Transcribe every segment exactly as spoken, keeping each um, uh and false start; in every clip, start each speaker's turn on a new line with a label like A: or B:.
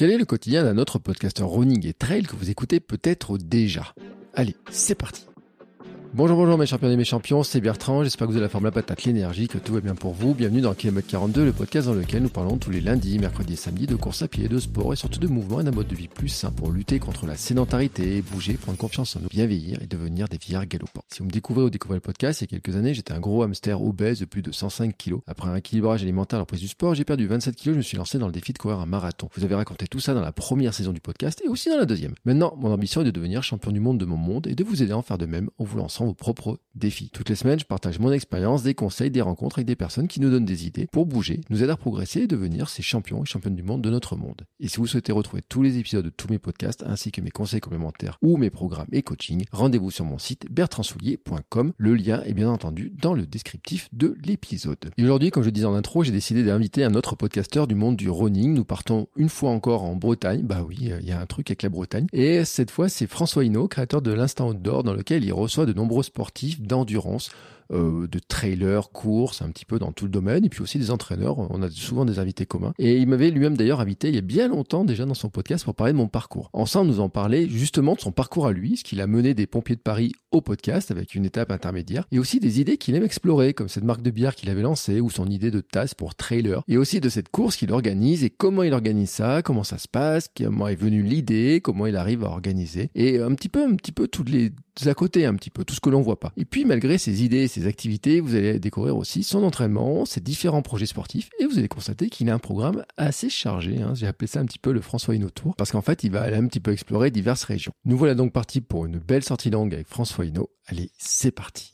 A: Quel est le quotidien d'un autre podcasteur running et trail que vous écoutez peut-être déjà ? Allez, c'est parti. Bonjour, bonjour mes champions et mes champions, c'est Bertrand, j'espère que vous avez la forme, la patate, l'énergie, que tout va bien pour vous. Bienvenue dans Kilomètre quarante-deux, le podcast dans lequel nous parlons tous les lundis, mercredis et samedis de course à pied, de sport et surtout de mouvement et d'un mode de vie plus sain pour lutter contre la sédentarité, bouger, prendre confiance en nous, bien vieillir et devenir des vieillards galopants. Si vous me découvrez ou découvrez le podcast, il y a quelques années, j'étais un gros hamster obèse de plus de cent cinq kilos. Après un équilibrage alimentaire à la prise du sport, j'ai perdu vingt-sept kilos, je me suis lancé dans le défi de courir un marathon. Vous avez raconté tout ça dans la première saison du podcast et aussi dans la deuxième. Maintenant, mon ambition est de devenir champion du monde de mon monde et de vous aider à en faire de même en vous lançant vos propres défis. Toutes les semaines, je partage mon expérience, des conseils, des rencontres avec des personnes qui nous donnent des idées pour bouger, nous aider à progresser et devenir ces champions et championnes du monde de notre monde. Et si vous souhaitez retrouver tous les épisodes de tous mes podcasts ainsi que mes conseils complémentaires ou mes programmes et coaching, rendez-vous sur mon site bertrand soulier point com. Le lien est bien entendu dans le descriptif de l'épisode. Et aujourd'hui, comme je le disais en intro, j'ai décidé d'inviter un autre podcasteur du monde du running. Nous partons une fois encore en Bretagne. Bah oui, il y a un truc avec la Bretagne. Et cette fois, c'est François Hinault, créateur de l'Instant Outdoor, dans lequel il reçoit de nombreux sportifs d'endurance, euh, de trailers, courses, un petit peu dans tout le domaine, et puis aussi des entraîneurs. On a souvent des invités communs. Et il m'avait lui-même d'ailleurs invité il y a bien longtemps déjà dans son podcast pour parler de mon parcours. Ensemble, nous en parlait justement de son parcours à lui, ce qu'il a mené des pompiers de Paris au podcast avec une étape intermédiaire, et aussi des idées qu'il aime explorer, comme cette marque de bière qu'il avait lancée, ou son idée de tasse pour trailer, et aussi de cette course qu'il organise, et comment il organise ça, comment ça se passe, comment est venue l'idée, comment il arrive à organiser, et un petit peu, un petit peu toutes les à côté, un petit peu, tout ce que l'on voit pas. Et puis, malgré ses idées et ses activités, vous allez découvrir aussi son entraînement, ses différents projets sportifs, et vous allez constater qu'il a un programme assez chargé, hein. J'ai appelé ça un petit peu le François Hinault Tour, parce qu'en fait, il va aller un petit peu explorer diverses régions. Nous voilà donc partis pour une belle sortie longue avec François Hinault. Allez, c'est parti.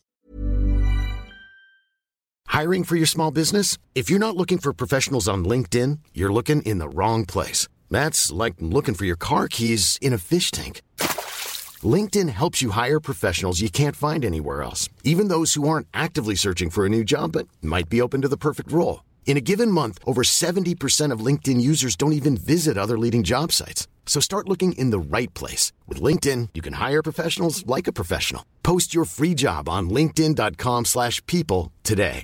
B: Hiring for your small business? If you're not looking for professionals on LinkedIn, you're looking in the wrong place. That's like looking for your car keys in a fish tank. LinkedIn helps you hire professionals you can't find anywhere else, even those who aren't actively searching for a new job but might be open to the perfect role. In a given month, over seventy percent of LinkedIn users don't even visit other leading job sites. So start looking in the right place. With LinkedIn, you can hire professionals like a professional. Post your free job on linkedin dot com slash people today.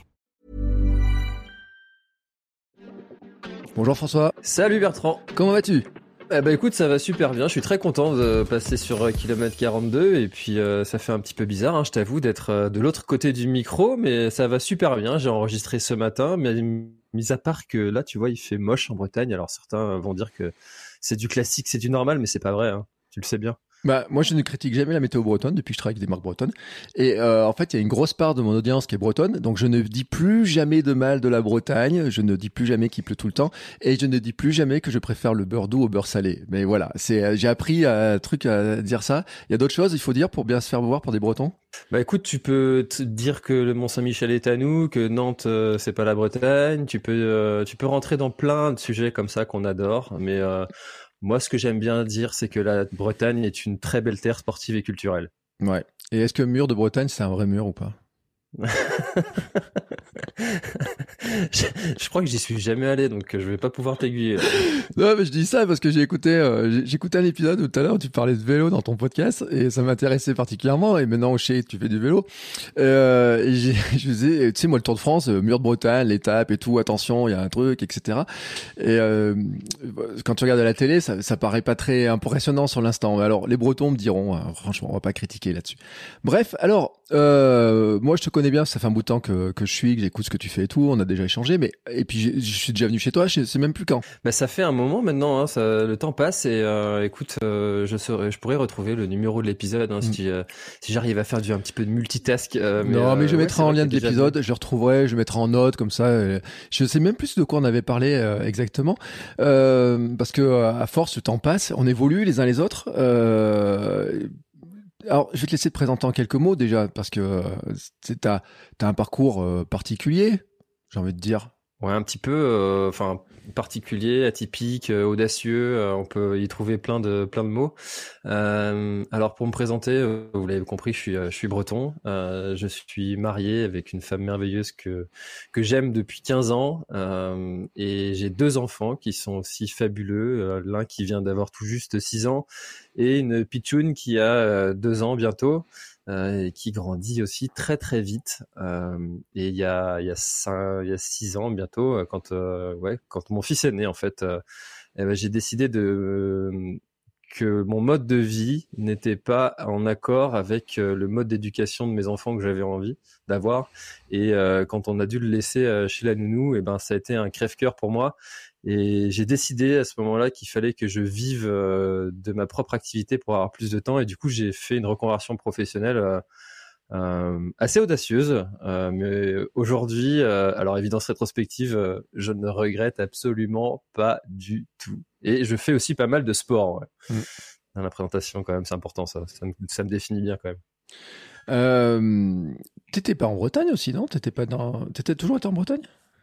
A: Bonjour François.
C: Salut Bertrand.
A: Comment vas-tu ?
C: Eh ben écoute, ça va super bien, je suis très content de passer sur Kilomètre quarante-deux et puis euh, ça fait un petit peu bizarre, hein, je t'avoue, d'être euh, de l'autre côté du micro, mais ça va super bien, j'ai enregistré ce matin, mais mis à part que là, tu vois, il fait moche en Bretagne, alors certains vont dire que c'est du classique, c'est du normal, mais c'est pas vrai, hein, tu le sais bien.
A: Bah, moi, je ne critique jamais la météo bretonne depuis que je travaille avec des marques bretonnes. Et euh, en fait, il y a une grosse part de mon audience qui est bretonne. Donc, je ne dis plus jamais de mal de la Bretagne. Je ne dis plus jamais qu'il pleut tout le temps. Et je ne dis plus jamais que je préfère le beurre doux au beurre salé. Mais voilà, c'est, j'ai appris un truc à dire ça. Il y a d'autres choses, il faut dire, pour bien se faire voir pour des Bretons.
C: Bah écoute, tu peux te dire que le Mont-Saint-Michel est à nous, que Nantes euh, c'est pas la Bretagne. Tu peux, euh, tu peux rentrer dans plein de sujets comme ça qu'on adore. Mais euh, moi, ce que j'aime bien dire, c'est que la Bretagne est une très belle terre sportive et culturelle.
A: Ouais. Et est-ce que mur de Bretagne, c'est un vrai mur ou pas ?
C: je, je crois que j'y suis jamais allé, donc je vais pas pouvoir t'aiguiller.
A: Non, mais je dis ça parce que j'ai écouté, euh, j'ai écouté un épisode tout à l'heure où tu parlais de vélo dans ton podcast et ça m'intéressait particulièrement. Et maintenant, je sais que tu fais du vélo. Euh, et j'ai, je faisais, tu sais, moi, le Tour de France, euh, mur de Bretagne, l'étape et tout, attention, il y a un truc, et cetera. Et euh, quand tu regardes à la télé, ça, ça paraît pas très impressionnant sur l'instant. Alors, les Bretons me diront, hein, franchement, on va pas critiquer là-dessus. Bref, alors, euh, moi, je te connais bien, ça fait un bout de temps que, que je suis, que j'écoute ce que tu fais et tout, on a déjà échangé, mais et puis je, je suis déjà venu chez toi, je sais même plus quand.
C: Bah ça fait un moment maintenant, hein, ça, le temps passe et euh, écoute, euh, je saurais, je pourrais retrouver le numéro de l'épisode hein, mm. si, euh, si j'arrive à faire du un petit peu de multitask. Euh, mais,
A: non, mais je
C: euh,
A: mettrai
C: ouais,
A: en lien de l'épisode,
C: vu.
A: je le retrouverai, je mettrai en note comme ça. Euh, je sais même plus de quoi on avait parlé euh, exactement, euh, parce que à force le temps passe, on évolue les uns les autres. Euh, Alors, je vais te laisser te présenter en quelques mots déjà, parce que euh, t'as t'as un parcours euh, particulier, j'ai envie de dire.
C: Ouais, un petit peu, enfin euh, particulier, atypique, euh, audacieux. Euh, on peut y trouver plein de plein de mots. Euh, alors pour me présenter, euh, vous l'avez compris, je suis je suis breton. Euh, je suis marié avec une femme merveilleuse que que j'aime depuis quinze ans euh, et j'ai deux enfants qui sont aussi fabuleux. Euh, l'un qui vient d'avoir tout juste six ans et une pitchoune qui a euh, deux ans bientôt. Euh, et qui grandit aussi très très vite. Euh, et il y a il y a cinq, il y a six ans bientôt, quand euh, ouais quand mon fils est né en fait, euh, eh ben, j'ai décidé de euh, que mon mode de vie n'était pas en accord avec euh, le mode d'éducation de mes enfants que j'avais envie d'avoir. Et euh, quand on a dû le laisser euh, chez la nounou, et ben ça a été un crève-cœur pour moi. Et j'ai décidé à ce moment-là qu'il fallait que je vive euh, de ma propre activité pour avoir plus de temps. Et du coup, j'ai fait une reconversion professionnelle euh, euh, assez audacieuse. Euh, mais aujourd'hui, euh, alors évidence rétrospective, euh, je ne regrette absolument pas du tout. Et je fais aussi pas mal de sport. Ouais. Mmh. Dans la présentation, quand même, c'est important ça. Ça me, ça me définit bien quand même.
A: Euh, t'étais pas en Bretagne aussi, non? T'étais pas dans... T'étais toujours été en Bretagne?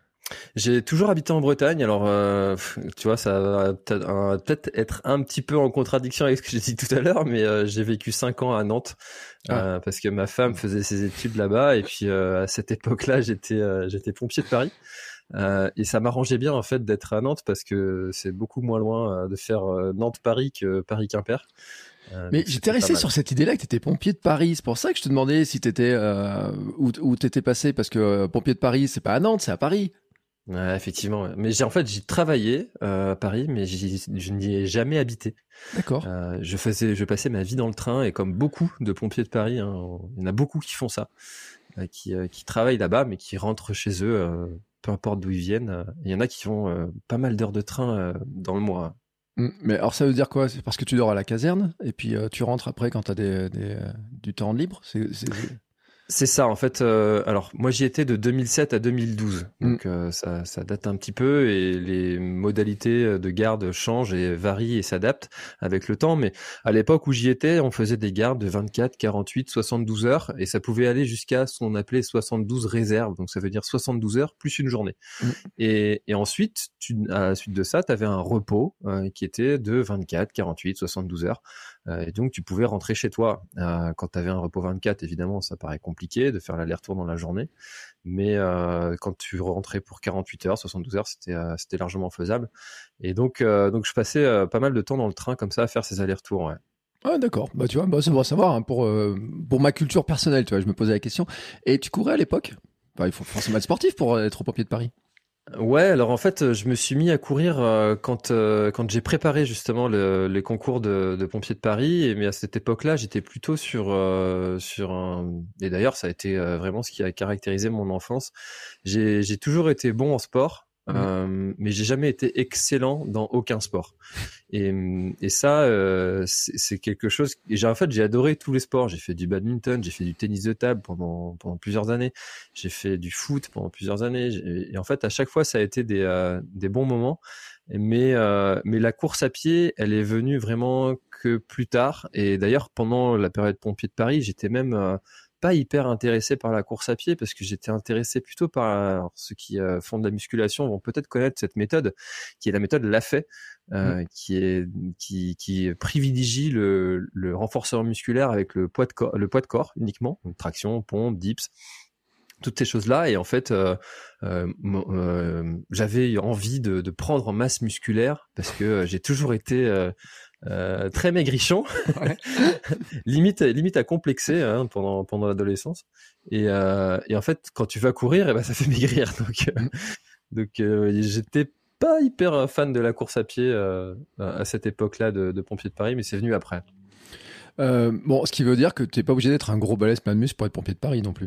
C: J'ai toujours habité en Bretagne, alors euh, tu vois, ça va peut-être, euh, peut-être être un petit peu en contradiction avec ce que j'ai dit tout à l'heure, mais euh, j'ai vécu cinq ans à Nantes euh, ah. parce que ma femme faisait ses études là-bas, et puis euh, à cette époque-là, j'étais euh, j'étais pompier de Paris, euh, et ça m'arrangeait bien en fait d'être à Nantes parce que c'est beaucoup moins loin euh, de faire euh, Nantes-Paris que Paris-Quimper.
A: Euh, mais j'étais resté sur cette idée-là que tu étais pompier de Paris. C'est pour ça que je te demandais si tu étais euh, où, où tu étais passé, parce que euh, pompier de Paris, c'est pas à Nantes, c'est à Paris.
C: Ouais, effectivement. Ouais. Mais j'ai en fait j'ai travaillé euh, à Paris, mais j'y, je n'y ai jamais habité.
A: D'accord.
C: Euh, je faisais, je passais ma vie dans le train, et comme beaucoup de pompiers de Paris, hein, il y en a beaucoup qui font ça, euh, qui, euh, qui travaillent là-bas, mais qui rentrent chez eux, euh, peu importe d'où ils viennent. Il y en a qui font euh, pas mal d'heures de train euh, dans le mois.
A: Mais alors ça veut dire quoi? C'est parce que tu dors à la caserne et puis euh, tu rentres après quand tu as des, des, euh, du temps libre? C'est, c'est...
C: C'est ça, en fait. Euh, alors, moi, j'y étais de deux mille sept à deux mille douze, donc mmh. euh, ça, ça date un petit peu, et les modalités de garde changent et varient et s'adaptent avec le temps. Mais à l'époque où j'y étais, on faisait des gardes de vingt-quatre, quarante-huit, soixante-douze heures, et ça pouvait aller jusqu'à ce qu'on appelait soixante-douze réserves, donc ça veut dire soixante-douze heures plus une journée. Mmh. Et, et ensuite, tu, à la suite de ça, tu avais un repos euh, qui était de vingt-quatre, quarante-huit, soixante-douze heures. Euh, et donc, tu pouvais rentrer chez toi. Euh, quand tu avais un repos vingt-quatre, évidemment, ça paraît compliqué de faire l'aller-retour dans la journée. Mais euh, quand tu rentrais pour quarante-huit heures, soixante-douze heures, c'était, euh, c'était largement faisable. Et donc, euh, donc je passais euh, pas mal de temps dans le train comme ça à faire ces allers-retours. Ouais.
A: Ah d'accord, bah tu vois, bah, c'est bon à savoir, hein, pour, euh, pour ma culture personnelle, tu vois, je me posais la question. Et tu courais à l'époque? Bah, il faut forcément être sportif pour être au pompier de Paris.
C: Ouais, alors en fait, je me suis mis à courir euh, quand euh, quand j'ai préparé justement le, les concours de, de pompiers de Paris. Et mais à cette époque-là, j'étais plutôt sur euh, sur un. Et d'ailleurs, ça a été euh, vraiment ce qui a caractérisé mon enfance. J'ai j'ai toujours été bon en sport. Mmh. Euh, mais j'ai jamais été excellent dans aucun sport. Et, et ça, euh, c'est, c'est quelque chose. Et j'ai en fait, j'ai adoré tous les sports. J'ai fait du badminton, j'ai fait du tennis de table pendant pendant plusieurs années. J'ai fait du foot pendant plusieurs années. Et, et en fait, à chaque fois, ça a été des euh, des bons moments. Mais euh, mais la course à pied, elle est venue vraiment que plus tard. Et d'ailleurs, pendant la période pompier de Paris, j'étais même euh, pas hyper intéressé par la course à pied, parce que j'étais intéressé plutôt par alors, ceux qui euh, font de la musculation vont peut-être connaître cette méthode qui est la méthode Lafay, euh, mmh. qui est qui qui privilégie le le renforceur musculaire avec le poids de corps, le poids de corps uniquement, donc traction, pompe, dips, toutes ces choses-là. Et en fait, euh, euh, euh, j'avais envie de, de prendre en masse musculaire parce que j'ai toujours été euh, Euh, très maigrichon, ouais. limite limite à complexer hein, pendant pendant l'adolescence. Et euh, et en fait, quand tu vas courir, et ben ça fait maigrir. Donc euh, donc euh, j'étais pas hyper fan de la course à pied euh, à cette époque-là de, de pompier de Paris, mais c'est venu après.
A: Euh, bon, ce qui veut dire que t'es pas obligé d'être un gros balèze plein de muscles pour être pompier de Paris non plus.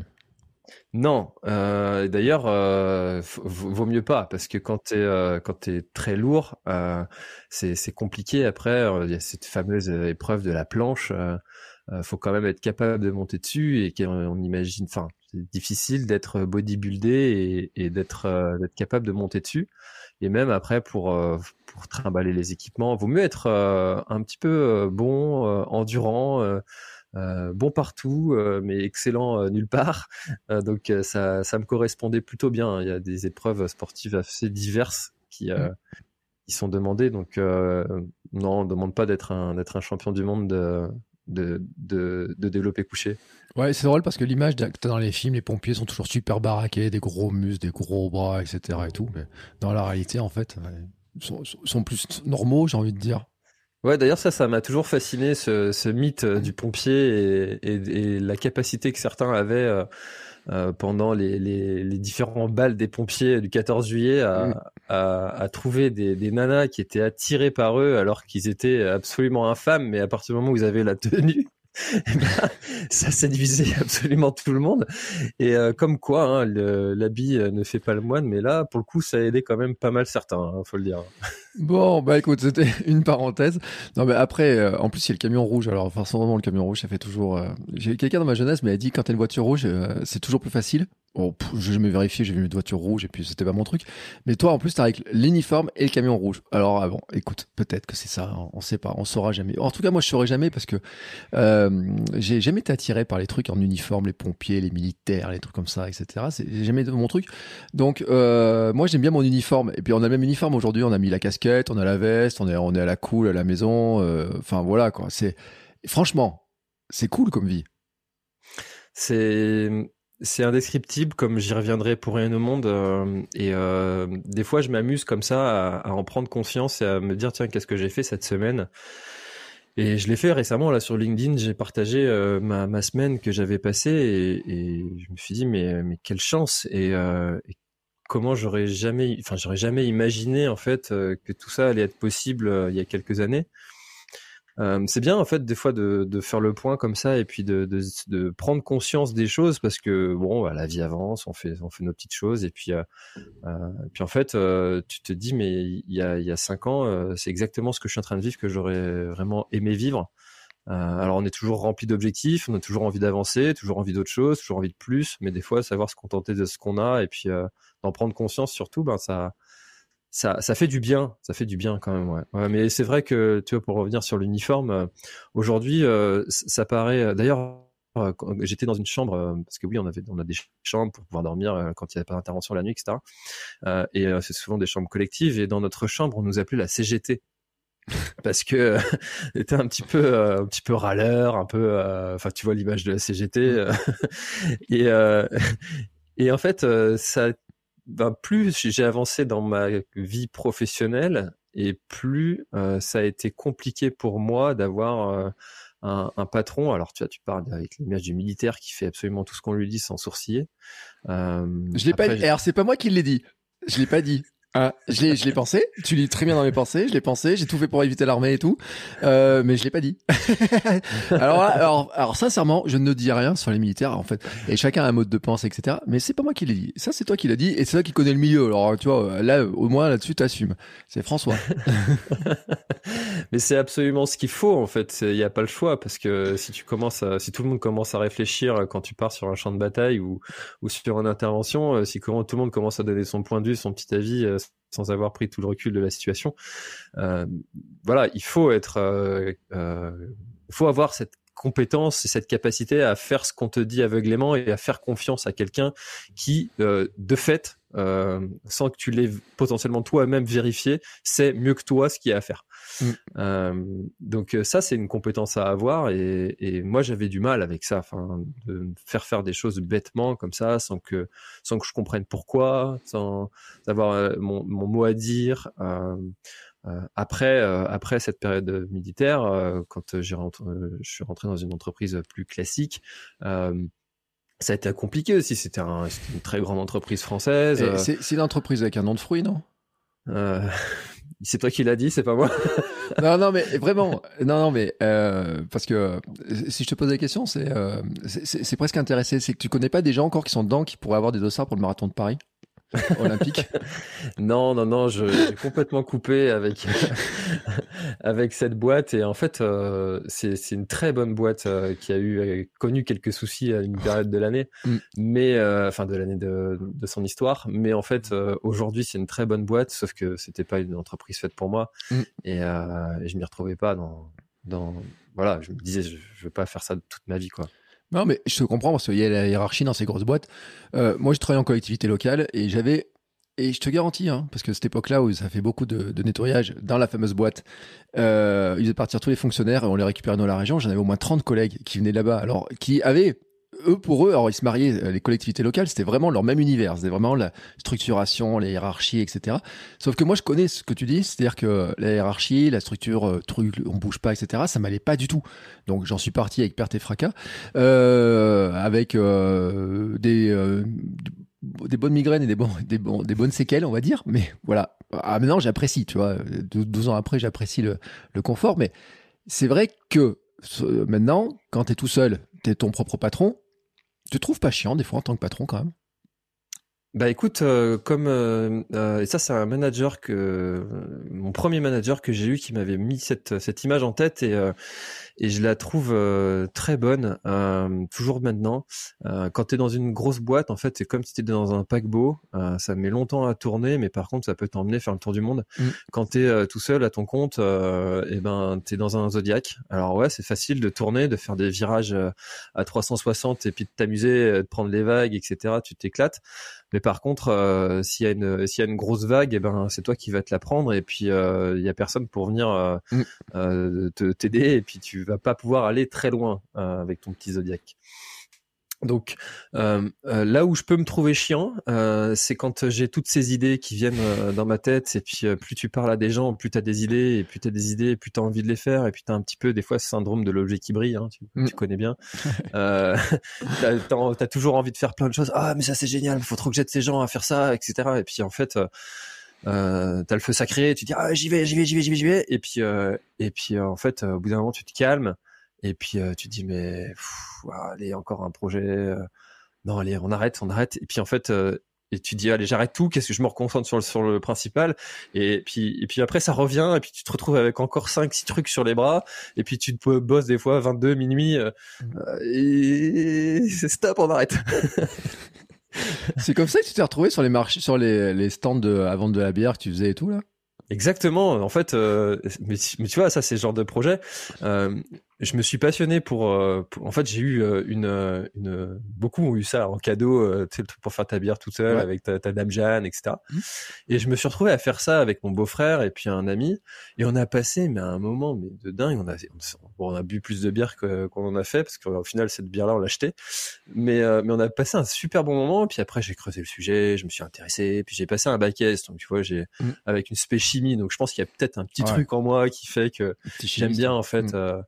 C: Non, euh, d'ailleurs, euh, vaut mieux pas, parce que quand t'es euh, quand t'es très lourd, euh, c'est c'est compliqué. Après, il y a cette fameuse épreuve de la planche. Euh, faut quand même être capable de monter dessus, et qu'on imagine. Enfin, c'est difficile d'être bodybuildé et, et d'être euh, d'être capable de monter dessus. Et même après, pour euh, pour trimballer les équipements, vaut mieux être euh, un petit peu euh, bon, euh, endurant. Euh, Euh, bon partout, euh, mais excellent euh, nulle part. Euh, donc euh, ça, ça me correspondait plutôt bien. Il y a des épreuves sportives assez diverses qui, euh, mmh. qui sont demandées. Donc euh, non, on ne demande pas d'être un, d'être un champion du monde de, de, de, de développer couché.
A: Ouais, c'est drôle parce que l'image que t'as dans les films, les pompiers sont toujours super baraqués, des gros muscles, des gros bras, et cetera et tout. Mais dans la réalité, en fait, ils sont, sont plus normaux, j'ai envie de dire.
C: Ouais, d'ailleurs, ça, ça m'a toujours fasciné, ce, ce mythe du pompier et, et, et la capacité que certains avaient euh, euh, pendant les, les, les différents bals des pompiers du quatorze juillet à,
A: Mm.
C: à, à trouver des, des nanas qui étaient attirées par eux alors qu'ils étaient absolument infâmes, mais à partir du moment où ils avaient la tenue, eh ben, ça séduisait absolument tout le monde. Et euh, comme quoi, hein, le, l'habit ne fait pas le moine, mais là, pour le coup, ça a aidé quand même pas mal certains, hein, faut le dire.
A: Bon, bah écoute, c'était une parenthèse. Non, mais après, euh, en plus, il y a le camion rouge. Alors, forcément, le camion rouge, ça fait toujours. euh, J'ai quelqu'un dans ma jeunesse, mais a dit quand t'as une voiture rouge, euh, c'est toujours plus facile. Bon, pff, j'ai jamais vérifié, j'ai vu une voiture rouge et puis c'était pas mon truc. Mais toi, en plus, t'as avec l'uniforme et le camion rouge. Alors, ah bon, écoute, peut-être que c'est ça. On, on sait pas, on saura jamais. En tout cas, moi, je saurais jamais parce que euh, j'ai jamais été attiré par les trucs en uniforme, les pompiers, les militaires, les trucs comme ça, et cetera. C'est j'ai jamais été mon truc. Donc, euh, moi, j'aime bien mon uniforme. Et puis, on a le même uniforme aujourd'hui. On a mis la casquette, on a la veste, on est, on est à la cool à la maison. euh, Enfin, voilà, quoi. C'est, franchement, c'est cool comme vie.
C: C'est c'est indescriptible, comme j'y reviendrai pour rien au monde. euh, et euh, des fois, je m'amuse comme ça à, à en prendre conscience et à me dire tiens, qu'est-ce que j'ai fait cette semaine? Et je l'ai fait récemment là sur LinkedIn. J'ai partagé euh, ma ma semaine que j'avais passée et, et je me suis dit mais mais quelle chance et, euh, et comment j'aurais jamais, enfin j'aurais jamais imaginé en fait euh, que tout ça allait être possible euh, il y a quelques années. Euh, c'est bien en fait des fois de, de faire le point comme ça et puis de, de, de prendre conscience des choses parce que bon bah, la vie avance, on fait on fait nos petites choses et puis euh, euh, puis en fait euh, tu te dis mais il y a il y a cinq ans euh, c'est exactement ce que je suis en train de vivre que j'aurais vraiment aimé vivre. Euh, alors on est toujours rempli d'objectifs, on a toujours envie d'avancer, toujours envie d'autre chose, toujours envie de plus, mais des fois savoir se contenter de ce qu'on a et puis euh, d'en prendre conscience surtout ben ça ça, ça fait du bien, ça fait du bien quand même, ouais. Ouais, mais c'est vrai que, tu vois, pour revenir sur l'uniforme, euh, aujourd'hui, euh, c- ça paraît. euh, D'ailleurs, euh, quand j'étais dans une chambre euh, parce que oui, on avait, on a des ch- chambres pour pouvoir dormir euh, quand il n'y avait pas d'intervention la nuit, et cetera. Euh, et euh, c'est souvent des chambres collectives. Et dans notre chambre, on nous appelait la C G T parce que euh, on était un petit peu, euh, un petit peu râleur, un peu. euh, Enfin, tu vois l'image de la C G T. euh, et euh, et en fait, euh, ça ben, plus j'ai avancé dans ma vie professionnelle et plus euh, ça a été compliqué pour moi d'avoir euh, un, un patron. Alors tu vois, tu parles avec l'image du militaire qui fait absolument tout ce qu'on lui dit sans sourciller. Euh,
A: Je l'ai pas
C: après,
A: dit.
C: j'ai-
A: Alors, c'est pas moi qui l'ai dit. Je l'ai pas dit. Ah, je l'ai, je l'ai pensé. Tu lis très bien dans mes pensées. Je l'ai pensé. J'ai tout fait pour éviter l'armée et tout. Euh, mais je l'ai pas dit. alors, là, alors, alors, sincèrement, je ne dis rien sur les militaires, en fait. Et chacun a un mode de pensée, et cetera. Mais c'est pas moi qui l'ai dit. Ça, c'est toi qui l'as dit. Et c'est toi qui connais le milieu. Alors, tu vois, là, au moins, là-dessus, t'assumes. C'est François.
C: Mais c'est absolument ce qu'il faut en fait. Il n'y a pas le choix parce que si tu commences, à, si tout le monde commence à réfléchir quand tu pars sur un champ de bataille ou ou sur une intervention, euh, si comment tout le monde commence à donner son point de vue, son petit avis euh, sans avoir pris tout le recul de la situation, euh, voilà, il faut être, euh, euh, il faut avoir cette compétence et cette capacité à faire ce qu'on te dit aveuglément et à faire confiance à quelqu'un qui, euh, de fait, euh, sans que tu l'aies potentiellement toi-même vérifié, sait mieux que toi ce qu'il y a à faire.
A: Mm.
C: Euh, donc ça, c'est une compétence à avoir et, et moi, j'avais du mal avec ça, enfin, de me faire faire des choses bêtement comme ça, sans que, sans que je comprenne pourquoi, sans avoir euh, mon, mon mot à dire. Euh, euh, après, euh, après cette période militaire, euh, quand j'ai rentré, euh, je suis rentré dans une entreprise plus classique, euh, ça a été compliqué aussi. C'était, un, c'était une très grande entreprise française.
A: Et
C: Euh,
A: c'est, c'est une entreprise avec un nom de fruit, non?
C: euh, c'est toi qui l'as dit, c'est pas moi.
A: Non, non, mais vraiment, non, non, mais euh, parce que euh, si je te pose la question, c'est, euh, c'est, c'est c'est presque intéressé. C'est que tu connais pas des gens encore qui sont dedans qui pourraient avoir des dossards pour le marathon de Paris olympique.
C: Non, non, non, je, j'ai complètement coupé avec avec cette boîte et en fait, euh, c'est c'est une très bonne boîte euh, qui a eu euh, connu quelques soucis à une période de l'année,
A: Mm.
C: mais euh, enfin de l'année de de son histoire. Mais en fait, euh, aujourd'hui, c'est une très bonne boîte, sauf que c'était pas une entreprise faite pour moi
A: Mm.
C: et, euh, et je m'y retrouvais pas dans dans voilà, je me disais je, je veux pas faire ça toute ma vie quoi.
A: Non, mais je te comprends parce qu'il y a la hiérarchie dans ces grosses boîtes. Euh, moi, je travaillais en collectivité locale et j'avais, et je te garantis, hein, parce que cette époque-là où ça fait beaucoup de, de nettoyage dans la fameuse boîte, euh, ils faisaient partir tous les fonctionnaires et on les récupérait dans la région. J'en avais au moins trente collègues qui venaient de là-bas, alors qui avaient eux, pour eux, alors ils se mariaient, les collectivités locales, c'était vraiment leur même univers, c'était vraiment la structuration, les hiérarchies, et cetera. Sauf que moi, je connais ce que tu dis, c'est-à-dire que la hiérarchie, la structure, euh, truc, on bouge pas, et cetera. Ça m'allait pas du tout. Donc j'en suis parti avec perte et fracas, euh, avec euh, des euh, des bonnes migraines et des, bons, des, bons, des bonnes séquelles, on va dire. Mais voilà. Ah, maintenant, j'apprécie, tu vois. douze ans après, j'apprécie le, le confort. Mais c'est vrai que maintenant, quand tu es tout seul, tu es ton propre patron, tu te trouves pas chiant, des fois, en tant que patron, quand même?
C: Bah écoute, euh, comme euh, euh, et ça c'est un manager que euh, mon premier manager que j'ai eu qui m'avait mis cette cette image en tête et euh, et je la trouve euh, très bonne euh, toujours maintenant. Euh, quand t'es dans une grosse boîte, en fait, c'est comme si t'étais dans un paquebot. Euh, ça met longtemps à tourner, mais par contre, ça peut t'emmener faire le tour du monde.
A: Mm.
C: Quand t'es euh, tout seul à ton compte, euh, et ben t'es dans un Zodiac. Alors ouais, c'est facile de tourner, de faire des virages euh, à trois cent soixante et puis de t'amuser, de prendre les vagues, et cetera. Tu t'éclates. Mais par contre, euh, s'il y a une s'il y a une grosse vague, et ben c'est toi qui vas te la prendre et puis il euh, y a personne pour venir euh,
A: Mm.
C: euh, te t'aider et puis tu vas pas pouvoir aller très loin euh, avec ton petit Zodiac. Donc euh, euh, là où je peux me trouver chiant, euh, c'est quand j'ai toutes ces idées qui viennent euh, dans ma tête et puis euh, plus tu parles à des gens, plus tu as des idées et plus tu as des idées, plus tu as envie de les faire et puis tu as un petit peu des fois ce syndrome de l'objet qui brille, hein, tu,
A: Mm.
C: tu connais bien. euh, t'as, t'as, t'as toujours envie de faire plein de choses. Ah mais ça c'est génial, faut trop que j'aide ces gens à faire ça, et cetera. Et puis en fait euh, euh, t'as le feu sacré, tu dis ah j'y vais, j'y vais, j'y vais, j'y vais, j'y vais. Et puis euh, et puis euh, en fait euh, au bout d'un moment tu te calmes. Et puis euh, tu te dis mais pff, allez encore un projet, euh, non allez on arrête, on arrête. Et puis en fait euh, et tu te dis allez j'arrête tout, qu'est-ce que je me reconcentre sur le sur le principal. Et puis et puis après ça revient et puis tu te retrouves avec encore cinq six trucs sur les bras. Et puis tu te bosses des fois vingt-deux minuit euh, euh, et c'est stop, on arrête.
A: C'est comme ça que tu t'es retrouvé sur les marchés, sur les, les stands de, à vendre de la bière que tu faisais et tout là?
C: Exactement. En fait, euh, mais, mais tu vois, ça, c'est le genre de projet. Euh, je me suis passionné pour, euh, pour- en fait, j'ai eu euh, une, euh, une, beaucoup ont eu ça en cadeau, euh, tu sais, le truc pour faire ta bière toute seule
A: Ouais.
C: avec ta, ta dame Jeanne, et cetera.
A: Mmh.
C: Et je me suis retrouvé à faire ça avec mon beau-frère et puis un ami. Et on a passé, mais un moment, mais de dingue. On a, on, bon, on a bu plus de bière que, qu'on en a fait parce qu'au final, cette bière-là, on l'a achetée. Mais, euh, mais on a passé un super bon moment. Et puis après, j'ai creusé le sujet, je me suis intéressé. Puis j'ai passé un bac S. Donc tu vois, j'ai
A: Mmh.
C: avec une spé chimie. Donc je pense qu'il y a peut-être un petit
A: Ouais.
C: truc en moi qui fait que
A: Petit
C: j'aime
A: chimiste,
C: bien
A: hein.
C: en fait
A: Mm.
C: euh,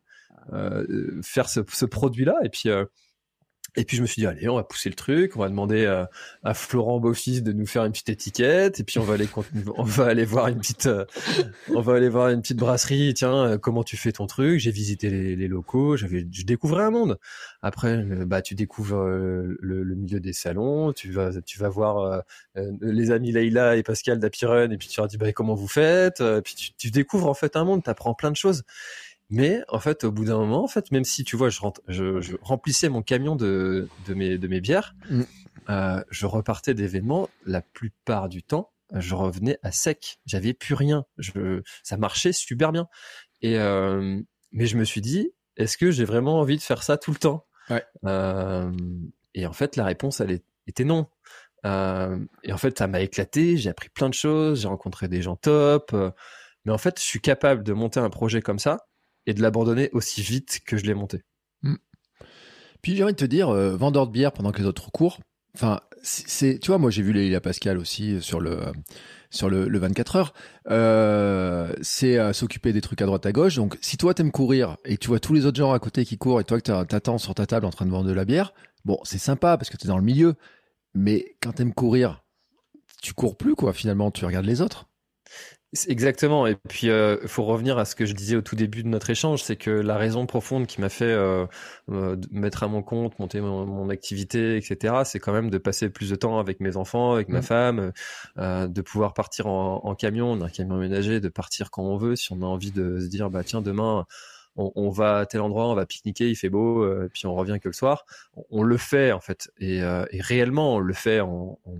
C: euh, faire ce, ce produit-là. Et puis euh, et puis je me suis dit allez, on va pousser le truc, on va demander à, à Florent Beaufils de nous faire une petite étiquette. Et puis on va aller on va aller voir une petite euh, on va aller voir une petite brasserie. Tiens, euh, comment tu fais ton truc? J'ai visité les, les locaux, j'avais je découvrais un monde. Après euh, bah tu découvres euh, le, le milieu des salons, tu vas tu vas voir euh, euh, les amis Leïla et Pascal d'Apirun et puis tu leur dis bah comment vous faites? Euh, puis tu, tu découvres en fait un monde, t'apprends plein de choses. Mais en fait, au bout d'un moment, en fait, même si tu vois, je, rentre, je, je remplissais mon camion de, de mes de mes bières,
A: Mm.
C: euh, je repartais d'événements. La plupart du temps, je revenais à sec. J'avais plus rien. Je, ça marchait super bien. Et euh, mais je me suis dit, est-ce que j'ai vraiment envie de faire ça tout le temps?
A: Ouais.
C: Euh, et en fait, la réponse, elle était non. Euh, et en fait, ça m'a éclaté. J'ai appris plein de choses. J'ai rencontré des gens top. Euh, mais en fait, je suis capable de monter un projet comme ça et de l'abandonner aussi vite que je l'ai monté.
A: Mm. Puis j'ai envie de te dire, euh, vendeur de bière pendant que les autres courent. Enfin, c'est, c'est- tu vois, moi j'ai vu Leïla Pascal aussi sur le sur le, le vingt-quatre heures. Euh, c'est euh, s'occuper des trucs à droite à gauche. Donc, si toi t'aimes courir et que tu vois tous les autres gens à côté qui courent et toi que t'as- t'attends sur ta table en train de vendre de la bière, bon, c'est sympa parce que t'es dans le milieu. Mais quand t'aimes courir, tu cours plus quoi. Finalement, tu regardes les autres.
C: C'est exactement. Et puis, euh, faut revenir à ce que je disais au tout début de notre échange, c'est que la raison profonde qui m'a fait euh, euh, mettre à mon compte, monter mon, mon activité, et cetera, c'est quand même de passer plus de temps avec mes enfants, avec ma
A: Mm.
C: femme, euh, de pouvoir partir en, en camion, on a un camion ménager, de partir quand on veut, si on a envie de se dire, bah tiens, demain, on, on va à tel endroit, on va pique-niquer, il fait beau, euh, puis on revient que le soir. On, on le fait en fait, et, euh, et réellement, on le fait en, en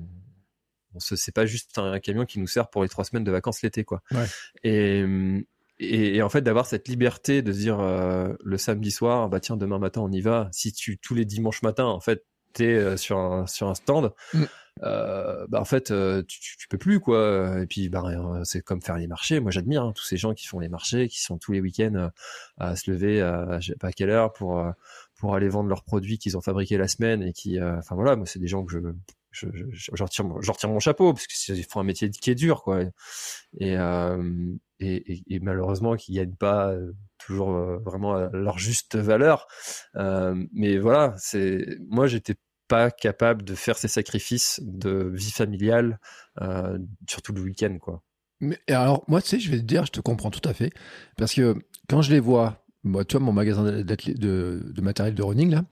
C: on se, c'est pas juste un camion qui nous sert pour les trois semaines de vacances l'été, quoi.
A: Ouais.
C: Et, et, et en fait, d'avoir cette liberté de se dire euh, le samedi soir, bah tiens, demain matin on y va. Si tu tous les dimanches matins, en fait, t'es euh, sur un sur un stand,
A: Mm.
C: euh, bah en fait, euh, tu, tu peux plus quoi. Et puis, bah euh, c'est comme faire les marchés. Moi, j'admire hein, tous ces gens qui font les marchés, qui sont tous les week-ends euh, à se lever à je sais pas à quelle heure pour euh, pour aller vendre leurs produits qu'ils ont fabriqués la semaine et qui, euh, enfin voilà, moi c'est des gens que je je, je, je retire, je retire mon chapeau parce qu'ils font un métier qui est dur, quoi. Et, euh, et, et, et malheureusement, qu'ils gagnent pas toujours euh, vraiment à leur juste valeur. Euh, mais voilà, c'est, moi, j'étais pas capable de faire ces sacrifices de vie familiale, euh, surtout le week-end, quoi.
A: Mais alors, moi, tu sais, je vais te dire, je te comprends tout à fait. Parce que quand je les vois, moi, tu vois, mon magasin de, de, de matériel de running, là,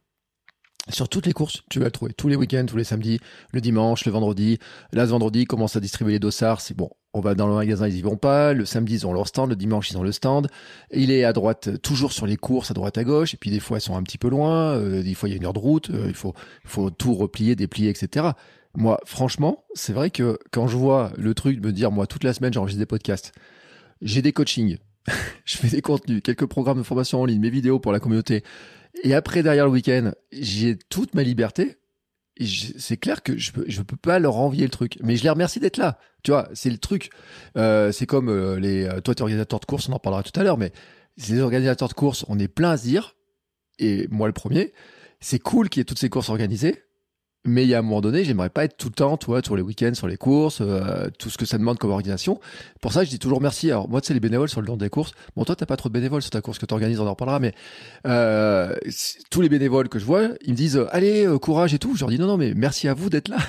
A: sur toutes les courses, tu vas le trouver. Tous les week-ends, tous les samedis, le dimanche, le vendredi. Là, ce vendredi, ils commencent à distribuer les dossards. C'est bon, on va dans le magasin, ils y vont pas. Le samedi, ils ont leur stand. Le dimanche, ils ont le stand. Il est à droite, toujours sur les courses, à droite, à gauche. Et puis, des fois, elles sont un petit peu loin. Euh, des fois, il y a une heure de route. Euh, il faut, il faut tout replier, déplier, et cetera. Moi, franchement, c'est vrai que quand je vois le truc de me dire, moi, toute la semaine, j'enregistre des podcasts. J'ai des coachings. Je fais des contenus, quelques programmes de formation en ligne, mes vidéos pour la communauté. Et après, derrière le week-end, j'ai toute ma liberté. Et je, c'est clair que je peux, je peux pas leur envier le truc. Mais je les remercie d'être là. Tu vois, c'est le truc. Euh, c'est comme euh, les... Toi, t'es organisateur de courses, on en parlera tout à l'heure, mais les organisateurs de courses, on est plein à se dire, et moi le premier, c'est cool qu'il y ait toutes ces courses organisées, mais il y a un moment donné, j'aimerais pas être tout le temps, tu vois, sur les week-ends, sur les courses, euh, tout ce que ça demande comme organisation. Pour ça, je dis toujours merci. Alors, moi, tu sais, les bénévoles sur le long des courses. Bon, toi, t'as pas trop de bénévoles sur ta course que tu organises, on en reparlera, mais euh, tous les bénévoles que je vois, ils me disent, allez, euh, courage et tout. Je leur dis, non, non, mais merci à vous d'être là.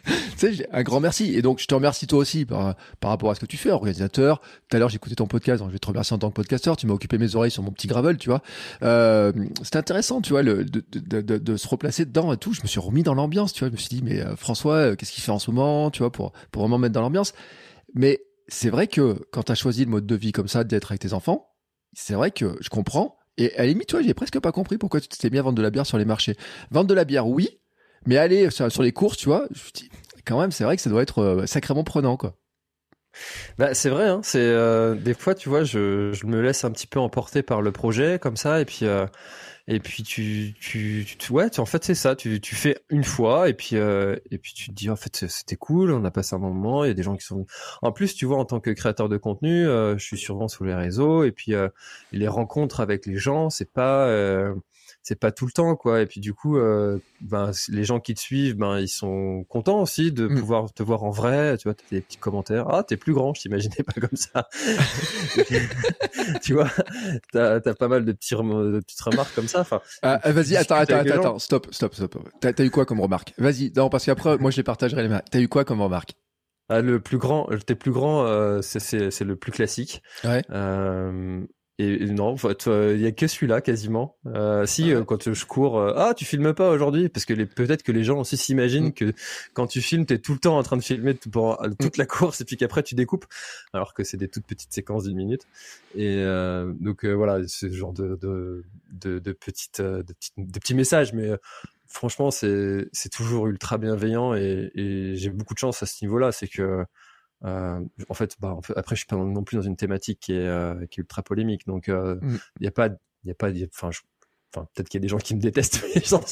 A: Tu sais, un grand merci. Et donc, je te remercie toi aussi par, par rapport à ce que tu fais, organisateur. Tout à l'heure, j'ai écouté ton podcast, donc je vais te remercier en tant que podcasteur. Tu m'as occupé mes oreilles sur mon petit gravel, tu vois. Euh, c'était intéressant, tu vois, le, de, de, de, de se replacer dedans et tout. Je me suis remis dans l'ambiance, tu vois. Je me suis dit, mais euh, François, euh, qu'est-ce qu'il fait en ce moment, tu vois, pour, pour vraiment mettre dans l'ambiance. Mais c'est vrai que quand tu as choisi le mode de vie comme ça, d'être avec tes enfants, c'est vrai que je comprends. Et à la limite, tu vois, j'ai presque pas compris pourquoi tu t'étais mis à vendre de la bière sur les marchés. Vendre de la bière, oui. Mais aller sur, sur les courses, tu vois, je me dis, quand même, c'est vrai que ça doit être euh, sacrément prenant, quoi.
C: Bah, c'est vrai, hein, c'est euh, des fois, tu vois, je, je me laisse un petit peu emporter par le projet comme ça, et puis euh, et puis tu tu, tu ouais, tu, en fait c'est ça, tu tu fais une fois, et puis euh, et puis tu te dis en fait c'était cool, on a passé un bon moment, il y a des gens qui sont. En plus, tu vois, en tant que créateur de contenu, euh, je suis souvent sur les réseaux, et puis euh, les rencontres avec les gens, c'est pas euh, c'est pas tout le temps, quoi. Et puis du coup, euh, ben les gens qui te suivent, ben ils sont contents aussi de mmh. pouvoir te voir en vrai. Tu vois, t'as des petits commentaires. Ah, t'es plus grand, je t'imaginais pas comme ça. Tu vois, t'as t'as pas mal de petits rem- de petites remarques comme ça. Enfin,
A: ah, vas-y, attends, attends, attends, attends, stop, stop, stop. T'as, t'as eu quoi comme remarque? Vas-y, non, parce qu'après, moi je les partagerai les mains. T'as eu quoi comme remarque?
C: Ah, le plus grand, t'es plus grand, euh, c'est c'est c'est le plus classique.
A: Ouais.
C: Euh, Et non, il y a que celui-là quasiment. Euh, si euh, quand je cours, euh, ah tu filmes pas aujourd'hui, parce que les, peut-être que les gens aussi s'imaginent mmh. que quand tu filmes, t'es tout le temps en train de filmer pour toute la course et puis qu'après tu découpes, alors que c'est des toutes petites séquences d'une minute. Et euh, donc euh, voilà, ce genre de de de, de petites de, petites, de petits messages, mais euh, franchement c'est c'est toujours ultra bienveillant et, et j'ai beaucoup de chance à ce niveau-là, c'est que Euh, en fait, bah, en fait, après, je suis pas non plus dans une thématique qui est, euh, qui est ultra polémique, donc il euh, mm. y a pas, il y a pas, enfin, enfin, peut-être qu'il y a des gens qui me détestent,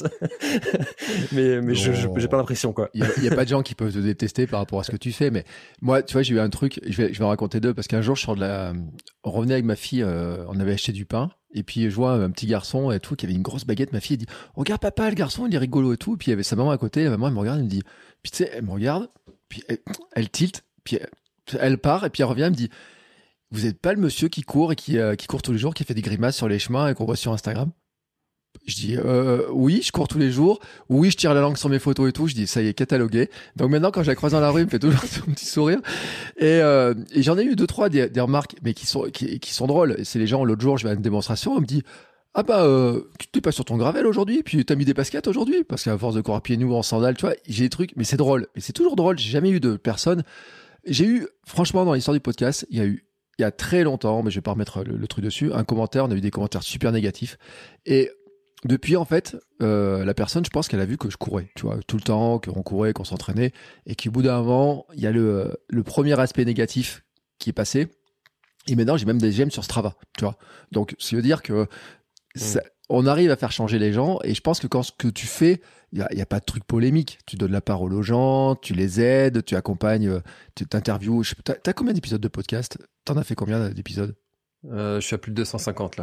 C: mais mais je, je, j'ai pas l'impression, quoi.
A: Il y, a, il y a pas de gens qui peuvent te détester par rapport à ce que tu fais, mais moi, tu vois, j'ai eu un truc, je vais, je vais en raconter deux, parce qu'un jour, je sors de la, on revenait avec ma fille, euh, on avait acheté du pain, et puis je vois un petit garçon et tout qui avait une grosse baguette. Ma fille elle dit, regarde papa, le garçon, il est rigolo et tout. Et puis il y avait sa maman à côté, la maman elle me regarde, elle me dit, puis tu sais, elle me regarde, puis elle, elle tilte. Puis elle part et puis elle revient, elle me dit, vous êtes pas le monsieur qui court et qui, euh, qui court tous les jours, qui fait des grimaces sur les chemins et qu'on voit sur Instagram? Je dis euh, oui, je cours tous les jours. Oui, je tire la langue sur mes photos et tout. Je dis ça y est, catalogué. Donc maintenant, quand je la croise dans la rue, elle me fait toujours son petit sourire. Et, euh, et j'en ai eu deux trois des, des remarques, mais qui sont qui, qui sont drôles. C'est les gens. L'autre jour, je vais à une démonstration, on me dit, ah bah euh, tu t'es pas sur ton gravel aujourd'hui, puis t'as mis des baskets aujourd'hui, parce qu'à force de courir pieds nus en sandales, tu vois, j'ai des trucs. Mais c'est drôle. Mais c'est toujours drôle. J'ai jamais eu de personne. J'ai eu, franchement, dans l'histoire du podcast, il y a eu, il y a très longtemps, mais je vais pas remettre le, le truc dessus, un commentaire, on a eu des commentaires super négatifs. Et depuis, en fait, euh, la personne, je pense qu'elle a vu que je courais, tu vois, tout le temps, qu'on courait, qu'on s'entraînait, et qu'au bout d'un moment, il y a le, le premier aspect négatif qui est passé. Et maintenant, j'ai même des j'aime sur Strava, tu vois. Donc, ça veut dire que mmh. ça, on arrive à faire changer les gens, et je pense que quand ce que tu fais, il y a, y a pas de truc polémique. Tu donnes la parole aux gens, tu les aides, tu accompagnes, tu t'interviews. T'as, t'as combien d'épisodes de podcast? T'en as fait combien d'épisodes?
C: euh, Je suis à plus de deux cent cinquante là.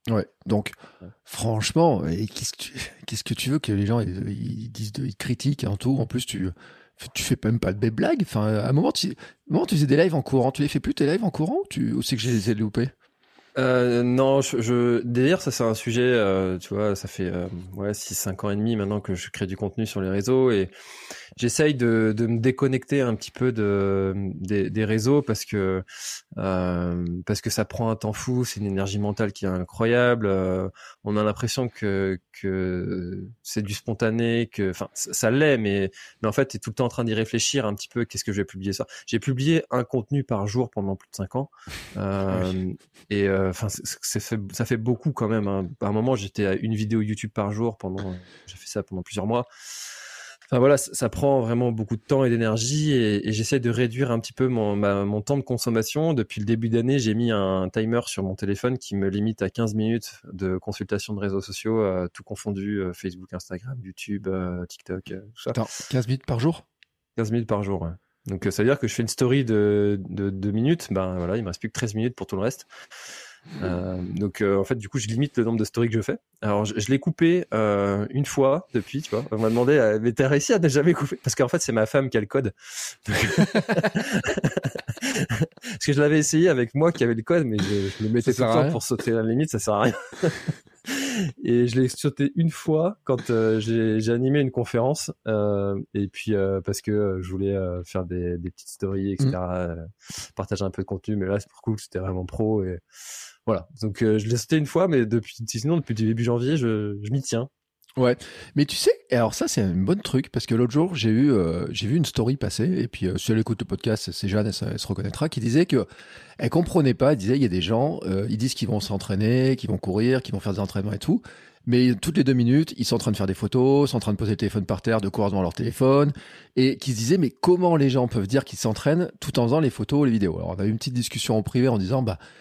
A: Ouais. Donc, franchement, et qu'est-ce que tu, qu'est-ce que tu veux que les gens ils, ils disent, de, ils critiquent un tout. En plus, tu, tu fais même pas de belles blagues. Enfin, à un moment, tu, à un moment, tu faisais des lives en courant. Tu les fais plus tes lives en courant ou, tu, ou c'est que je les ai loupés?
C: Euh, non, je, je d'ailleurs ça c'est un sujet, euh, tu vois, ça fait euh, ouais six cinq ans et demi maintenant que je crée du contenu sur les réseaux et j'essaye de, de me déconnecter un petit peu de des, des réseaux parce que euh, parce que ça prend un temps fou, c'est une énergie mentale qui est incroyable. Euh, on a l'impression que que c'est du spontané, que enfin ça, ça l'est, mais mais en fait t'es tout le temps en train d'y réfléchir un petit peu. Qu'est-ce que je vais publier ça? J'ai publié un contenu par jour pendant plus de cinq ans. Euh,
A: Oui.
C: et enfin, euh, ça fait ça fait beaucoup quand même. Hein. À un moment, j'étais à une vidéo YouTube par jour pendant. J'ai fait ça pendant plusieurs mois. Enfin voilà, ça, ça prend vraiment beaucoup de temps et d'énergie et, et j'essaie de réduire un petit peu mon ma, mon temps de consommation. Depuis le début d'année, j'ai mis un timer sur mon téléphone qui me limite à quinze minutes de consultation de réseaux sociaux, euh, tout confondu, euh, Facebook, Instagram, YouTube, euh, TikTok, euh, tout ça.
A: Attends, quinze minutes par jour?
C: quinze minutes par jour. Ouais. Donc ça veut dire que je fais une story de de deux minutes. Ben voilà, il me reste plus que treize minutes pour tout le reste. Euh, donc euh, en fait du coup je limite le nombre de stories que je fais. Alors je, je l'ai coupé euh, une fois depuis, tu vois. On m'a demandé euh, mais t'as réussi à ne jamais couper? Parce qu'en fait c'est ma femme qui a le code. Donc... Parce que je l'avais essayé avec moi qui avait le code, mais je, je le mettais tout le temps pour sauter la limite, ça sert à rien. Et je l'ai sauté une fois quand euh, j'ai, j'ai animé une conférence euh, et puis euh, parce que euh, je voulais euh, faire des, des petites stories, et cetera. Mmh. Euh, partager un peu de contenu, mais là c'est pour cool, c'était vraiment pro et voilà. Donc euh, je l'ai sauté une fois, mais depuis sinon depuis début janvier, je, je m'y tiens.
A: Ouais, mais tu sais, alors ça c'est un bon truc parce que l'autre jour j'ai eu euh, j'ai vu une story passer et puis euh, si elle écoute le podcast, c'est Jeanne, elle, elle se reconnaîtra, qui disait que elle comprenait pas, elle disait il y a des gens, euh, ils disent qu'ils vont s'entraîner, qu'ils vont courir, qu'ils vont faire des entraînements et tout, mais toutes les deux minutes ils sont en train de faire des photos, sont en train de poser le téléphone par terre, de courir devant leur téléphone et qui se disaient mais comment les gens peuvent dire qu'ils s'entraînent tout en faisant les photos, les vidéos. Alors on a eu une petite discussion en privé en disant bah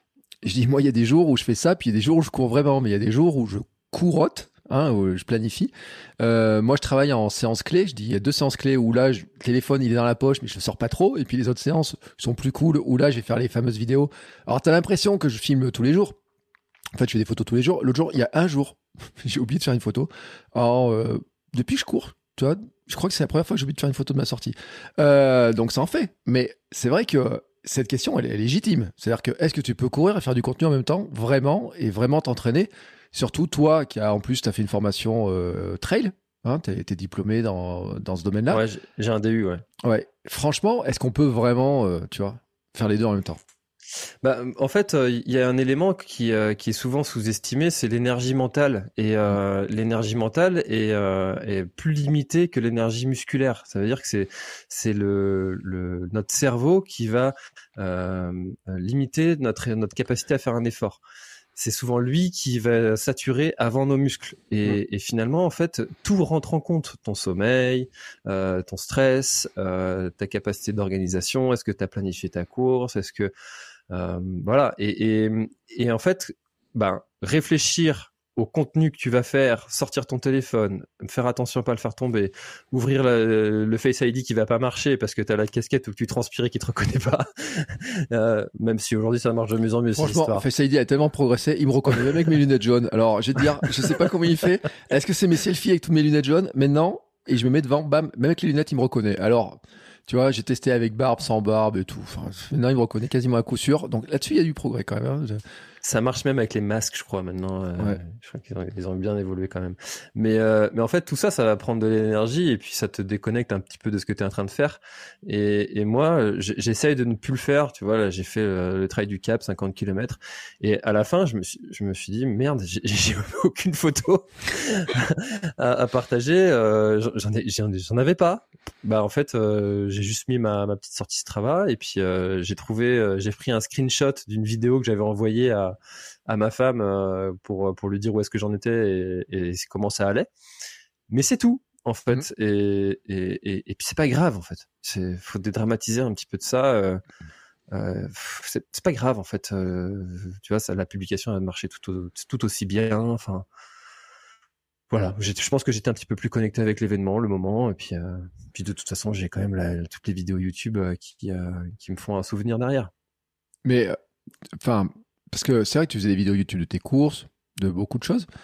A: je dis moi il y a des jours où je fais ça, puis il y a des jours où je cours vraiment, mais il y a des jours où je courotte. Hein, où je planifie. Euh, moi, je travaille en séance clé. Je dis, il y a deux séances clés où là, je, le téléphone, il est dans la poche, mais je le sors pas trop. Et puis les autres séances sont plus cool, où là, je vais faire les fameuses vidéos. Alors, t'as l'impression que je filme tous les jours. En fait, je fais des photos tous les jours. L'autre jour, il y a un jour, j'ai oublié de faire une photo. Alors, euh, depuis que je cours, tu vois, je crois que c'est la première fois que j'ai oublié de faire une photo de ma sortie. Euh, donc, ça en fait. Mais c'est vrai que cette question, elle est légitime. C'est-à-dire que est-ce que tu peux courir et faire du contenu en même temps, vraiment, et vraiment t'entraîner? Surtout toi qui a en plus t'as fait une formation euh, trail, hein, t'es, t'es diplômé dans, dans ce domaine-là.
C: Ouais, j'ai un D U, ouais.
A: Ouais. Franchement, est-ce qu'on peut vraiment, euh, tu vois, faire les deux en même temps?
C: Bah, en fait, il euh, y a un élément qui, euh, qui est souvent sous-estimé, c'est l'énergie mentale. Et euh, l'énergie mentale est, euh, est plus limitée que l'énergie musculaire. Ça veut dire que c'est, c'est le, le, notre cerveau qui va euh, limiter notre, notre capacité à faire un effort. C'est souvent lui qui va saturer avant nos muscles. Et, mmh. et finalement, en fait, tout rentre en compte. Ton sommeil, euh, ton stress, euh, ta capacité d'organisation. Est-ce que tu as planifié ta course? Est-ce que... Euh, voilà. Et, et, et en fait, ben, réfléchir au contenu que tu vas faire, sortir ton téléphone, faire attention à pas le faire tomber, ouvrir la, le Face I D qui va pas marcher parce que t'as la casquette où tu transpires et qui te reconnaît pas, euh, même si aujourd'hui ça marche de mieux en mieux.
A: Franchement, Face I D a tellement progressé, il me reconnaît même avec mes lunettes jaunes. Alors, je vais te dire, je sais pas comment il fait. Est-ce que c'est mes selfies avec toutes mes lunettes jaunes? Maintenant, et je me mets devant, bam, même avec les lunettes, il me reconnaît. Alors, tu vois, j'ai testé avec barbe, sans barbe et tout. Enfin, maintenant, il me reconnaît quasiment à coup sûr. Donc là-dessus, il y a du progrès quand même. Hein. Je...
C: Ça marche même avec les masques, je crois, maintenant. Euh,
A: ouais.
C: Je crois qu'ils ont, ils ont bien évolué quand même. Mais, euh, mais en fait, tout ça, ça va prendre de l'énergie et puis ça te déconnecte un petit peu de ce que tu es en train de faire. Et, et moi, j'essaye de ne plus le faire. Tu vois, là, j'ai fait le, le trail du Cap, cinquante kilomètres. Et à la fin, je me suis, je me suis dit, merde, j'ai, j'ai aucune photo à, à partager. Euh, j'en, ai, j'en, j'en avais pas. Bah, en fait, euh, j'ai juste mis ma, ma petite sortie Strava et puis euh, j'ai trouvé, euh, j'ai pris un screenshot d'une vidéo que j'avais envoyée à à ma femme euh, pour pour lui dire où est-ce que j'en étais et, et comment ça allait, mais c'est tout en fait. Mmh. et, et et et puis c'est pas grave en fait, c'est faut dédramatiser un petit peu de ça. euh, euh, c'est, c'est pas grave en fait. euh, tu vois, ça, la publication a marché tout au, tout aussi bien, enfin voilà. Je pense que j'étais un petit peu plus connecté avec l'événement, le moment, et puis euh, puis de toute façon j'ai quand même la, toutes les vidéos YouTube euh, qui euh, qui me font un souvenir derrière.
A: Mais enfin, Parce que c'est vrai que tu faisais des vidéos YouTube de tes courses, de beaucoup de choses.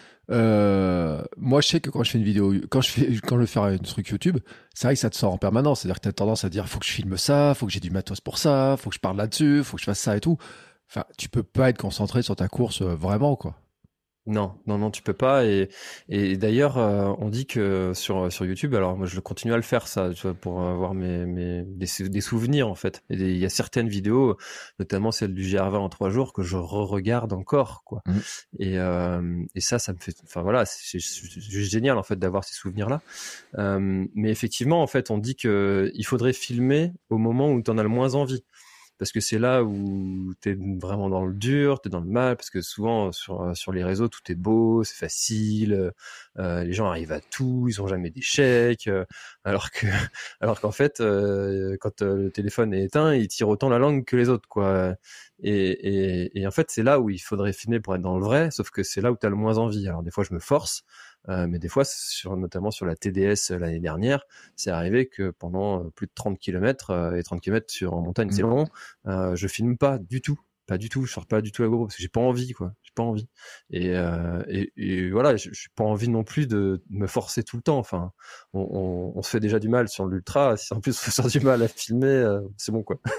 A: Euh, moi, je sais que quand je fais une vidéo, quand je fais, quand je veux faire un truc YouTube, c'est vrai que ça te sort en permanence. C'est-à-dire que tu as tendance à dire, faut que je filme ça, faut que j'ai du matos pour ça, faut que je parle là-dessus, faut que je fasse ça et tout. Enfin, tu peux pas être concentré sur ta course euh, vraiment, quoi.
C: Non, non, non, tu peux pas. Et, et d'ailleurs, euh, on dit que sur sur YouTube, alors moi je continue à le faire ça, tu vois, pour avoir mes mes des, sou- des souvenirs en fait. Et des- il y a certaines vidéos, notamment celle du G R vingt en trois jours, que je re-regarde encore, quoi.
A: Mhm.
C: Et euh, et ça, ça me fait, enfin voilà, c'est c'est juste génial en fait d'avoir ces souvenirs-là. Euh, mais effectivement, en fait, on dit que il faudrait filmer au moment où t'en as le moins envie. Parce que c'est là où t'es vraiment dans le dur, t'es dans le mal, parce que souvent sur sur les réseaux tout est beau, c'est facile, euh, les gens arrivent à tout, ils ont jamais d'échecs, euh, alors que alors qu'en fait euh, quand euh, le téléphone est éteint, il tire autant la langue que les autres, quoi. Et et, et en fait c'est là où il faudrait filmer pour être dans le vrai, sauf que c'est là où t'as le moins envie. Alors des fois je me force. Euh, mais des fois, sur, notamment sur la T D S euh, l'année dernière, c'est arrivé que pendant euh, plus de trente kilomètres, euh, et trente kilomètres sur en montagne, c'est
A: Mhm.
C: long, euh, je filme pas du tout. Pas du tout, je sors pas du tout la GoPro parce que j'ai pas envie, quoi. J'ai pas envie. Et, euh, et, et voilà, j'ai j'ai pas envie non plus de me forcer tout le temps. Enfin, on, on, on se fait déjà du mal sur l'ultra. Si en plus on se fait du mal à filmer, euh, c'est bon, quoi.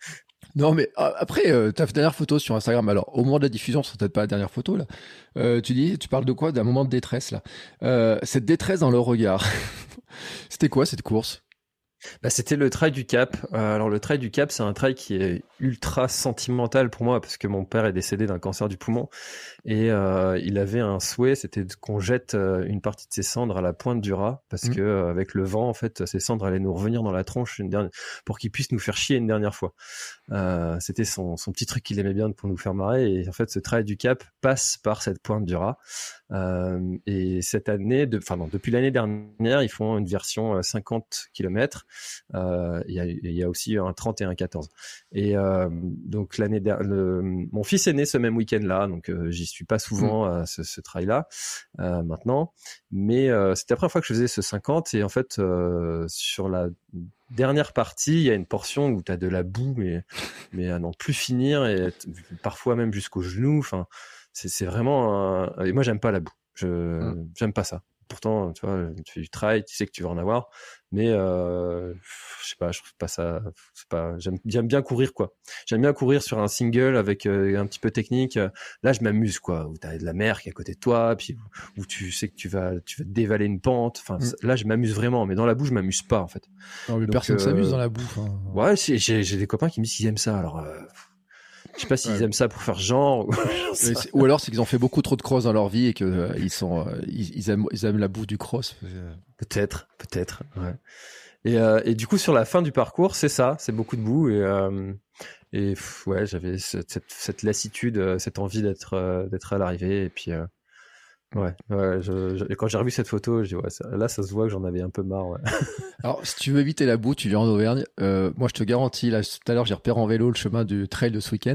A: Non, mais euh, après, euh, ta dernière photo sur Instagram, alors au moment de la diffusion, c'est peut-être pas la dernière photo là. Euh, tu dis, tu parles de quoi? D'un moment de détresse là. Euh, cette détresse dans le regard. C'était quoi cette course?
C: Bah, c'était le trail du Cap. Euh, alors le trail du Cap, c'est un trail qui est ultra sentimental pour moi parce que mon père est décédé d'un cancer du poumon et euh, il avait un souhait, c'était qu'on jette euh, une partie de ses cendres à la pointe du Raz parce
A: Mhm.
C: que euh, avec le vent, en fait, ces cendres allaient nous revenir dans la tronche une dernière pour qu'il puisse nous faire chier une dernière fois. Euh, c'était son, son petit truc qu'il aimait bien pour nous faire marrer et en fait, ce trail du Cap passe par cette pointe du Raz. Euh, et cette année, de, enfin non, depuis l'année dernière, ils font une version euh, cinquante kilomètres. Euh, Il y, a, il y a aussi un trente et un quatorze. Et euh, donc l'année dernière, mon fils est né ce même week-end-là, donc euh, j'y suis pas souvent à ce, ce trail-là euh, maintenant, mais euh, c'était la première fois que je faisais ce cinquante et en fait euh, sur la dernière partie, il y a une portion où tu as de la boue, mais mais à n'en plus finir et t- parfois même jusqu'aux genoux. Enfin, c'est c'est vraiment un... et moi j'aime pas la boue. Je
A: Mhm.
C: j'aime pas ça. Pourtant, tu vois, tu fais du trail, tu sais que tu vas en avoir, mais euh, je sais pas, je trouve pas ça. C'est pas. J'aime j'aime bien courir, quoi. J'aime bien courir sur un single avec euh, un petit peu technique. Là, je m'amuse, quoi. Où t'as de la mer qui est à côté de toi, puis où tu sais que tu vas tu vas dévaler une pente. Enfin,
A: Mhm.
C: là, je m'amuse vraiment, mais dans la boue, je m'amuse pas, en fait.
A: Non, mais
C: Donc,
A: personne s'amuse
C: euh,
A: dans la bouffe. Hein.
C: ouais, j'ai j'ai j'ai des copains qui me disent qu'ils aiment ça. Alors, euh, je sais pas s'ils
A: Ouais.
C: aiment ça pour faire genre. Ou...
A: Mais c'est- Ou alors c'est qu'ils ont fait beaucoup trop de cross dans leur vie et que euh, ils sont, euh, ils, ils aiment, ils aiment la bouffe du cross. Euh,
C: Peut-être, peut-être. Ouais. Et, euh, et du coup, sur la fin du parcours, c'est ça, c'est beaucoup de boue. Et, euh, et pff, ouais, j'avais cette, cette, cette lassitude, euh, cette envie d'être euh, d'être à l'arrivée. Et puis, euh, ouais, ouais je, je- et quand j'ai revu cette photo, j'ai dit, ouais, ça- là, ça se voit que j'en avais un peu marre. Ouais.
A: Alors, si tu veux éviter la boue, tu viens en Auvergne. Euh, moi, je te garantis, là, tout à l'heure, j'ai repéré en vélo le chemin du trail de ce week-end.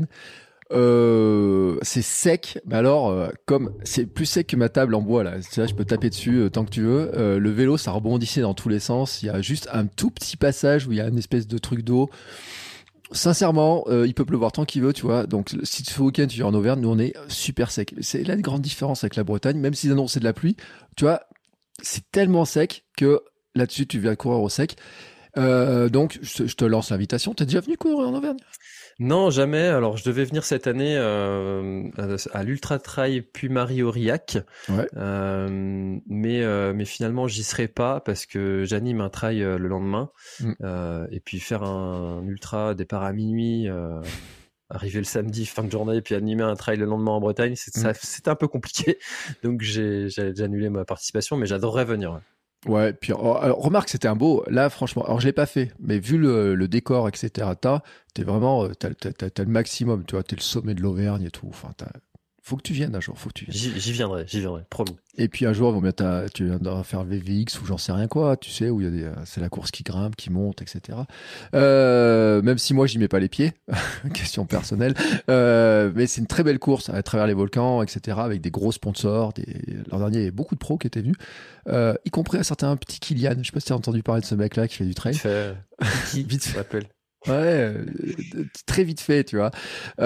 A: Euh, c'est sec, mais alors, euh, comme c'est plus sec que ma table en bois, là, c'est là, je peux taper dessus euh, tant que tu veux. Euh, le vélo, ça rebondissait dans tous les sens. Il y a juste un tout petit passage où il y a une espèce de truc d'eau. Sincèrement, euh, il peut pleuvoir tant qu'il veut, tu vois. Donc, si ce week-end tu viens en Auvergne, nous on est super sec. C'est la grande différence avec la Bretagne, même s'ils annonçaient de la pluie, tu vois, c'est tellement sec que là-dessus tu viens courir au sec. Euh, donc, je te, je te lance l'invitation. T'es déjà venu courir en Auvergne?
C: Non, jamais. Alors, je devais venir cette année euh, à l'Ultra Trail Puy-Marie-Aurillac.
A: Ouais.
C: Euh, mais, euh, mais finalement, j'y serai pas parce que j'anime un trail euh, le lendemain.
A: Mm.
C: Euh, et puis faire un, un ultra départ à minuit, euh, arriver le samedi fin de journée, puis animer un trail le lendemain en Bretagne, c'est,
A: Mm.
C: ça, c'était un peu compliqué. Donc j'ai, j'ai, j'ai annulé ma participation, mais j'adorerais venir. Ouais.
A: Ouais, puis oh, alors, remarque, c'était un beau. Là, franchement, alors je l'ai pas fait, mais vu le, le décor, et cetera, t'as, t'es vraiment, euh, t'as, t'as, t'as, t'as le maximum, tu vois, t'es le sommet de l'Auvergne et tout. Enfin, t'as, faut que tu viennes un jour, faut que tu viennes.
C: J'y, j'y viendrai, j'y viendrai, promis.
A: Et puis un jour, bon, bien, t'as- tu viendras faire le V V X ou j'en sais rien quoi, tu sais, où il y a des, euh, c'est la course qui grimpe, qui monte, et cetera. Euh, même si moi, j'y mets pas les pieds, question personnelle, euh, mais c'est une très belle course à travers les volcans, et cetera, avec des gros sponsors. Des... L'an dernier, il y avait beaucoup de pros qui étaient venus, euh, y compris un certain petit Kylian. Je sais pas si t'as entendu parler de ce mec-là qui fait du trail.
C: Vite fait, qui,
A: Vite
C: je
A: fait.
C: m'appelle.
A: Ouais, euh, très vite fait, tu vois.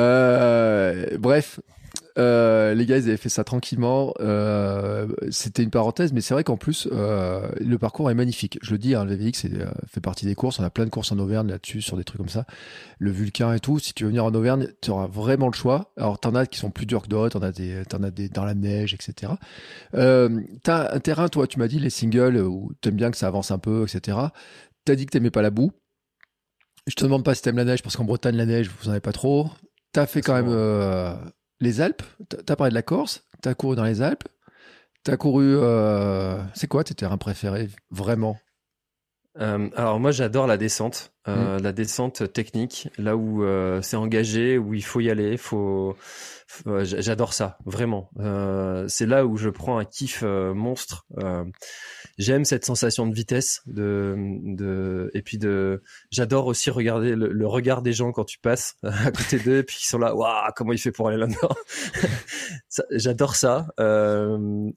A: Euh, bref, euh, les gars, ils avaient fait ça tranquillement. Euh, c'était une parenthèse, mais c'est vrai qu'en plus, euh, le parcours est magnifique. Je le dis, hein, le V X c'est, euh, fait partie des courses. On a plein de courses en Auvergne là-dessus, sur des trucs comme ça. Le Vulcain et tout. Si tu veux venir en Auvergne, tu auras vraiment le choix. Alors, t'en as qui sont plus durs que d'autres. T'en as des, t'en as des dans la neige, et cetera. Euh, t'as un terrain, toi, tu m'as dit, les singles, où t'aimes bien que ça avance un peu, et cetera. T'as dit que t'aimais pas la boue. Je te demande pas si t'aimes la neige, parce qu'en Bretagne, la neige, vous en avez pas trop. T'as fait quand même euh, les Alpes. T'as t'as parlé de la Corse. T'as couru dans les Alpes. T'as couru. Euh... C'est quoi tes terrains préférés, vraiment?
C: Euh, alors moi j'adore la descente, euh,
A: Mm.
C: la descente technique, là où euh, c'est engagé, où il faut y aller, faut, faut- euh, j- j'adore ça, vraiment. Euh, c'est là où je prends un kiff euh, monstre. Euh, j'aime cette sensation de vitesse, de, de, et puis de, j'adore aussi regarder le, le regard des gens quand tu passes à côté d'eux, et puis ils sont là, waouh, comment il fait pour aller là-dedans. Ça, j'adore ça. Euh,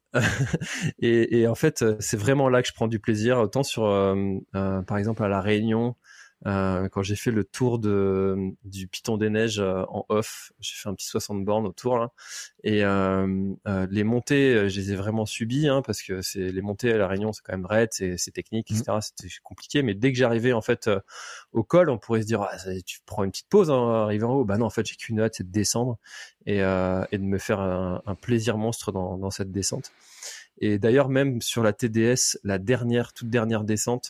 C: et, et en fait, c'est vraiment là que je prends du plaisir, autant sur, euh, euh, par exemple, à La Réunion, euh, quand j'ai fait le tour de, du Piton des Neiges euh, en off, j'ai fait un petit soixante bornes autour là, et euh, euh, les montées, euh, je les ai vraiment subies, hein, parce que c'est les montées à La Réunion, c'est quand même raide, c'est, c'est technique,
A: Mm.
C: et cetera. C'était compliqué, mais dès que j'arrivais en fait euh, au col, on pourrait se dire, ah, ça, tu prends une petite pause, hein, arrivé en haut. Bah non, en fait, j'ai qu'une hâte, c'est de descendre et, euh, et de me faire un, un plaisir monstre dans, dans cette descente. Et d'ailleurs, même sur la T D S, la dernière, toute dernière descente,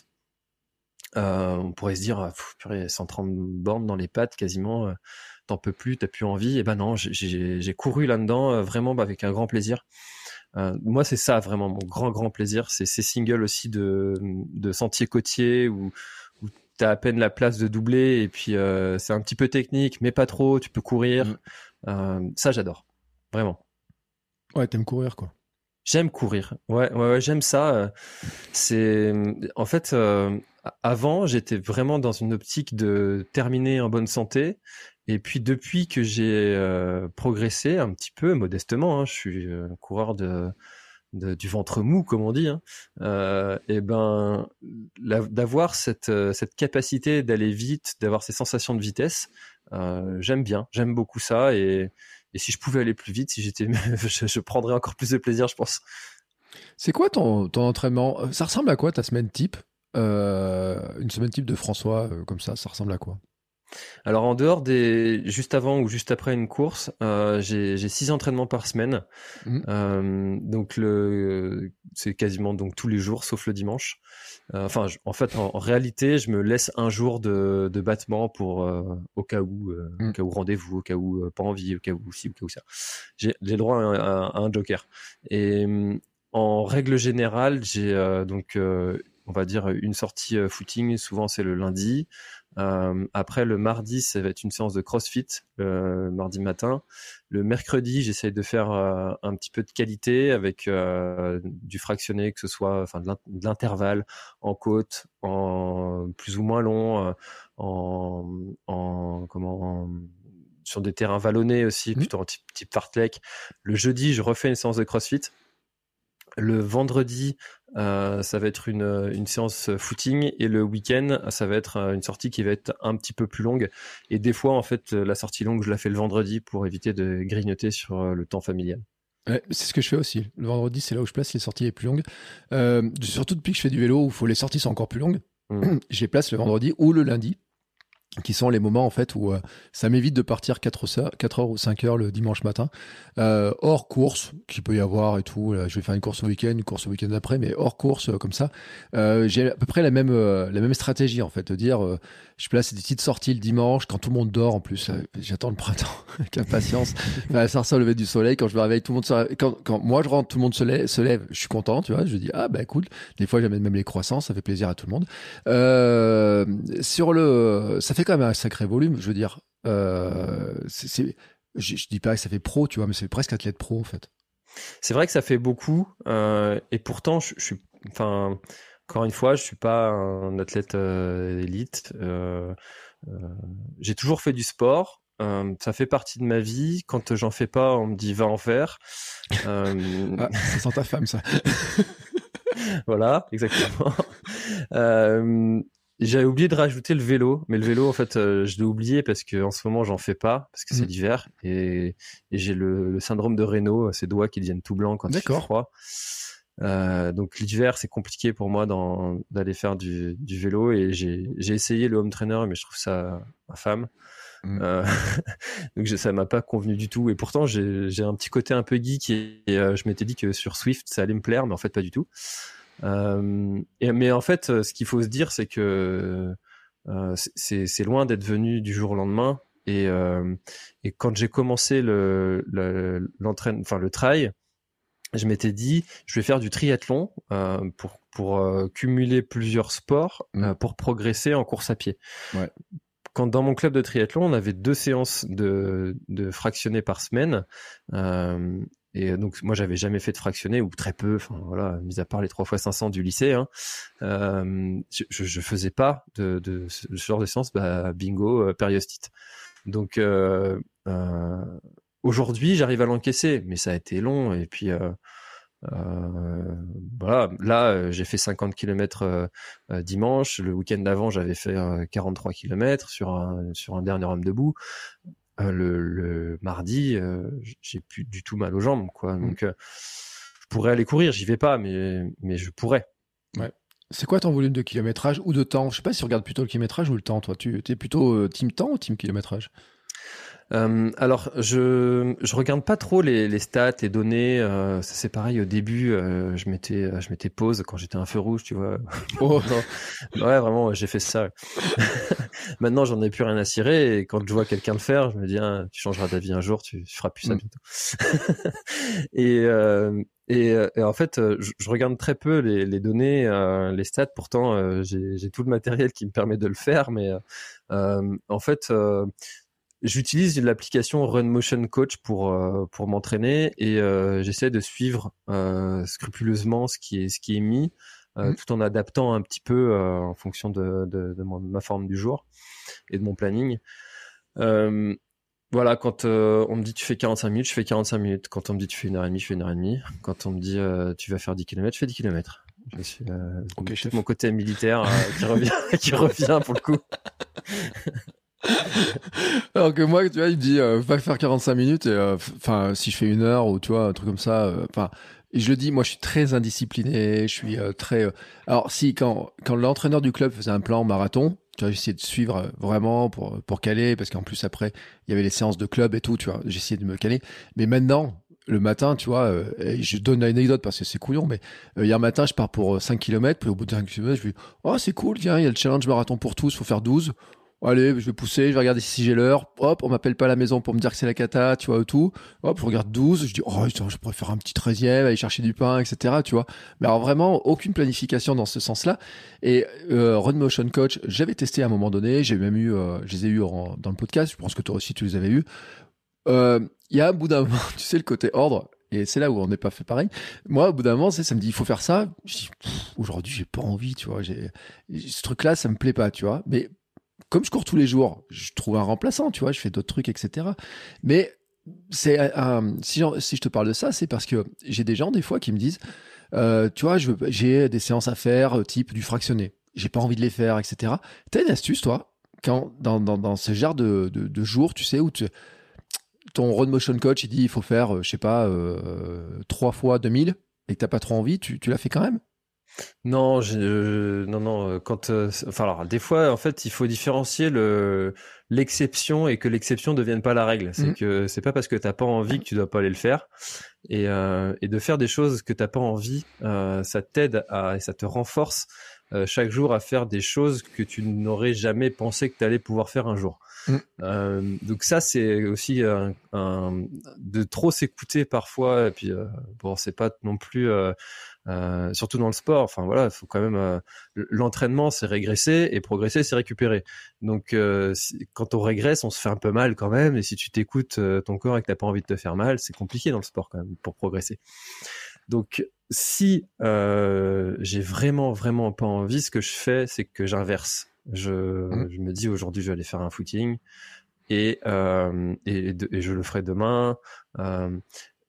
C: euh, on pourrait se dire, ah, pff, purée, cent trente bornes dans les pattes, quasiment, euh, t'en peux plus, t'as plus envie. Et ben non, j'ai, j'ai, j'ai couru là-dedans, euh, vraiment bah, avec un grand plaisir. Euh, moi, c'est ça vraiment mon grand, grand plaisir. C'est ces singles aussi de, de sentiers côtiers où, où t'as à peine la place de doubler et puis euh, c'est un petit peu technique, mais pas trop, tu peux courir.
A: Mm.
C: Euh, ça, j'adore. Vraiment.
A: Ouais, t'aimes courir, quoi.
C: J'aime courir. Ouais, ouais, ouais, j'aime ça. euh, C'est en fait euh, avant j'étais vraiment dans une optique de terminer en bonne santé et puis depuis que j'ai euh, progressé un petit peu modestement, hein, je suis euh, coureur de, de du ventre mou comme on dit, hein, euh, et ben la- d'avoir cette euh, cette capacité d'aller vite, d'avoir ces sensations de vitesse, euh, j'aime bien, j'aime beaucoup ça et et si je pouvais aller plus vite, si j'étais je, je prendrais encore plus de plaisir, je pense.
A: C'est quoi ton, ton entraînement? Ça ressemble à quoi ta semaine type? Euh, une semaine type de François, euh, comme ça, ça ressemble à quoi?
C: Alors en dehors des, juste avant ou juste après une course, euh, j'ai j'ai six entraînements par semaine.
A: Mm.
C: Euh, donc le, c'est quasiment donc tous les jours sauf le dimanche. Euh, enfin, je- en fait, en, en réalité, je me laisse un jour de, de battement pour euh, au cas où, euh, au
A: Mm.
C: cas où rendez-vous, au cas où euh, pas envie, au cas où ci, au cas où ça. J'ai j'ai le droit à un, à un joker. Et hum, en règle générale, j'ai euh, donc euh, on va dire une sortie euh, footing. Souvent, c'est le lundi. Euh, après, le mardi, ça va être une séance de CrossFit, le mardi matin. Le mercredi, j'essaye de faire euh, un petit peu de qualité avec euh, du fractionné, que ce soit enfin de l'in- de l'intervalle en côte, en plus ou moins long, euh, en, en comment en- sur des terrains vallonnés aussi,
A: Mm.
C: plutôt en type, type fartlek. Le jeudi, je refais une séance de CrossFit. Le vendredi, euh, ça va être une, une séance footing et le week-end, ça va être une sortie qui va être un petit peu plus longue. Et des fois, en fait, la sortie longue, je la fais le vendredi pour éviter de grignoter sur le temps familial.
A: Ouais, c'est ce que je fais aussi. Le vendredi, c'est là où je place les sorties les plus longues. Euh, surtout depuis que je fais du vélo, où faut les sorties sont encore plus longues.
C: Mm.
A: Je les place le vendredi ou le lundi, qui sont les moments en fait où euh, ça m'évite de partir quatre heures, quatre heures ou cinq heures le dimanche matin, euh, hors course qu'il peut y avoir et tout. Là, je vais faire une course au week-end, une course au week-end après, mais hors course euh, comme ça. Euh, j'ai à peu près la même euh, la même stratégie en fait, de dire euh, je place des petites sorties le dimanche quand tout le monde dort en plus. Euh, j'attends le printemps avec impatience. Enfin, ça ressort au lever du soleil. Quand je me réveille, tout le monde se réveille. Quand, quand moi je rentre, tout le monde se lève, se lève. Je suis content, tu vois. Je dis ah bah cool. Des fois j'amène même les croissants, ça fait plaisir à tout le monde. Euh, sur le, ça fait quand même un sacré volume, je veux dire. Euh, c'est, c'est- je, je dis pas que ça fait pro, tu vois, mais c'est presque athlète pro en fait.
C: C'est vrai que ça fait beaucoup, euh, et pourtant, je, je suis, enfin, encore une fois, je suis pas un athlète euh, élite. Euh, euh, j'ai toujours fait du sport. Euh, ça fait partie de ma vie. Quand j'en fais pas, on me dit va en faire. Euh,
A: Ah, ça sent ta femme, ça.
C: voilà, exactement. Euh, J'avais oublié de rajouter le vélo, mais le vélo, en fait, euh, je l'ai oublié parce que en ce moment, j'en fais pas parce que c'est
A: Mmh.
C: l'hiver et, et j'ai le, le syndrome de Raynaud, ces doigts qui deviennent tout blancs quand il fait
A: D'accord.
C: froid. Euh, donc l'hiver, c'est compliqué pour moi dans, d'aller faire du, du vélo et j'ai, j'ai essayé le home trainer, mais je trouve ça infâme.
A: Mmh.
C: Euh, donc je, ça m'a pas convenu du tout. Et pourtant, j'ai, j'ai un petit côté un peu geek et, et euh, je m'étais dit que sur Swift, ça allait me plaire, mais en fait, pas du tout. Euh, et, mais en fait, ce qu'il faut se dire, c'est que euh, c'est, c'est loin d'être venu du jour au lendemain. Et, euh, et quand j'ai commencé le, le, l'entraîne, enfin le trail, je m'étais dit, je vais faire du triathlon euh, pour pour euh, cumuler plusieurs sports
A: Mmh.
C: euh, pour progresser en course à pied.
A: Ouais.
C: Quand dans mon club de triathlon, on avait deux séances de de fractionnés par semaine. Euh, et donc moi, j'avais jamais fait de fractionné ou très peu. Enfin voilà, mis à part les trois fois cinq cents du lycée, hein, euh, je, je faisais pas de, de ce genre de séance. Bah, bingo, euh, périostite. Donc euh, euh, aujourd'hui, j'arrive à l'encaisser, mais ça a été long. Et puis euh, euh, voilà, là euh, j'ai fait cinquante kilomètres euh, euh, dimanche. Le week-end d'avant, j'avais fait euh, quarante-trois kilomètres sur un sur un dernier homme debout. Euh, le, le mardi, euh, j'ai plus du tout mal aux jambes, quoi. Donc euh, je pourrais aller courir, j'y vais pas, mais mais je pourrais.
A: Ouais. C'est quoi ton volume de kilométrage ou de temps? Je sais pas si tu regardes plutôt le kilométrage ou le temps, toi. Tu es plutôt euh, team temps ou team kilométrage?
C: Euh, alors, je je regarde pas trop les, les stats, les données. Euh, ça c'est pareil au début. Euh, je mettais je mettais pause quand j'étais un feu rouge, tu vois.
A: Oh.
C: Non. Ouais, vraiment, j'ai fait ça. Maintenant, j'en ai plus rien à cirer. Et quand je vois quelqu'un le faire, je me dis, ah, tu changeras d'avis un jour, tu, tu feras plus ça
A: Mm.
C: bientôt. et, euh, et, et en fait, je, je regarde très peu les, les données, euh, les stats. Pourtant, euh, j'ai, j'ai tout le matériel qui me permet de le faire, mais euh, en fait. Euh, J'utilise l'application Run Motion Coach pour euh, pour m'entraîner et euh, j'essaie de suivre euh, scrupuleusement ce qui est ce qui est mis, euh,
A: Mm.
C: tout en adaptant un petit peu euh, en fonction de de, de, mon, de ma forme du jour et de mon planning. Euh, voilà, quand euh, on me dit tu fais quarante-cinq minutes, je fais quarante-cinq minutes. Quand on me dit tu fais une heure et demie, je fais une heure et demie. Quand on me dit euh, tu vas faire dix kilomètres, je fais dix kilomètres. Je suis euh,
A: Ok,
C: tout
A: chef.
C: mon côté militaire euh, qui revient qui revient pour le coup.
A: Alors que moi, tu vois, il me dit, euh, va faire quarante-cinq minutes, et enfin, euh, si je fais une heure ou tu vois, un truc comme ça, enfin, euh, et je le dis, moi, je suis très indiscipliné, je suis euh, très. Euh, alors, si quand quand l'entraîneur du club faisait un plan marathon, tu vois, j'essayais de suivre euh, vraiment pour pour caler, parce qu'en plus après, il y avait les séances de club et tout, tu vois, j'essayais de me caler. Mais maintenant, le matin, tu vois, euh, et je donne l'anecdote parce que c'est couillon, mais euh, hier matin, je pars pour cinq kilomètres, puis au bout de cinq kilomètres, je me dis, oh, c'est cool, tiens, il y a le challenge marathon pour tous, faut faire douze. Allez, je vais pousser, je vais regarder si j'ai l'heure. Hop, on m'appelle pas à la maison pour me dire que c'est la cata, tu vois, ou tout. Hop, je regarde douze, je dis, oh, putain, je pourrais faire un petit treizième, aller chercher du pain, et cetera, tu vois. Mais alors vraiment, aucune planification dans ce sens-là. Et euh, Run Motion Coach, j'avais testé à un moment donné, j'ai même eu, euh, je les ai eu en- dans le podcast, je pense que toi aussi tu les avais eu. Euh, Il y a un bout d'un moment, tu sais, le côté ordre, et c'est là où on n'est pas fait pareil. Moi, au bout d'un moment, tu sais, ça me dit, il faut faire ça. Je dis, pff, aujourd'hui, j'ai pas envie, tu vois. J'ai, ce truc-là, ça me plaît pas, tu vois. Mais comme je cours tous les jours, je trouve un remplaçant, tu vois, je fais d'autres trucs, et cetera. Mais c'est un, si, si je te parle de ça, c'est parce que j'ai des gens, des fois, qui me disent, euh, tu vois, je veux, j'ai des séances à faire, euh, type du fractionné. J'ai pas envie de les faire, et cetera. T'as une astuce, toi, quand, dans, dans, dans ce genre de, de, de jours, tu sais, où tu, ton Run Motion Coach, il dit, il faut faire, euh, je sais pas, euh, trois fois deux mille, et que t'as pas trop envie, tu, tu l'as fait quand même?
C: Non, je, euh, non, non. euh, Quand, euh, c'est- enfin, alors, des fois, en fait, il faut différencier le l'exception et que l'exception devienne pas la règle. C'est
A: Mhm.
C: que c'est pas parce que t'as pas envie que tu dois pas aller le faire. Et euh, et de faire des choses que t'as pas envie, euh, ça t'aide à et ça te renforce euh, chaque jour à faire des choses que tu n'aurais jamais pensé que t'allais pouvoir faire un jour.
A: Mm.
C: Euh, donc ça, c'est aussi un, un- de trop s'écouter parfois. Et puis euh, bon, c'est pas non plus. Euh, euh, surtout dans le sport, enfin voilà, il faut quand même euh, l'entraînement, c'est régresser et progresser, c'est récupérer. Donc euh, si, quand on régresse, on se fait un peu mal quand même. Et si tu t'écoutes euh, ton corps et que t'as pas envie de te faire mal, c'est compliqué dans le sport quand même pour progresser. Donc si euh, j'ai vraiment vraiment pas envie, ce que je fais, c'est que j'inverse. Je,
A: Mm.
C: je me dis aujourd'hui, je vais aller faire un footing et euh, et, de, et je le ferai demain. Euh,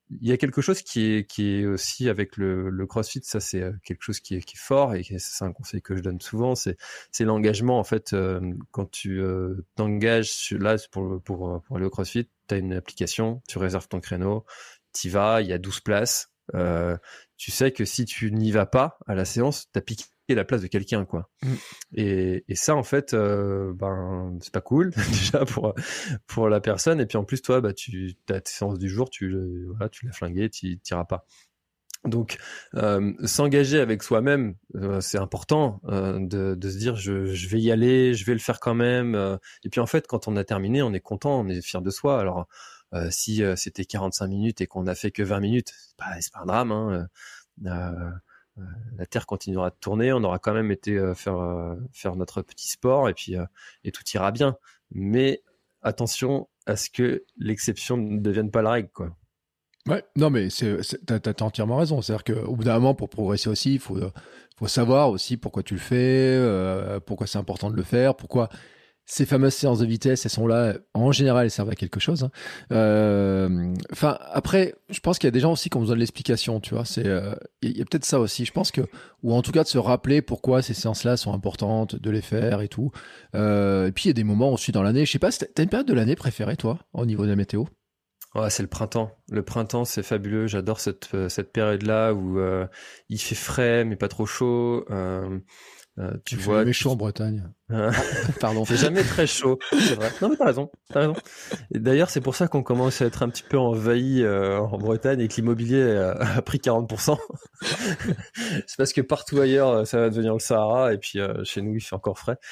C: il y a quelque chose qui est qui est aussi avec le, le CrossFit, ça c'est quelque chose qui est qui est fort et c'est un conseil que je donne souvent, c'est c'est l'engagement en fait. Euh, quand tu euh, t'engages sur, là pour pour pour aller au CrossFit, t'as une application, tu réserves ton créneau, t'y vas, il y a douze places. Euh, tu sais que si tu n'y vas pas à la séance, t'as piqué la place de quelqu'un, quoi. Mm. Et, et ça, en fait, euh, ben, c'est pas cool déjà pour pour la personne. Et puis en plus, toi, bah, tu as tes séances du jour, tu voilà, tu l'as flingué, tu t'iras pas. Donc, euh, s'engager avec soi-même, euh, c'est important euh, de, de se dire je, je vais y aller, je vais le faire quand même. Euh, et puis en fait, quand on a terminé, on est content, on est fier de soi. Alors, euh, si euh, c'était quarante-cinq minutes et qu'on a fait que vingt minutes, c'est pas, c'est pas un drame. Hein. Euh, euh, la Terre continuera de tourner, on aura quand même été euh, faire euh, faire notre petit sport et puis euh, et tout ira bien. Mais attention à ce que l'exception ne devienne pas la règle, quoi.
A: Ouais, non mais c'est, c'est t'as, t'as entièrement raison. C'est-à-dire qu'au bout d'un moment, pour progresser aussi, il faut faut savoir aussi pourquoi tu le fais, euh, pourquoi c'est important de le faire, pourquoi ces fameuses séances de vitesse, elles sont là, en général, elles servent à quelque chose. Enfin, hein. euh, après, je pense qu'il y a des gens aussi qui ont besoin de l'explication, tu vois. C'est, euh, il y a peut-être ça aussi. Je pense que, ou en tout cas de se rappeler pourquoi ces séances-là sont importantes, de les faire et tout. Euh, et puis il y a des moments aussi dans l'année. Je sais pas, t'as une période de l'année préférée, toi, au niveau de la météo?
C: Ouais, c'est le printemps. Le printemps, c'est fabuleux. J'adore cette cette période-là où euh, il fait frais mais pas trop chaud. Euh, euh, tu
A: il
C: vois,
A: fait chaud en Bretagne.
C: Pardon, c'est jamais très chaud, c'est vrai. Non mais t'as raison, t'as raison. Et d'ailleurs, c'est pour ça qu'on commence à être un petit peu envahi euh, en Bretagne et que l'immobilier a, a pris quarante pour cent. C'est parce que partout ailleurs, ça va devenir le Sahara et puis euh, chez nous, il fait encore frais.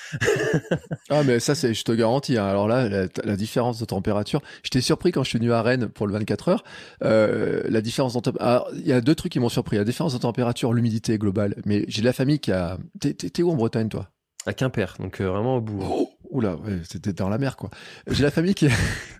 A: Ah mais ça, c'est, je te garantis. Hein. Alors là, la, la différence de température, j'étais surpris quand je suis venu à Rennes pour le vingt-quatre heures. Euh, la différence de température, il y a deux trucs qui m'ont surpris. La différence de température, l'humidité globale. Mais j'ai de la famille qui a. T'es, t'es, t'es où en Bretagne, toi?
C: À Quimper, donc euh, vraiment au bout.
A: Oh, oula, ouais, c'était dans la mer, quoi. J'ai la famille qui est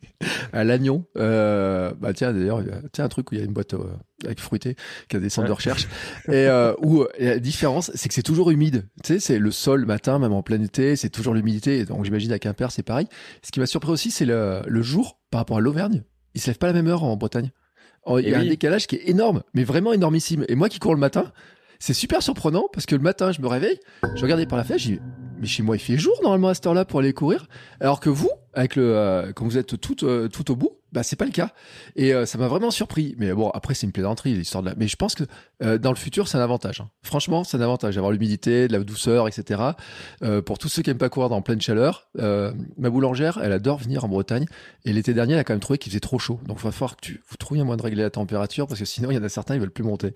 A: à Lannion. Euh, bah tiens, d'ailleurs, il y a, tiens, un truc où il y a une boîte euh, avec fruité qui a des centres ouais. de recherche. Et euh, où et la différence, c'est que c'est toujours humide. Tu sais, c'est le sol matin, même en plein été, c'est toujours l'humidité. Donc j'imagine à Quimper, c'est pareil. Ce qui m'a surpris aussi, c'est le, le jour par rapport à l'Auvergne. Il se lève pas à la même heure en Bretagne. Oh, il y a oui. un décalage qui est énorme, mais vraiment énormissime. Et moi qui cours le matin, c'est super surprenant parce que le matin, je me réveille, je regardais par la fenêtre, je dis mais chez moi il fait jour normalement à cette heure-là pour aller courir, alors que vous, avec le euh, quand vous êtes tout euh, tout au bout, bah c'est pas le cas. Et euh, ça m'a vraiment surpris. Mais bon, après c'est une plaisanterie l'histoire de la. Mais je pense que euh, dans le futur c'est un avantage. Hein. Franchement, c'est un avantage d'avoir l'humidité, de la douceur, et cetera. Euh, pour tous ceux qui aiment pas courir dans pleine chaleur, euh, ma boulangère, elle adore venir en Bretagne. Et l'été dernier, elle a quand même trouvé qu'il faisait trop chaud. Donc il va falloir que tu vous trouviez un moyen de régler la température parce que sinon il y en a certains ils veulent plus monter.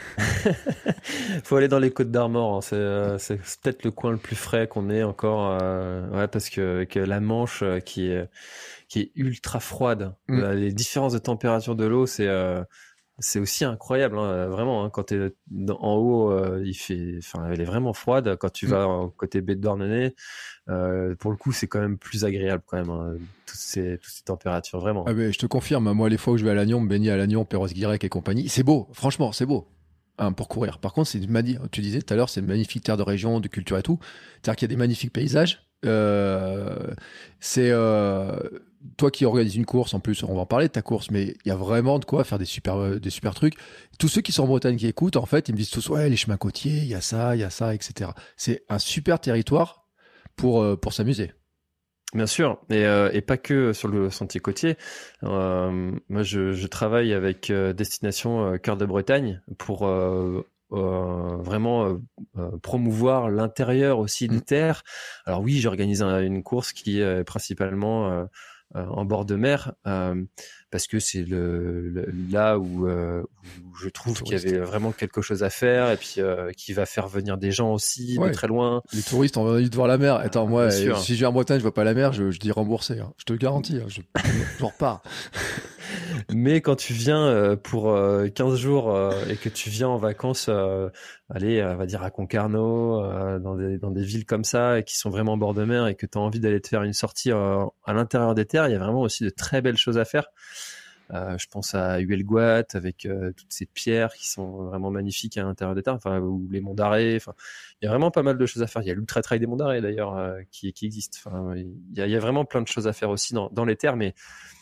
C: Faut aller dans les Côtes d'Armor. Hein. C'est, euh, c'est peut-être le coin le plus frais qu'on ait encore. Euh, ouais, parce que, que la Manche euh, qui est qui est ultra froide. Mm. Euh, les différences de température de l'eau, c'est euh, c'est aussi incroyable. Hein, vraiment, hein, quand t'es en haut, euh, il fait, enfin, elle est vraiment froide. Quand tu mm. vas en côté baie de Douarnenez, euh, pour le coup, c'est quand même plus agréable quand même. Hein, toutes ces toutes ces températures, vraiment.
A: Ah ben, je te confirme. Moi, les fois où je vais à Lannion, me baigner à Lannion, Perros-Guirec et compagnie, c'est beau. Franchement, c'est beau. Hein, pour courir. Par contre, c'est une mani- tu disais tout à l'heure, c'est une magnifique terre de région, de culture et tout. C'est-à-dire qu'il y a des magnifiques paysages. Euh, c'est euh, toi qui organises une course, en plus, on va en parler de ta course, mais il y a vraiment de quoi faire des super, des super trucs. Tous ceux qui sont en Bretagne qui écoutent, en fait, ils me disent tous, ouais, les chemins côtiers, il y a ça, il y a ça, et cetera. C'est un super territoire pour, pour s'amuser.
C: Bien sûr, et, euh, et pas que sur le sentier côtier. Euh, moi, je, je travaille avec euh, Destination euh, Cœur de Bretagne pour euh, euh, vraiment euh, euh, promouvoir l'intérieur aussi des terres. Alors oui, j'organise un, une course qui est principalement euh, euh, en bord de mer euh, parce que c'est le, le là où, euh, où je trouve qu'il y avait vraiment quelque chose à faire et puis euh, qui va faire venir des gens aussi ouais. de très loin.
A: Les touristes ont envie de voir la mer. Attends, moi, euh, si je viens en Bretagne, je vois pas la mer, je, je dis rembourser. Hein. Je te le garantis, hein. je, j'en repars.
C: Mais quand tu viens euh, pour euh, quinze jours euh, et que tu viens en vacances, euh, aller, on va dire à Concarneau, euh, dans des dans des villes comme ça et qui sont vraiment en bord de mer et que tu as envie d'aller te faire une sortie euh, à l'intérieur des terres, il y a vraiment aussi de très belles choses à faire. Euh, je pense à Huelgoat avec euh, toutes ces pierres qui sont vraiment magnifiques à l'intérieur des terres, enfin ou les Monts d'Arrée. Enfin, il y a vraiment pas mal de choses à faire. Il y a l'Ultra Trail des Monts d'Arrée d'ailleurs euh, qui qui existe. Enfin, il y a il y a vraiment plein de choses à faire aussi dans dans les terres, mais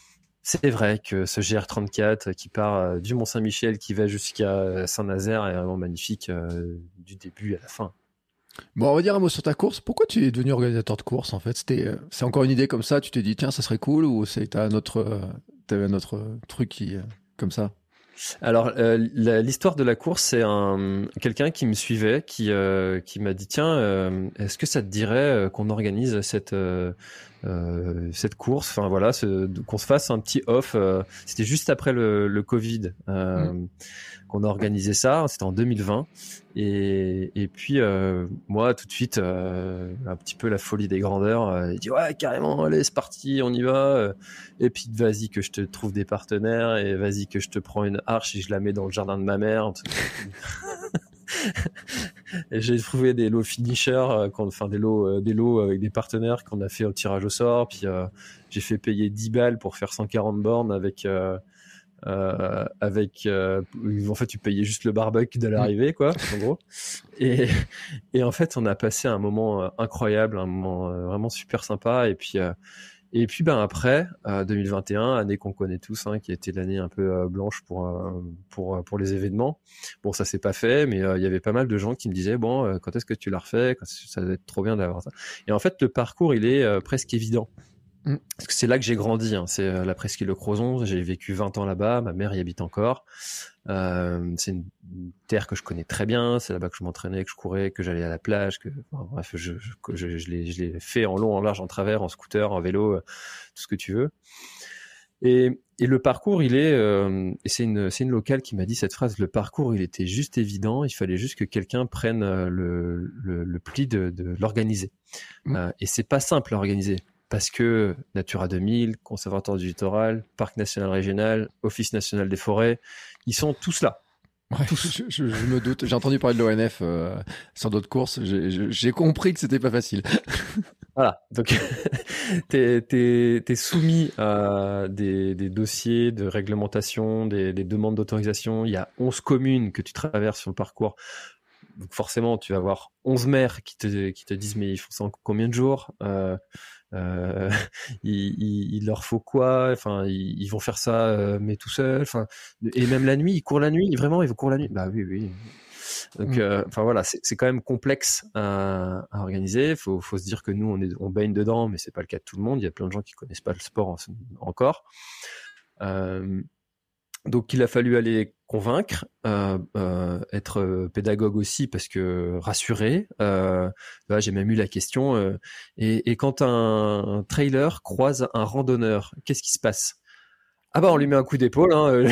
C: c'est vrai que ce G R trente-quatre qui part du Mont-Saint-Michel, qui va jusqu'à Saint-Nazaire, est vraiment magnifique euh, du début à la fin.
A: Bon, on va dire un mot sur ta course. Pourquoi tu es devenu organisateur de course en fait? C'était, euh, c'est encore une idée comme ça. Tu t'es dit tiens, ça serait cool, ou c'est t'as un autre, euh, t'avais un autre euh, truc qui, euh, comme ça?
C: Alors, euh, la, l'histoire de la course, c'est un quelqu'un qui me suivait, qui euh, qui m'a dit tiens, euh, est-ce que ça te dirait euh, qu'on organise cette euh, euh, cette course, enfin voilà, ce, qu'on se fasse un petit off. Euh, c'était juste après le, le Covid euh, mmh. qu'on a organisé ça. C'était en deux mille vingt. Et, et puis euh, moi, tout de suite, euh, un petit peu la folie des grandeurs. Euh, il dit ouais, carrément, allez, c'est parti, on y va. Et puis vas-y que je te trouve des partenaires, et vas-y que je te prends une arche et je la mets dans le jardin de ma mère. Et j'ai trouvé des lots finishers, enfin des lots, des lots avec des partenaires qu'on a fait au tirage au sort. Puis euh, j'ai fait payer dix balles pour faire cent quarante bornes avec. Euh, Euh, avec euh, en fait tu payais juste le barbecue de l'arrivée quoi en gros, et et en fait on a passé un moment euh, incroyable, un moment euh, vraiment super sympa. Et puis euh, et puis ben après euh, deux mille vingt et un, année qu'on connaît tous, hein, qui a été l'année un peu euh, blanche pour euh, pour pour les événements. Bon, ça s'est pas fait, mais il euh, y avait pas mal de gens qui me disaient bon euh, quand est-ce que tu la refais, quand ça doit être trop bien d'avoir ça. Et en fait le parcours il est euh, presque évident. Parce que c'est là que j'ai grandi, hein. C'est la presqu'île de Crozon. J'ai vécu vingt ans là-bas. Ma mère y habite encore. Euh, c'est une terre que je connais très bien. C'est là-bas que je m'entraînais, que je courais, que j'allais à la plage. Que, enfin, bref, je, je, je, je, l'ai, je l'ai fait en long, en large, en travers, en scooter, en vélo, tout ce que tu veux. Et, et le parcours, il est, euh, et c'est une, c'est une locale qui m'a dit cette phrase. Le parcours, il était juste évident. Il fallait juste que quelqu'un prenne le, le, le pli de, de l'organiser. Mmh. Euh, et c'est pas simple à organiser. Parce que Natura deux mille, Conservatoire du littoral, Parc national régional, Office national des forêts, ils sont tous là.
A: Ouais, tous. Je, je, je me doute. J'ai entendu parler de l'O N F euh, sur d'autres courses. J'ai, j'ai compris que c'était pas facile.
C: Voilà. Donc, t'es, t'es, t'es soumis à des, des dossiers de réglementation, des, des demandes d'autorisation. Il y a onze communes que tu traverses sur le parcours. Donc forcément, tu vas avoir onze maires qui te, qui te disent mais ils font ça en combien de jours? euh, Euh, il, il, il leur faut quoi? Enfin, ils, ils vont faire ça, euh, mais tout seul. Enfin, et même la nuit, ils courent la nuit. Vraiment, ils vont courir la nuit. Bah oui, oui. Donc, euh, enfin voilà, c'est, c'est quand même complexe à, à organiser. Faut, faut se dire que nous, on est, on baigne dedans, mais c'est pas le cas de tout le monde. Il y a plein de gens qui connaissent pas le sport en, encore. Euh, Donc il a fallu aller convaincre, euh, euh, être pédagogue aussi, parce que rassurer. Euh, là, j'ai même eu la question. Euh, et, et quand un, un trailer croise un randonneur, qu'est-ce qui se passe? Ah bah on lui met un coup d'épaule. Hein.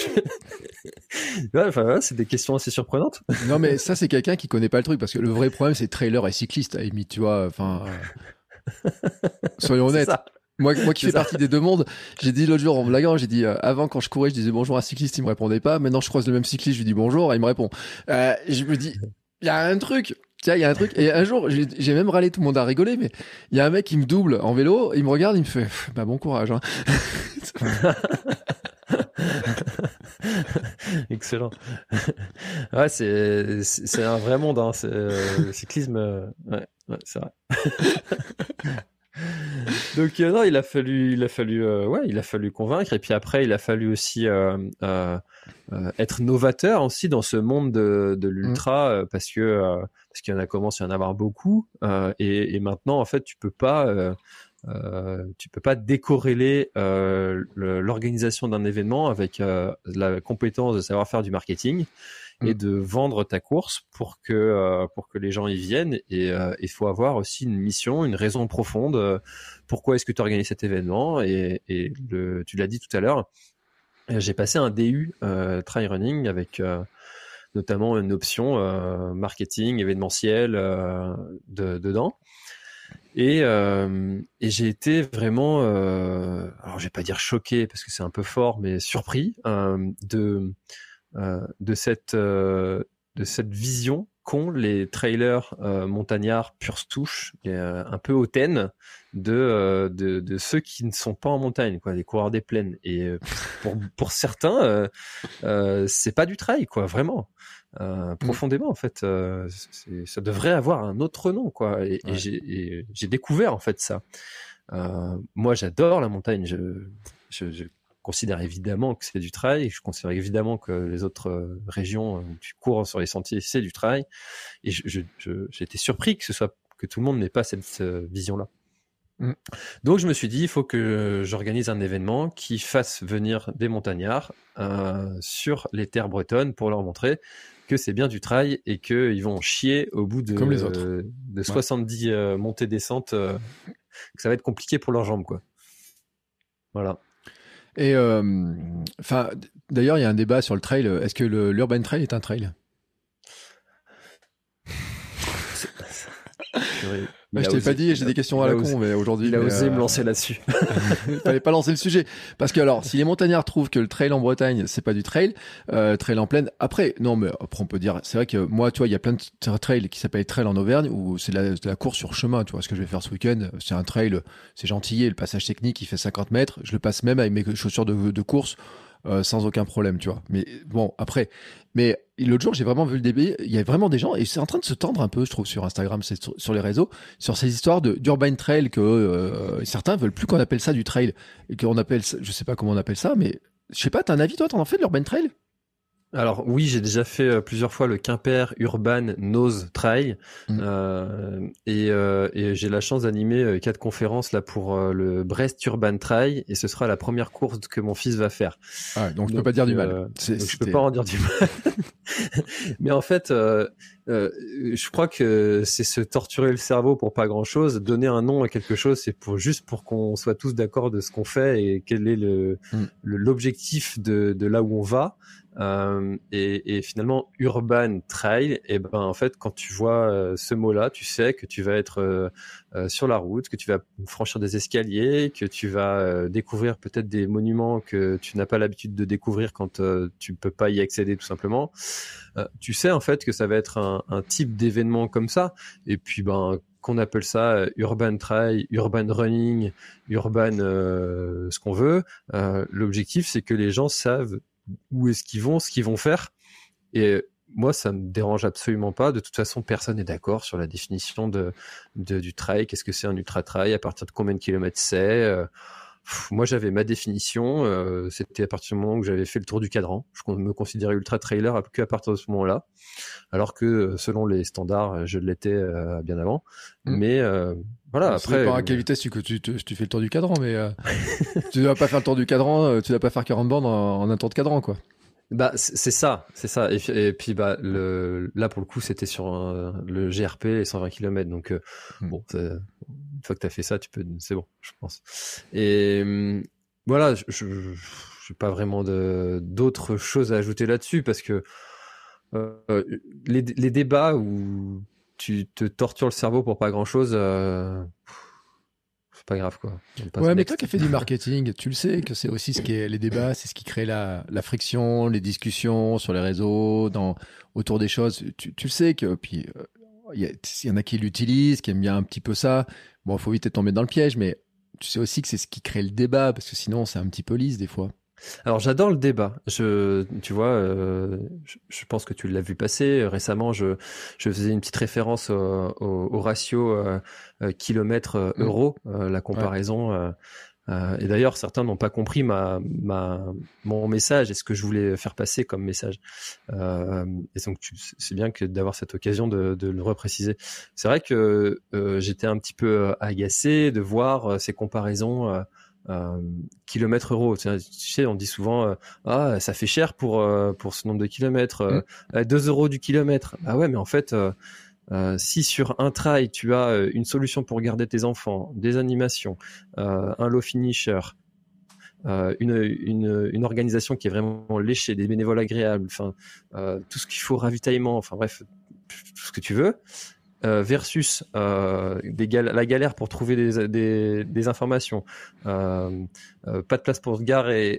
C: Ouais, enfin, ouais, c'est des questions assez surprenantes.
A: Non mais ça c'est quelqu'un qui connaît pas le truc, parce que le vrai problème c'est trailer et cycliste. À la limite, tu vois. Enfin, euh... soyons honnêtes. Moi, moi qui c'est fais ça. Partie des deux mondes, j'ai dit l'autre jour en blaguant, j'ai dit euh, avant quand je courais, je disais bonjour à un cycliste, il me répondait pas. Maintenant je croise le même cycliste, je lui dis bonjour et il me répond. Euh, je me dis, il y a un truc, tiens, il y a un truc. Et un jour, j'ai, j'ai même râlé, tout le monde a rigolé, mais il y a un mec qui me double en vélo, il me regarde, il me fait, bah bon courage. Hein.
C: Excellent. Ouais, c'est c'est, c'est un vrai monde, hein. C'est, euh, le cyclisme, euh, ouais, ouais, c'est vrai. Donc euh, non, il a fallu, il a fallu, euh, ouais, il a fallu convaincre. Et puis après, il a fallu aussi euh, euh, euh, être novateur aussi dans ce monde de, de l'ultra, mmh. euh, parce que euh, parce qu'il y en a commencé à en avoir beaucoup. Euh, et, et maintenant, en fait, tu peux pas, euh, euh, tu peux pas décorréler euh, le, l'organisation d'un événement avec euh, la compétence de savoir faire du marketing et de vendre ta course pour que euh, pour que les gens y viennent. Et il euh, faut avoir aussi une mission, une raison profonde. Euh, pourquoi est-ce que tu organises cet événement? Et, et le, tu l'as dit tout à l'heure, j'ai passé un D U euh, trail running avec euh, notamment une option euh, marketing événementiel euh, de, dedans. Et, euh, et j'ai été vraiment, euh, alors je vais pas dire choqué parce que c'est un peu fort, mais surpris euh, de Euh, de cette euh, de cette vision qu'ont les trailers euh, montagnards pure souche, et, euh, un peu hautaine de, euh, de de ceux qui ne sont pas en montagne, quoi, des coureurs des plaines. Et euh, pour pour certains, euh, euh, c'est pas du trail, quoi, vraiment. Euh, profondément, en fait, euh, c'est, ça devrait avoir un autre nom, quoi. Et, ouais. et, j'ai, et j'ai découvert en fait ça. Euh, moi, j'adore la montagne. Je, je, je considère évidemment que c'est du trail. Je considère évidemment que les autres euh, régions où tu cours sur les sentiers, c'est du trail. Et je, je, je, j'ai été surpris que ce soit que tout le monde n'ait pas cette, cette vision-là. Mmh. Donc je me suis dit, il faut que j'organise un événement qui fasse venir des montagnards euh, sur les terres bretonnes pour leur montrer que c'est bien du trail et qu'ils vont chier au bout de,
A: Comme les autres.
C: euh, de soixante-dix ouais. euh, montées-descentes, euh, que ça va être compliqué pour leurs jambes, quoi. Voilà.
A: Et enfin, euh, d'ailleurs, il y a un débat sur le trail. Est-ce que le, l'urban trail est un trail? Bah, je t'ai osé, pas dit, j'ai a, des questions à la osé, con, mais aujourd'hui.
C: Il a
A: mais
C: osé
A: euh...
C: me lancer là-dessus.
A: Il fallait pas lancer le sujet. Parce que alors, si les montagnards trouvent que le trail en Bretagne, c'est pas du trail, euh, trail en plaine, après, non, mais après, on peut dire, c'est vrai que moi, tu vois, il y a plein de trails qui s'appellent trail en Auvergne, où c'est de la, de la course sur chemin, tu vois. Ce que je vais faire ce week-end, c'est un trail, c'est gentillet, le passage technique, il fait cinquante mètres, je le passe même avec mes chaussures de, de course, euh, sans aucun problème, tu vois. Mais bon, après, mais l'autre jour, j'ai vraiment vu le débat. Il y a vraiment des gens, et c'est en train de se tendre un peu, je trouve, sur Instagram, c'est sur, sur les réseaux, sur ces histoires de d'urban trail que euh, certains veulent plus qu'on appelle ça du trail, et qu'on appelle, ça, je sais pas comment on appelle ça, mais je sais pas. T'as un avis, toi, t'en as fait de l'urban trail?
C: Alors oui, j'ai déjà fait euh, plusieurs fois le Quimper Urban Nose Trail mmh. euh, et, euh, et j'ai la chance d'animer euh, quatre conférences là pour euh, le Brest Urban Trail et ce sera la première course que mon fils va faire.
A: Ah, donc, donc je peux pas dire du mal.
C: Euh, donc je peux pas en dire du mal. Mais en fait, euh, euh, je crois que c'est se torturer le cerveau pour pas grand-chose. Donner un nom à quelque chose, c'est pour juste pour qu'on soit tous d'accord de ce qu'on fait et quel est le, mmh. le l'objectif de, de là où on va. Euh, et, et finalement urban trail, et ben en fait quand tu vois euh, ce mot-là, tu sais que tu vas être euh, euh, sur la route, que tu vas franchir des escaliers, que tu vas euh, découvrir peut-être des monuments que tu n'as pas l'habitude de découvrir quand euh, tu peux pas y accéder tout simplement. Euh, tu sais en fait que ça va être un, un type d'événement comme ça. Et puis ben qu'on appelle ça urban trail, urban running, urban euh, ce qu'on veut. Euh, l'objectif c'est que les gens savent où est-ce qu'ils vont, ce qu'ils vont faire. Et moi, ça me dérange absolument pas. De toute façon, personne n'est d'accord sur la définition de, de du trail. Qu'est-ce que c'est un ultra trail? À partir de combien de kilomètres c'est? euh, pff, Moi, j'avais ma définition. Euh, c'était à partir du moment où j'avais fait le tour du cadran. Je me considérais ultra trailer qu'à partir de ce moment-là. Alors que selon les standards, je l'étais euh, bien avant. Mmh. Mais euh, voilà.
A: Ça
C: après,
A: dépend à quelle vitesse tu, tu, tu, tu fais le tour du cadran, mais euh, tu ne dois pas faire le tour du cadran, tu ne dois pas faire quarante bornes en, en un tour de cadran, quoi.
C: Bah c'est ça, c'est ça. Et, et puis bah le là pour le coup c'était sur un, le G R P les cent vingt kilomètres. Donc euh, mmh. bon, une fois que t'as fait ça, tu peux, c'est bon, je pense. Et euh, voilà, je, je, je j'ai pas vraiment de d'autres choses à ajouter là-dessus parce que euh, les les débats où tu te tortures le cerveau pour pas grand-chose. Euh, c'est pas grave quoi.
A: Ouais, mais toi qui as fait du marketing, tu le sais que c'est aussi ce qui est les débats, c'est ce qui crée la, la friction, les discussions sur les réseaux, dans autour des choses. Tu, tu le sais que puis il euh, y, y en a qui l'utilisent, qui aiment bien un petit peu ça. Bon, il faut éviter de tomber dans le piège, mais tu sais aussi que c'est ce qui crée le débat parce que sinon c'est un petit peu lisse des fois.
C: Alors j'adore le débat. Je, tu vois, euh, je, je pense que tu l'as vu passer récemment. Je, je faisais une petite référence au, au, au ratio euh, euh, kilomètre mmh. euro, euh, la comparaison. Ouais. Euh, euh, et d'ailleurs, certains n'ont pas compris ma, ma, mon message et ce que je voulais faire passer comme message. Euh, et donc, tu, c'est bien que d'avoir cette occasion de, de le repréciser. C'est vrai que euh, j'étais un petit peu agacé de voir ces comparaisons. Euh, Euh, kilomètres euros, tu sais, on dit souvent euh, ah ça fait cher pour euh, pour ce nombre de kilomètres, euh, mmh. deux euros du kilomètre. Ah ouais, mais en fait, euh, euh, si sur un trail tu as une solution pour garder tes enfants, des animations, euh, un low finisher, euh, une une une organisation qui est vraiment léchée, des bénévoles agréables, enfin euh, tout ce qu'il faut, ravitaillement, enfin bref, tout ce que tu veux. Euh, versus euh, des gal- la galère pour trouver des, des, des informations, euh, euh, pas de place pour se garer,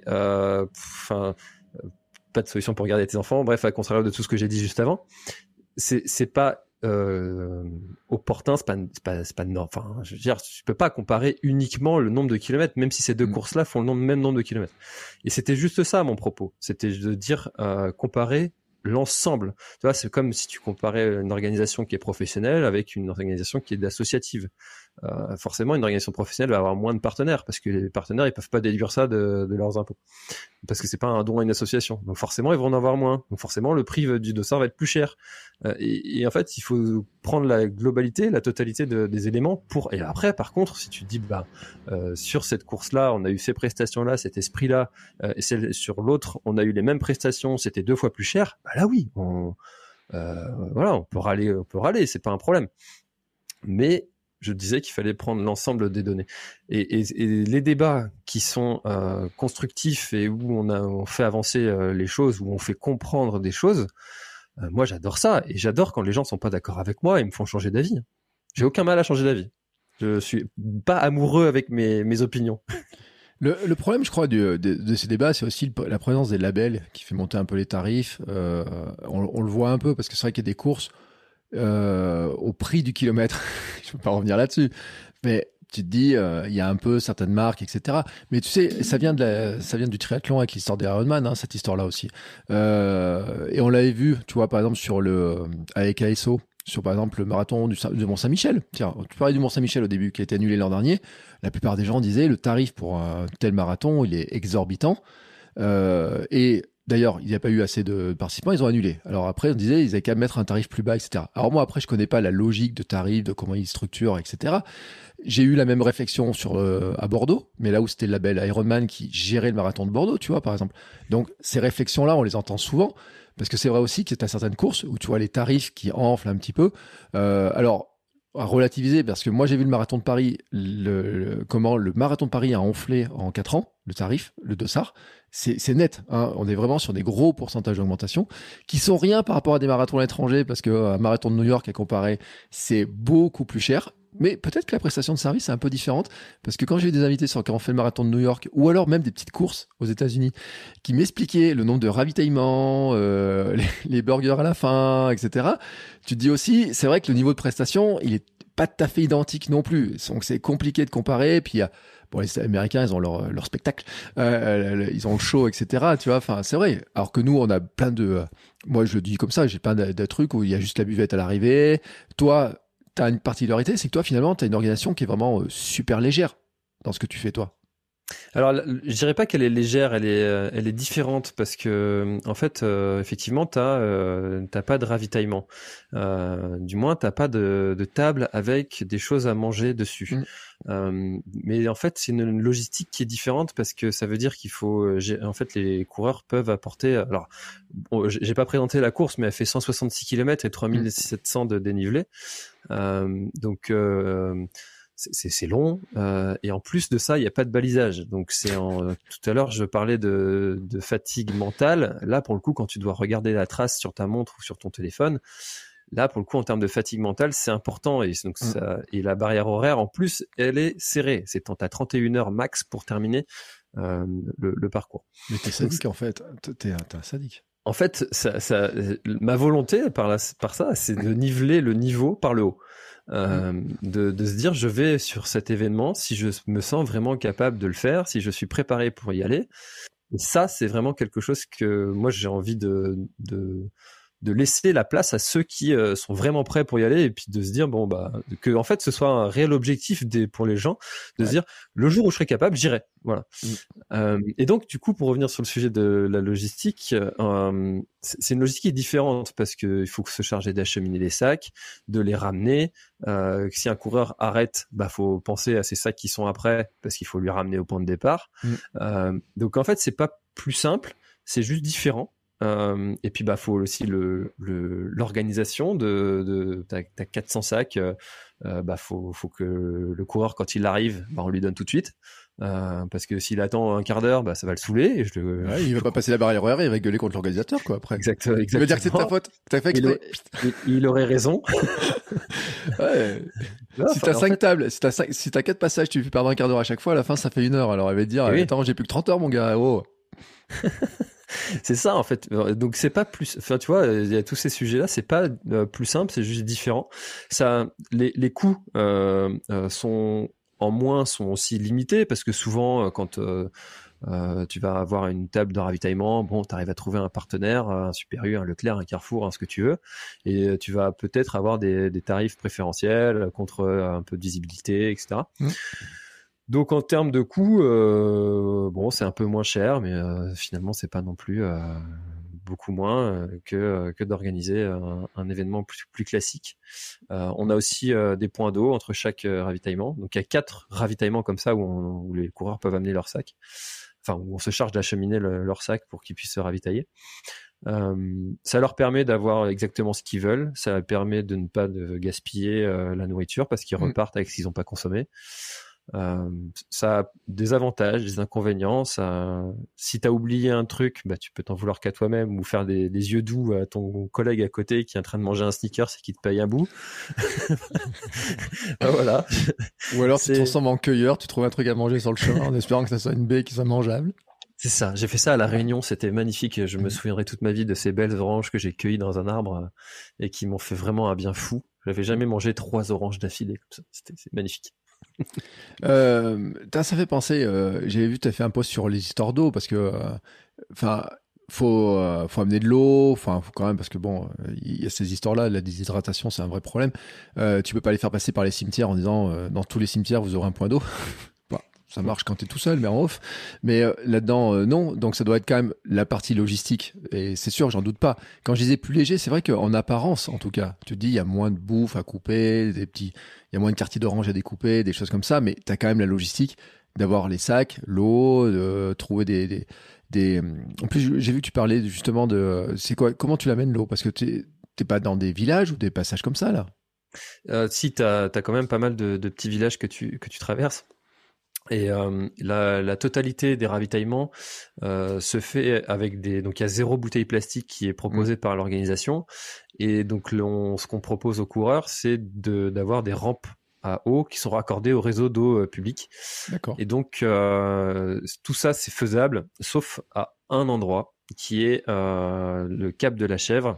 C: enfin euh, pas de solution pour garder tes enfants, bref, à contrario de tout ce que j'ai dit juste avant, c'est, c'est pas euh, opportun, c'est pas, c'est pas, c'est pas non, enfin, je veux dire, tu peux pas comparer uniquement le nombre de kilomètres, même si ces deux mmh. courses-là font le nombre, même nombre de kilomètres. Et c'était juste ça mon propos, c'était de dire euh, comparer l'ensemble. Tu vois, c'est comme si tu comparais une organisation qui est professionnelle avec une organisation qui est associative. euh, forcément une organisation professionnelle va avoir moins de partenaires parce que les partenaires ils peuvent pas déduire ça de, de leurs impôts parce que c'est pas un don à une association. Donc forcément ils vont en avoir moins. Donc forcément le prix du dossard va être plus cher. Euh, et, et en fait il faut prendre la globalité, la totalité de, des éléments pour. Et après par contre si tu te dis bah euh, sur cette course là on a eu ces prestations là, cet esprit là, euh, et celle, sur l'autre on a eu les mêmes prestations, c'était deux fois plus cher. Bah là oui on Euh, voilà, on peut râler, on peut râler, c'est pas un problème. Mais je disais qu'il fallait prendre l'ensemble des données. Et, et, et les débats qui sont euh, constructifs et où on, a, on fait avancer euh, les choses, où on fait comprendre des choses, euh, moi j'adore ça. Et j'adore quand les gens sont pas d'accord avec moi et me font changer d'avis. J'ai aucun mal à changer d'avis. Je suis pas amoureux avec mes, mes opinions.
A: Le, le problème, je crois, du, de, de ces débats, c'est aussi le, la présence des labels qui fait monter un peu les tarifs. Euh, on, on le voit un peu parce que c'est vrai qu'il y a des courses euh, au prix du kilomètre. Je ne peux pas revenir là-dessus. Mais tu te dis, euh, il y a un peu certaines marques, et cetera. Mais tu sais, ça vient, de la, ça vient du triathlon avec l'histoire des Ironman, hein, cette histoire-là aussi. Euh, et on l'avait vu, tu vois, par exemple, sur le, avec A S O. Sur par exemple le marathon du, du Mont-Saint-Michel. Tiens, tu parlais du Mont-Saint-Michel au début qui a été annulé l'an dernier. La plupart des gens disaient le tarif pour un tel marathon il est exorbitant. Euh, et d'ailleurs il n'y a pas eu assez de participants, ils ont annulé. Alors après on disait ils avaient qu'à mettre un tarif plus bas, et cetera. Alors moi après je connais pas la logique de tarif, de comment ils structurent, et cetera. J'ai eu la même réflexion sur euh, à Bordeaux, mais là où c'était le label Ironman qui gérait le marathon de Bordeaux, tu vois par exemple. Donc ces réflexions là on les entend souvent. Parce que c'est vrai aussi que tu as certaines courses où tu vois les tarifs qui enflent un petit peu. Euh, alors, à relativiser, parce que moi j'ai vu le marathon de Paris, le, le, comment le marathon de Paris a enflé en quatre ans, le tarif, le dossard. C'est, c'est net. Hein. On est vraiment sur des gros pourcentages d'augmentation qui sont rien par rapport à des marathons à l'étranger, parce qu'un marathon de New York à comparer, c'est beaucoup plus cher. Mais peut-être que la prestation de service est un peu différente, parce que quand j'ai eu des invités sur qui ont fait le marathon de New York, ou alors même des petites courses aux États-Unis, qui m'expliquaient le nombre de ravitaillements, euh, les, les burgers à la fin, et cetera. Tu te dis aussi, c'est vrai que le niveau de prestation, il est pas tout à fait identique non plus. Donc c'est compliqué de comparer. Puis il y a, bon, les Américains, ils ont leur, leur spectacle, euh, ils ont le show, et cetera. Tu vois, enfin c'est vrai. Alors que nous, on a plein de, euh, moi je le dis comme ça, j'ai plein de, de trucs où il y a juste la buvette à l'arrivée. Toi, t'as une particularité, c'est que toi, finalement, t'as une organisation qui est vraiment euh, super légère dans ce que tu fais, toi.
C: Alors, je dirais pas qu'elle est légère, elle est, elle est différente parce que, en fait, euh, effectivement, t'as, euh, t'as pas de ravitaillement. Euh, du moins, t'as pas de, de table avec des choses à manger dessus. Mmh. Euh, mais en fait, c'est une logistique qui est différente parce que ça veut dire qu'il faut, en fait, les coureurs peuvent apporter. Alors, bon, j'ai pas présenté la course, mais elle fait cent soixante-six kilomètres et trois mille sept cents de dénivelé. Euh, donc euh, c'est, c'est long euh, et en plus de ça il n'y a pas de balisage, donc c'est en, tout à l'heure je parlais de, de fatigue mentale. Là pour le coup quand tu dois regarder la trace sur ta montre ou sur ton téléphone, là pour le coup en termes de fatigue mentale c'est important. Et donc ça, et la barrière horaire en plus elle est serrée, c'est t'as trente et une heures max pour terminer euh, le, le parcours.
A: Mais t'es sadique en fait, t'es, t'es un sadique.
C: En fait, ça, ça, ma volonté par, la, par ça, c'est de niveler le niveau par le haut. Euh, mmh. de, de se dire, je vais sur cet événement si je me sens vraiment capable de le faire, si je suis préparé pour y aller. Et ça, c'est vraiment quelque chose que moi, j'ai envie de, de, de laisser la place à ceux qui euh, sont vraiment prêts pour y aller et puis de se dire, bon, bah, que en fait, ce soit un réel objectif des, pour les gens, de ouais. se dire, le jour où je serai capable, j'irai. Voilà. Mmh. Euh, et donc, du coup, pour revenir sur le sujet de la logistique, euh, c'est une logistique qui est différente parce qu'il faut se charger d'acheminer les sacs, de les ramener. Euh, si un coureur arrête, bah, faut penser à ces sacs qui sont après parce qu'il faut lui ramener au point de départ. Mmh. Euh, donc, en fait, c'est pas plus simple, c'est juste différent. Euh, et puis bah faut aussi le, le l'organisation de, de t'as, t'as quatre cents sacs, euh, bah faut faut que le coureur quand il arrive, bah on lui donne tout de suite. Euh, parce que s'il attend un quart d'heure, bah ça va le saouler. Et je le,
A: ouais, il va pas passer la barrière horaire, il va gueuler contre l'organisateur quoi après.
C: Exact, exactement.
A: Il va dire que c'est de ta faute, t'as fait exprès.
C: Il, il, il aurait raison.
A: Ouais. Là, si t'as cinq fait... tables, si t'as cinq, si t'as quatre passages, tu fais perdre un quart d'heure à chaque fois, à la fin ça fait une heure. Alors il va te dire, oui. Attends, j'ai plus que trente heures mon gars. Oh.
C: C'est ça en fait. Donc c'est pas plus. Enfin tu vois, il y a tous ces sujets-là. C'est pas euh, plus simple, c'est juste différent. Ça, les les coûts euh, euh, sont en moins, sont aussi limités parce que souvent quand euh, euh, tu vas avoir une table de ravitaillement. Bon, tu arrives à trouver un partenaire, un Super U, un Leclerc, un Carrefour, hein, ce que tu veux, et tu vas peut-être avoir des, des tarifs préférentiels contre un peu de visibilité, et cetera. Mmh. Donc en termes de coût, euh, bon, c'est un peu moins cher, mais euh, finalement, c'est pas non plus euh, beaucoup moins que, que d'organiser un, un événement plus, plus classique. Euh, on a aussi euh, des points d'eau entre chaque euh, ravitaillement. Donc il y a quatre ravitaillements comme ça où, on, où les coureurs peuvent amener leur sac. Enfin, où on se charge d'acheminer le, leur sac pour qu'ils puissent se ravitailler. Euh, ça leur permet d'avoir exactement ce qu'ils veulent. Ça leur permet de ne pas de gaspiller euh, la nourriture parce qu'ils mmh. repartent avec ce qu'ils n'ont pas consommé. Euh, ça a des avantages, des inconvénients. Ça, si t'as oublié un truc, bah tu peux t'en vouloir qu'à toi-même ou faire des, des yeux doux à ton collègue à côté qui est en train de manger un sneaker, c'est qui te paye un bout. Ben voilà.
A: Ou alors c'est... tu te transformes en cueilleur, tu trouves un truc à manger sur le chemin en espérant que ça soit une baie qui soit mangeable.
C: C'est ça. J'ai fait ça à La Réunion. C'était magnifique. Je me souviendrai toute ma vie de ces belles oranges que j'ai cueillies dans un arbre et qui m'ont fait vraiment un bien fou. J'avais jamais mangé trois oranges d'affilée comme ça. C'était c'est magnifique.
A: euh, ça fait penser, euh, j'avais vu tu as fait un post sur les histoires d'eau parce que enfin euh, faut euh, faut amener de l'eau, enfin faut quand même parce que bon il y a ces histoires là, la déshydratation c'est un vrai problème. Euh, tu peux pas les faire passer par les cimetières en disant euh, dans tous les cimetières vous aurez un point d'eau. Ça marche quand tu es tout seul, mais en off. Mais euh, là-dedans, euh, non. Donc, ça doit être quand même la partie logistique. Et c'est sûr, j'en doute pas. Quand je disais plus léger, c'est vrai qu'en apparence, en tout cas, tu te dis, il y a moins de bouffe à couper, des petits, il y a moins de quartiers d'orange à découper, des choses comme ça. Mais tu as quand même la logistique d'avoir les sacs, l'eau, de trouver des, des, des... En plus, j'ai vu que tu parlais justement de... C'est quoi? Comment tu l'amènes l'eau? Parce que tu t'es pas dans des villages ou des passages comme ça, là?
C: Euh, si, tu as quand même pas mal de, de petits villages que tu, que tu traverses. Et euh, la, la totalité des ravitaillements euh, se fait avec des... Donc il y a zéro bouteille plastique qui est proposée mmh. par l'organisation. Et donc l'on, ce qu'on propose aux coureurs, c'est de, d'avoir des rampes à eau qui sont raccordées au réseau d'eau euh, public.
A: D'accord.
C: Et donc euh, tout ça, c'est faisable, sauf à un endroit qui est euh, le Cap de la Chèvre.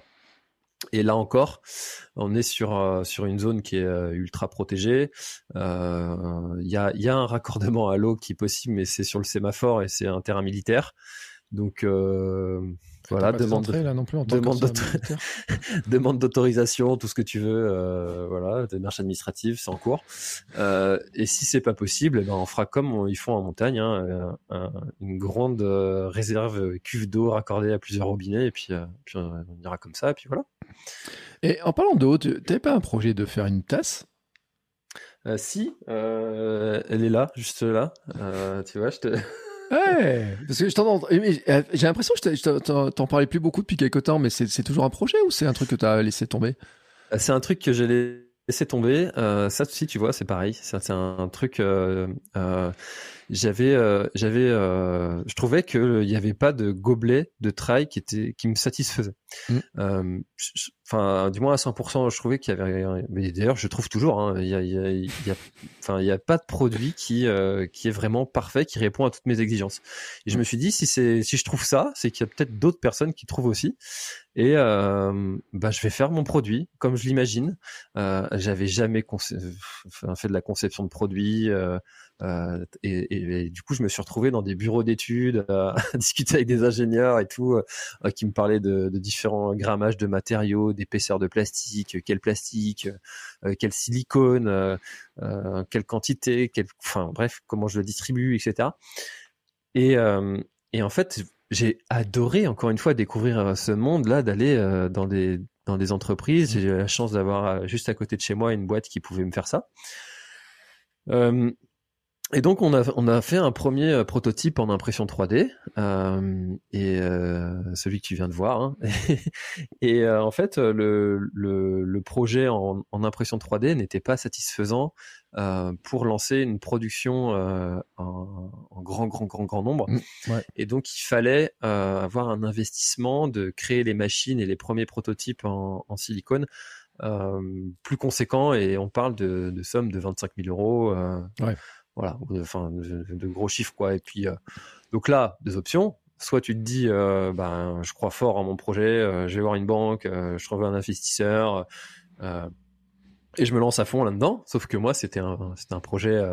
C: Et là encore, on est sur euh, sur une zone qui est euh, ultra protégée. Il euh, y a il y a un raccordement à l'eau qui est possible, mais c'est sur le sémaphore et c'est un terrain militaire. Donc euh, voilà, demande
A: là non plus en
C: demande, d'auto- demande d'autorisation, tout ce que tu veux. Euh, voilà, démarche administrative, c'est en cours. Euh, et si c'est pas possible, ben on fera comme on, ils font en montagne, hein, un, une grande euh, réserve cuve d'eau raccordée à plusieurs robinets, et puis, euh, puis on, on ira comme ça, et puis voilà.
A: Et en parlant d'eau, tu n'avais pas un projet de faire une tasse?
C: euh, Si, euh, elle est là, juste là. Euh, tu vois, je te...
A: Ouais, parce que je t'en, j'ai l'impression que je t'en, t'en parlais plus beaucoup depuis quelque temps, mais c'est, c'est toujours un projet ou c'est un truc que tu as laissé tomber?
C: C'est un truc que j'ai laissé tomber. Euh, ça aussi, tu vois, c'est pareil. C'est, c'est un truc. Euh, euh, j'avais, euh, j'avais, euh, je trouvais que il y avait pas de gobelet de trail qui était, qui me satisfaisait. Mmh. Euh, Enfin, du moins à cent pour cent, je trouvais qu'il y avait. Mais d'ailleurs, je trouve toujours. Hein, il y a, il y a, il y a, enfin, il y a pas de produit qui, euh, qui est vraiment parfait, qui répond à toutes mes exigences. Et je me suis dit, si c'est, si je trouve ça, c'est qu'il y a peut-être d'autres personnes qui trouvent aussi. Et euh, bah, je vais faire mon produit comme je l'imagine. Euh, j'avais jamais conce- fait de la conception de produit. Euh, Euh, et, et, et du coup je me suis retrouvé dans des bureaux d'études euh, à discuter avec des ingénieurs et tout euh, qui me parlaient de, de différents grammages de matériaux, d'épaisseur de plastique, quel plastique, euh, quel silicone, euh, euh, quelle quantité, quel, enfin bref, comment je le distribue, et cetera. Et, euh, et en fait j'ai adoré encore une fois découvrir ce monde-là, d'aller euh, dans des dans des entreprises. J'ai eu la chance d'avoir juste à côté de chez moi une boîte qui pouvait me faire ça. Euh, Et donc on a on a fait un premier prototype en impression trois D euh, et euh, celui que tu viens de voir hein. et euh, en fait le le, le projet en, en impression trois D n'était pas satisfaisant euh, pour lancer une production euh, en, en grand grand grand grand nombre.
A: Mmh, ouais.
C: Et donc il fallait euh, avoir un investissement de créer les machines et les premiers prototypes en, en silicone euh, plus conséquent, et on parle de, de sommes de vingt-cinq mille euros. Euh,
A: ouais.
C: Voilà, enfin de, de gros chiffres quoi. Et puis euh, donc là, deux options. Soit tu te dis, euh, ben je crois fort en mon projet, euh, je vais voir une banque, euh, je trouve un investisseur euh, et je me lance à fond là-dedans. Sauf que moi, c'était un c'était un projet euh,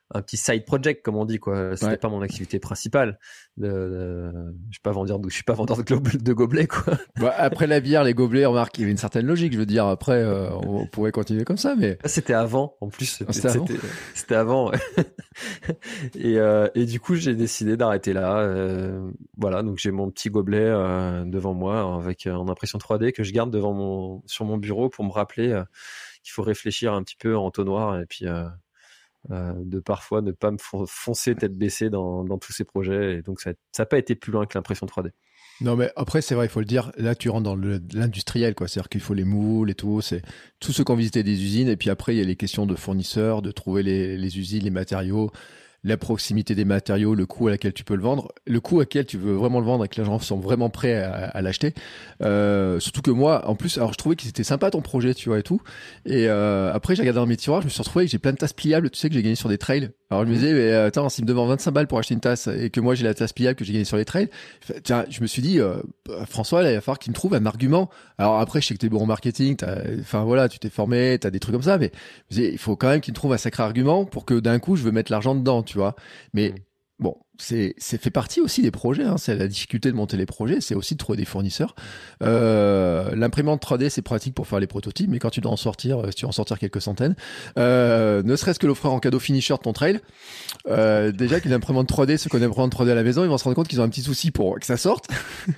C: un petit side project comme on dit quoi. C'était
A: Ouais.
C: pas mon activité principale. De, de, je suis pas vendeur de, je suis pas vendeur de, globe, de gobelets quoi.
A: Bah, après la bière, les gobelets, remarque, il y avait une certaine logique. Je veux dire, après, euh, on pourrait continuer comme ça, mais
C: C'était avant, en plus. C'était,
A: c'était avant.
C: c'était, c'était avant. Ouais. et, euh, et du coup, j'ai décidé d'arrêter là. Euh, voilà, donc j'ai mon petit gobelet euh, devant moi avec euh, en impression trois D que je garde devant mon sur mon bureau pour me rappeler euh, qu'il faut réfléchir un petit peu en entonnoir et puis euh, euh, de parfois ne pas me foncer tête baissée dans, dans tous ces projets. Et donc ça n'a pas été plus loin que l'impression trois D.
A: Non, mais après, c'est vrai, il faut le dire. Là, tu rentres dans le, l'industriel, quoi. C'est-à-dire qu'il faut les moules et tout. C'est tous ceux qui ont visité des usines. Et puis après, il y a les questions de fournisseurs, de trouver les, les usines, les matériaux, la proximité des matériaux, le coût à laquelle tu peux le vendre, le coût à laquelle tu veux vraiment le vendre et que les gens sont vraiment prêts à, à l'acheter. Euh, surtout que moi, en plus, alors je trouvais que c'était sympa ton projet, tu vois, et tout. Et euh, après, j'ai regardé dans mes tiroirs, je me suis retrouvé que j'ai plein de tasses pliables, tu sais, que j'ai gagné sur des trails. Alors je me disais, mais attends, s'il me demande vingt-cinq balles pour acheter une tasse et que moi j'ai la tasse pliable que j'ai gagnée sur les trails, tiens, je me suis dit, euh, François, là, il va falloir qu'il me trouve un argument. Alors après, je sais que t'es bon en marketing, enfin voilà, tu t'es formé, t'as des trucs comme ça, mais il faut quand même qu'il me trouve un sacré argument pour que d'un coup je veux mettre l'argent dedans, tu vois. Mais bon, c'est c'est fait partie aussi des projets, hein. C'est la difficulté de monter les projets, c'est aussi de trouver des fournisseurs. Euh, l'imprimante trois D, c'est pratique pour faire les prototypes, mais quand tu dois en sortir, si tu dois en sortir quelques centaines, euh, ne serait-ce que l'offrir en cadeau finisher de ton trail, euh, déjà qu'une imprimante trois D, ceux qui ont une imprimante trois D à la maison, ils vont se rendre compte qu'ils ont un petit souci pour que ça sorte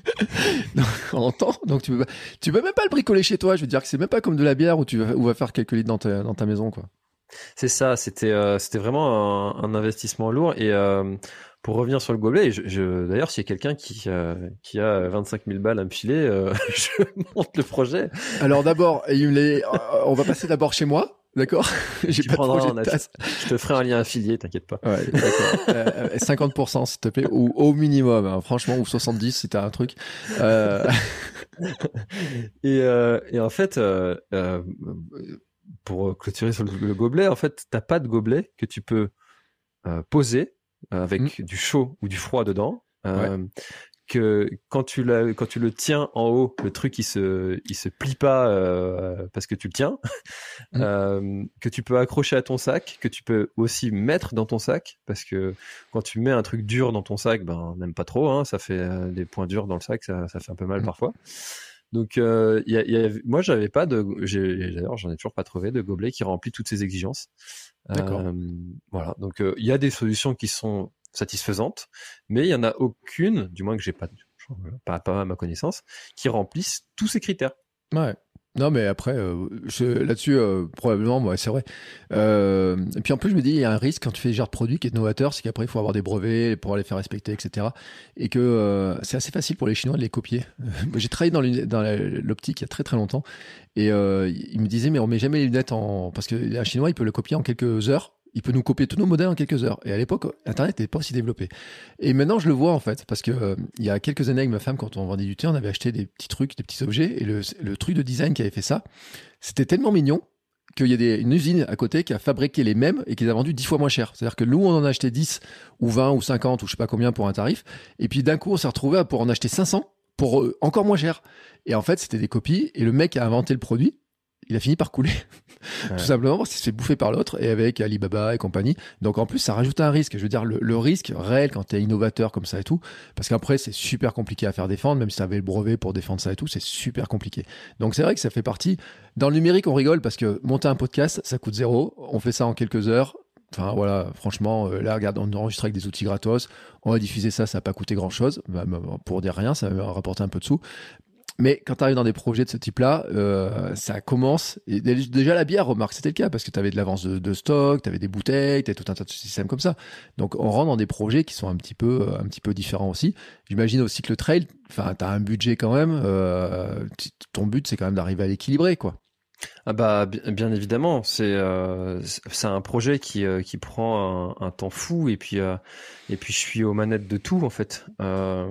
A: en temps. Donc tu peux pas, tu peux même pas le bricoler chez toi. Je veux dire que c'est même pas comme de la bière où tu vas, où va faire quelques litres dans ta, dans ta maison, quoi.
C: C'est ça, c'était euh, c'était vraiment un, un investissement lourd. Et euh, pour revenir sur le gobelet, je, je, d'ailleurs, s'il y a quelqu'un qui, euh, qui a vingt-cinq mille balles à me filer, euh, je monte le projet. Alors
A: d'abord, il me les... on va passer d'abord chez moi, d'accord? J'ai
C: tu
A: pas de projet de tasse.
C: Je te ferai un lien affilié, t'inquiète pas.
A: Ouais, d'accord. euh, cinquante pour cent s'il te plaît, ou au minimum, hein, franchement, ou soixante-dix si t'as un truc. Euh...
C: et, euh, et en fait... Euh, euh, pour clôturer sur le, le gobelet, en fait, t'as pas de gobelet que tu peux euh, poser euh, avec mmh. du chaud ou du froid dedans. Euh, ouais. Que quand tu la, quand tu le tiens en haut, le truc il se, il se plie pas euh, parce que tu le tiens. Mmh. Euh, que tu peux accrocher à ton sac, que tu peux aussi mettre dans ton sac, parce que quand tu mets un truc dur dans ton sac, ben on n'aime pas trop, hein, ça fait euh, des points durs dans le sac, ça, ça fait un peu mal mmh. parfois. Donc, euh, y a, y a, moi, j'avais pas de, j'ai, d'ailleurs, j'en ai toujours pas trouvé de gobelet qui remplit toutes ces exigences.
A: D'accord.
C: Euh, voilà. Donc, il euh, y a des solutions qui sont satisfaisantes, mais il y en a aucune, du moins que j'ai pas, pas, pas à ma connaissance, qui remplissent tous ces critères.
A: Ouais. Non, mais après, euh, je, là-dessus, euh, probablement, ouais, c'est vrai. Euh, et puis en plus, je me dis, il y a un risque quand tu fais des genres de produits qui est novateur, c'est qu'après, il faut avoir des brevets pour les faire respecter, et cetera. Et que euh, c'est assez facile pour les Chinois de les copier. J'ai travaillé dans, dans la, l'optique il y a très très longtemps, et euh, ils me disaient, mais on met jamais les lunettes en... Parce qu'un Chinois, il peut le copier en quelques heures. Il peut nous copier tous nos modèles en quelques heures. Et à l'époque, Internet n'était pas aussi développé. Et maintenant, je le vois, en fait, parce que euh, il y a quelques années avec ma femme, quand on vendait du thé, on avait acheté des petits trucs, des petits objets. Et le, le truc de design qui avait fait ça, c'était tellement mignon qu'il y a des, une usine à côté qui a fabriqué les mêmes et qui les a vendus dix fois moins cher. C'est-à-dire que nous, on en a acheté dix ou vingt ou cinquante ou je sais pas combien pour un tarif. Et puis d'un coup, on s'est retrouvé pour en acheter cinq cents pour euh, encore moins cher. Et en fait, c'était des copies. Et le mec a inventé le produit. Il a fini par couler, ouais. Tout simplement parce qu'il se fait bouffer par l'autre et avec Alibaba et compagnie. Donc en plus, ça rajoute un risque. Je veux dire, le, le risque réel quand tu es innovateur comme ça et tout, parce qu'après, c'est super compliqué à faire défendre, même si tu avais le brevet pour défendre ça et tout, c'est super compliqué. Donc c'est vrai que ça fait partie. Dans le numérique, on rigole parce que monter un podcast, ça coûte zéro. On fait ça en quelques heures. Enfin voilà, franchement, là, regarde, on enregistre avec des outils gratos. On va diffuser ça, ça n'a pas coûté grand-chose. Bah, pour dire rien, ça va rapporter un peu de sous. Mais quand tu arrives dans des projets de ce type-là, euh, ça commence. Et déjà, la bière, remarque, c'était le cas parce que tu avais de l'avance de, de stock, tu avais des bouteilles, tu avais tout un tas de systèmes comme ça. Donc, on rentre dans des projets qui sont un petit peu, un petit peu différents aussi. J'imagine aussi que le trail, enfin, tu as un budget quand même. Euh, ton but, c'est quand même d'arriver à l'équilibrer, quoi.
C: Ah bah bien évidemment, c'est euh, c'est un projet qui euh, qui prend un, un temps fou et puis euh, et puis je suis aux manettes de tout en fait. Euh,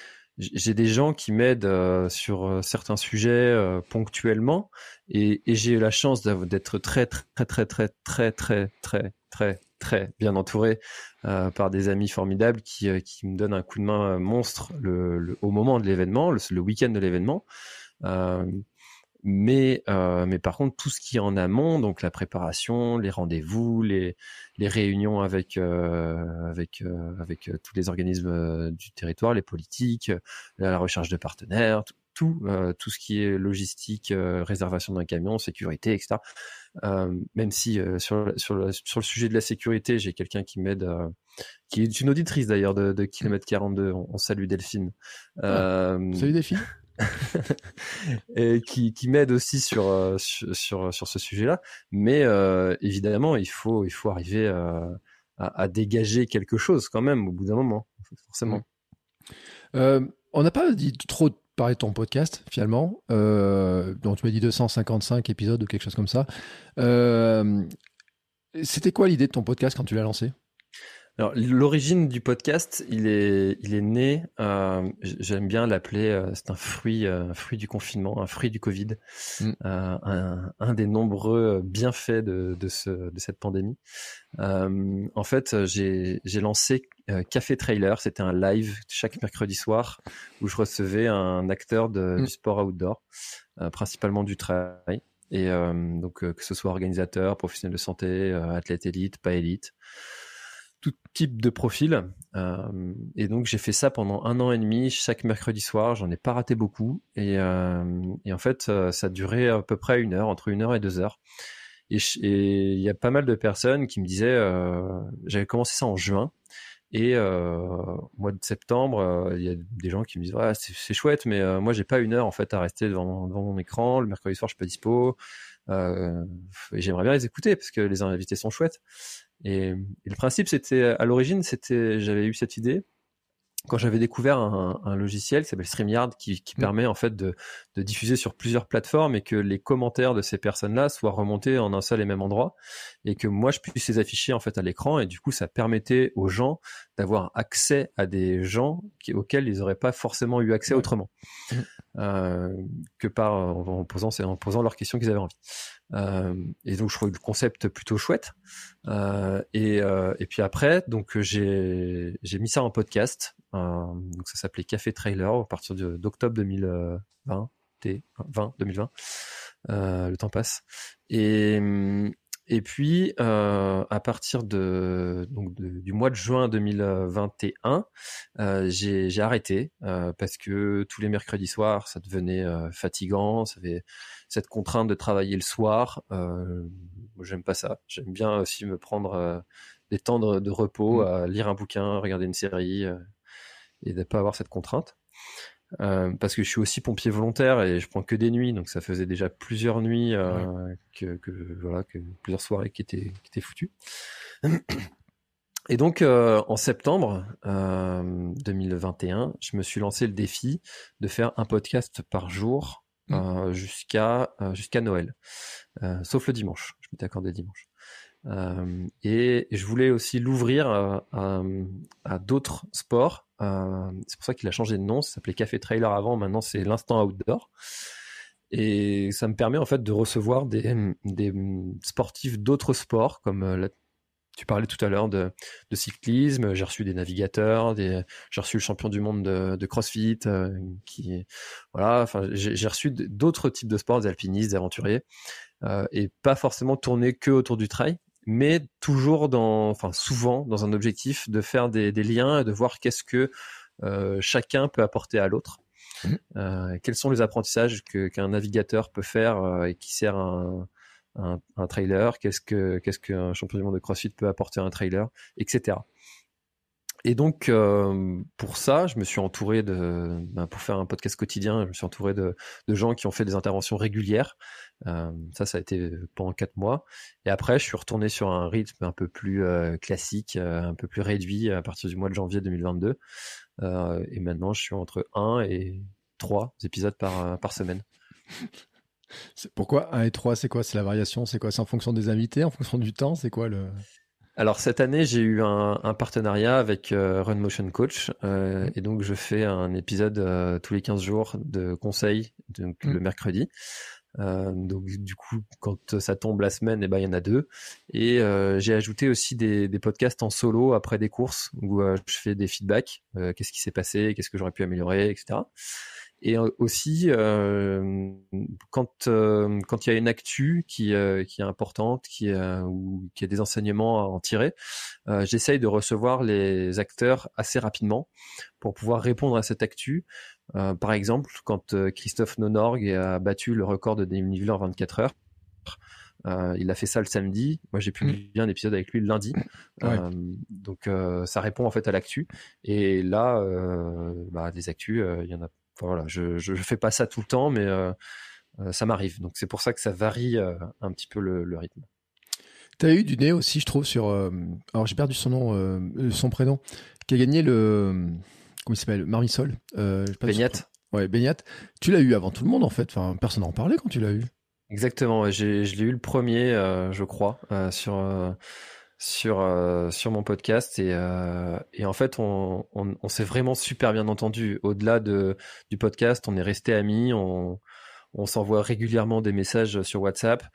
C: J'ai des gens qui m'aident euh, sur certains sujets euh, ponctuellement et, et j'ai eu la chance d'être très très très très très très très très très bien entouré euh, par des amis formidables qui euh, qui me donnent un coup de main monstre le, le au moment de l'événement, le, le week-end de l'événement. Euh, mais euh, mais par contre tout ce qui est en amont, donc la préparation, les rendez-vous, les les réunions avec euh, avec euh, avec euh, tous les organismes euh, du territoire, les politiques, euh, la recherche de partenaires, tout tout, euh, tout ce qui est logistique, euh, réservation d'un camion, sécurité, et cetera. Euh, même si euh, sur sur le sur le sujet de la sécurité, j'ai quelqu'un qui m'aide, euh, qui est une auditrice d'ailleurs de, de Kilomètre quarante-deux. On, on salue Delphine.
A: Euh, ah, salut Delphine.
C: Et qui, qui m'aide aussi sur, euh, sur, sur, sur ce sujet-là. Mais euh, évidemment, il faut, il faut arriver euh, à, à dégager quelque chose quand même au bout d'un moment, forcément.
A: Euh, on n'a pas dit trop parler de ton podcast finalement. Euh, donc tu m'as dit deux cent cinquante-cinq épisodes ou quelque chose comme ça. Euh, c'était quoi l'idée de ton podcast quand tu l'as lancé ?
C: Alors, l'origine du podcast, il est, il est né, euh, j'aime bien l'appeler, euh, c'est un fruit, euh, un fruit du confinement, un fruit du Covid, mm. euh, un, un des nombreux bienfaits de, de, ce, de cette pandémie. Euh, en fait, j'ai, j'ai lancé euh, Café Trailer, c'était un live chaque mercredi soir où je recevais un acteur de, mm. du sport outdoor, euh, principalement du trail. Et euh, donc, euh, que ce soit organisateur, professionnel de santé, euh, athlète élite, pas élite, tout type de profil. Euh, et donc, j'ai fait ça pendant un an et demi, chaque mercredi soir. J'en ai pas raté beaucoup. Et, euh, et en fait, ça durait à peu près une heure, entre une heure et deux heures. Et il y a pas mal de personnes qui me disaient, euh, j'avais commencé ça en juin. Et euh, au mois de septembre, il euh, y a des gens qui me disent, ouais, c'est, c'est chouette, mais euh, moi, j'ai pas une heure en fait à rester devant, devant mon écran. Le mercredi soir, je suis pas dispo. Euh, et j'aimerais bien les écouter parce que les invités sont chouettes. Et, et le principe, c'était à l'origine, c'était, j'avais eu cette idée quand j'avais découvert un, un logiciel qui s'appelle StreamYard, qui, qui mmh. permet en fait de, de diffuser sur plusieurs plateformes et que les commentaires de ces personnes-là soient remontés en un seul et même endroit et que moi je puisse les afficher en fait à l'écran. Et du coup, ça permettait aux gens d'avoir accès à des gens qui, auxquels ils n'auraient pas forcément eu accès ouais. autrement mmh. euh, que par en posant, en posant leurs questions qu'ils avaient envie. Euh, et donc je trouve le concept plutôt chouette. Euh, et, euh, et puis après, donc j'ai j'ai mis ça en podcast. Euh, donc ça s'appelait Café Trailer à partir de, d'octobre deux mille vingt, vingt deux mille vingt. Euh, le temps passe. Et et puis euh, à partir de donc de, du mois de juin deux mille vingt et un, euh, j'ai j'ai arrêté euh, parce que tous les mercredis soirs, ça devenait euh, fatigant. Ça avait cette contrainte de travailler le soir. Euh, j'aime pas ça. J'aime bien aussi me prendre euh, des temps de, de repos, mmh. à lire un bouquin, regarder une série euh, et de pas avoir cette contrainte. Euh, parce que je suis aussi pompier volontaire et je prends que des nuits, donc ça faisait déjà plusieurs nuits euh, ouais. que, que voilà, que plusieurs soirées qui étaient qui étaient foutues. Et donc euh, en septembre euh, deux mille vingt et un, je me suis lancé le défi de faire un podcast par jour mmh. euh, jusqu'à euh, jusqu'à Noël, euh, sauf le dimanche. Je m'étais accordé dimanche. Euh, et je voulais aussi l'ouvrir à, à, à d'autres sports. Euh, c'est pour ça qu'il a changé de nom. Ça s'appelait Café Trailer avant. Maintenant, c'est l'Instant Outdoor. Et ça me permet en fait de recevoir des, des sportifs d'autres sports, comme la, tu parlais tout à l'heure de, de cyclisme. J'ai reçu des navigateurs, des, j'ai reçu le champion du monde de, de CrossFit, euh, qui, voilà. Enfin, j'ai, j'ai reçu d'autres types de sports, des alpinistes, des aventuriers, euh, et pas forcément tourner que autour du trail, mais toujours dans, enfin souvent dans un objectif de faire des, des liens et de voir qu'est-ce que euh, chacun peut apporter à l'autre. Mmh. Euh, quels sont les apprentissages que, qu'un navigateur peut faire euh, et qui sert un, un, un trailer, qu'est-ce que qu'est-ce qu'un champion du monde de CrossFit peut apporter à un trailer, et cetera. Et donc euh, pour ça, je me suis entouré de, ben, pour faire un podcast quotidien, je me suis entouré de, de gens qui ont fait des interventions régulières. Euh, ça, ça a été pendant quatre mois. Et après, je suis retourné sur un rythme un peu plus euh, classique, euh, un peu plus réduit à partir du mois de janvier deux mille vingt-deux. Euh, et maintenant, je suis entre un et trois épisodes par par semaine.
A: C'est pourquoi un et trois, c'est quoi? C'est la variation? C'est quoi? C'est en fonction des invités, en fonction du temps? C'est quoi le...
C: Alors cette année, j'ai eu un, un partenariat avec euh, Run Motion Coach euh, mmh. et donc je fais un épisode euh, tous les quinze jours de conseils, donc mmh. le mercredi. Euh, donc du coup, quand ça tombe la semaine, eh ben il y en a deux. Et euh, j'ai ajouté aussi des, des podcasts en solo après des courses où euh, je fais des feedbacks. Euh, qu'est-ce qui s'est passé, qu'est-ce que j'aurais pu améliorer, et cetera. Et aussi, euh, quand euh, quand il y a une actu qui euh, qui est importante, qui euh, ou qui a des enseignements à en tirer, euh, j'essaye de recevoir les acteurs assez rapidement pour pouvoir répondre à cette actu. Euh, par exemple, quand euh, Christophe Nonorg a battu le record de dénivelé en vingt-quatre heures, euh, il a fait ça le samedi. Moi, j'ai publié mmh. un épisode avec lui le lundi. Ouais. Euh, donc, euh, ça répond en fait à l'actu. Et là, euh, bah, des actus, il euh, y en a. Enfin, voilà, je, je je fais pas ça tout le temps, mais euh, euh, ça m'arrive. Donc, c'est pour ça que ça varie euh, un petit peu le, le rythme.
A: Tu as eu du nez aussi, je trouve, sur. Euh, alors, j'ai perdu son nom, euh, son prénom, qui a gagné le. Comment il s'appelle Marmisol
C: euh, Beignat.
A: Ouais, Beignat. Tu l'as eu avant tout le monde, en fait. Enfin, personne n'en parlait quand tu l'as eu.
C: Exactement. J'ai, je l'ai eu le premier, euh, je crois, euh, sur. Euh... sur euh, sur mon podcast et euh, et en fait on, on on s'est vraiment super bien entendu au-delà de du podcast. On est resté amis, on on s'envoie régulièrement des messages sur WhatsApp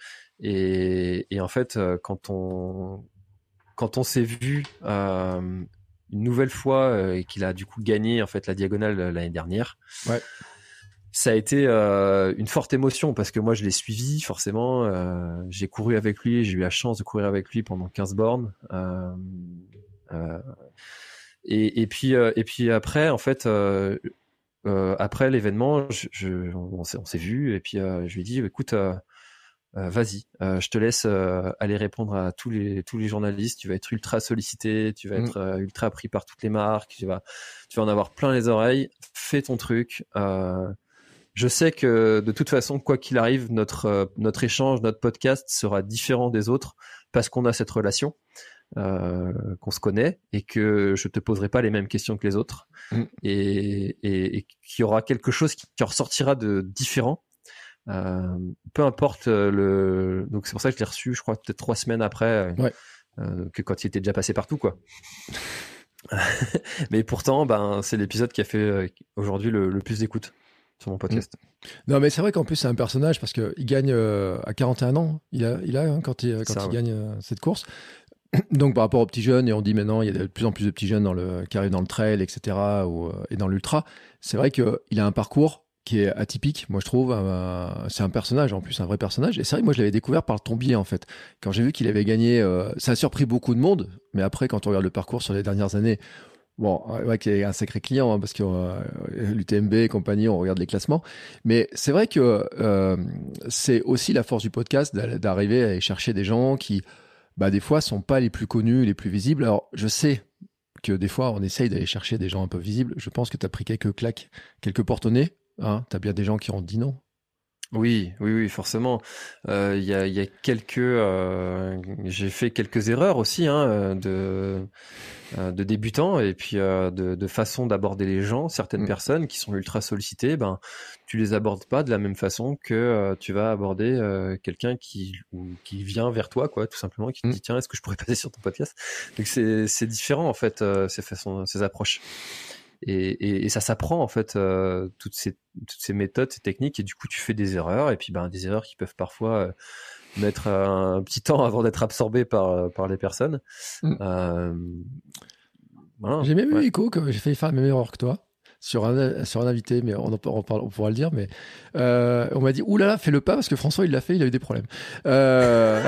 C: et et en fait quand on quand on s'est vu euh, une nouvelle fois et qu'il a du coup gagné en fait la diagonale l'année dernière.
A: Ouais.
C: Ça a été euh, une forte émotion parce que moi je l'ai suivi forcément, euh, j'ai couru avec lui, j'ai eu la chance de courir avec lui pendant quinze bornes euh, euh, et, et puis euh, et puis après en fait euh, euh, après l'événement je, je, on, s'est, on s'est vu et puis euh, je lui ai dit écoute euh, euh, vas-y euh, je te laisse euh, aller répondre à tous les tous les journalistes, tu vas être ultra sollicité, tu vas être euh, ultra pris par toutes les marques, tu vas tu vas en avoir plein les oreilles, fais ton truc. euh, Je sais que de toute façon, quoi qu'il arrive, notre euh, notre échange, notre podcast sera différent des autres parce qu'on a cette relation, euh, qu'on se connaît et que je te poserai pas les mêmes questions que les autres mmh. et, et, et qu'il y aura quelque chose qui, qui ressortira de différent. Euh, peu importe le. Donc c'est pour ça que je l'ai reçu, je crois peut-être trois semaines après
A: ouais.
C: euh, que quand il était déjà passé partout, quoi. Mais pourtant, ben c'est l'épisode qui a fait euh, aujourd'hui le, le plus d'écoute sur mon podcast.
A: Mmh. Non, mais c'est vrai qu'en plus, c'est un personnage parce qu'il gagne euh, à quarante et un ans. Il a, il a hein, quand il, quand ça, il ouais. gagne euh, cette course. Donc, par rapport aux petits jeunes, et on dit maintenant, il y a de plus en plus de petits jeunes dans le, qui arrivent dans le trail, et cetera, ou, et dans l'ultra. C'est vrai qu'il a un parcours qui est atypique, moi je trouve. Euh, c'est un personnage, en plus, un vrai personnage. Et c'est vrai que moi, je l'avais découvert par ton biais, en fait. Quand j'ai vu qu'il avait gagné, euh, ça a surpris beaucoup de monde. Mais après, quand on regarde le parcours sur les dernières années, bon, ouais, qui est un sacré client, hein, parce que euh, l'U T M B et compagnie, on regarde les classements. Mais c'est vrai que euh, c'est aussi la force du podcast d'arriver à aller chercher des gens qui, bah, des fois, sont pas les plus connus, les plus visibles. Alors, je sais que des fois, on essaye d'aller chercher des gens un peu visibles. Je pense que tu as pris quelques claques, quelques portes au nez. Hein, tu as bien des gens qui ont dit non.
C: Oui, oui, oui, forcément. Il euh, y, a, y a quelques, euh, j'ai fait quelques erreurs aussi hein, de, euh, de débutants et puis euh, de, de façon d'aborder les gens. Certaines mmh. personnes qui sont ultra sollicitées, ben tu les abordes pas de la même façon que euh, tu vas aborder euh, quelqu'un qui qui vient vers toi, quoi, tout simplement, qui te mmh. dit tiens, est-ce que je pourrais passer sur ton podcast. Donc c'est c'est différent en fait euh, ces façons, ces approches. Et, et, et ça s'apprend en fait euh, toutes ces toutes ces méthodes, ces techniques, et du coup tu fais des erreurs et puis ben des erreurs qui peuvent parfois euh, mettre un, un petit temps avant d'être absorbées par par les personnes.
A: Mmh.
C: Euh, voilà.
A: J'ai même
C: ouais.
A: eu écho que j'ai failli faire la même erreur que toi sur un sur un invité, mais on en on, parle, on pourra le dire. Mais euh, on m'a dit oulala, fais-le pas parce que François il l'a fait, il a eu des problèmes. Euh...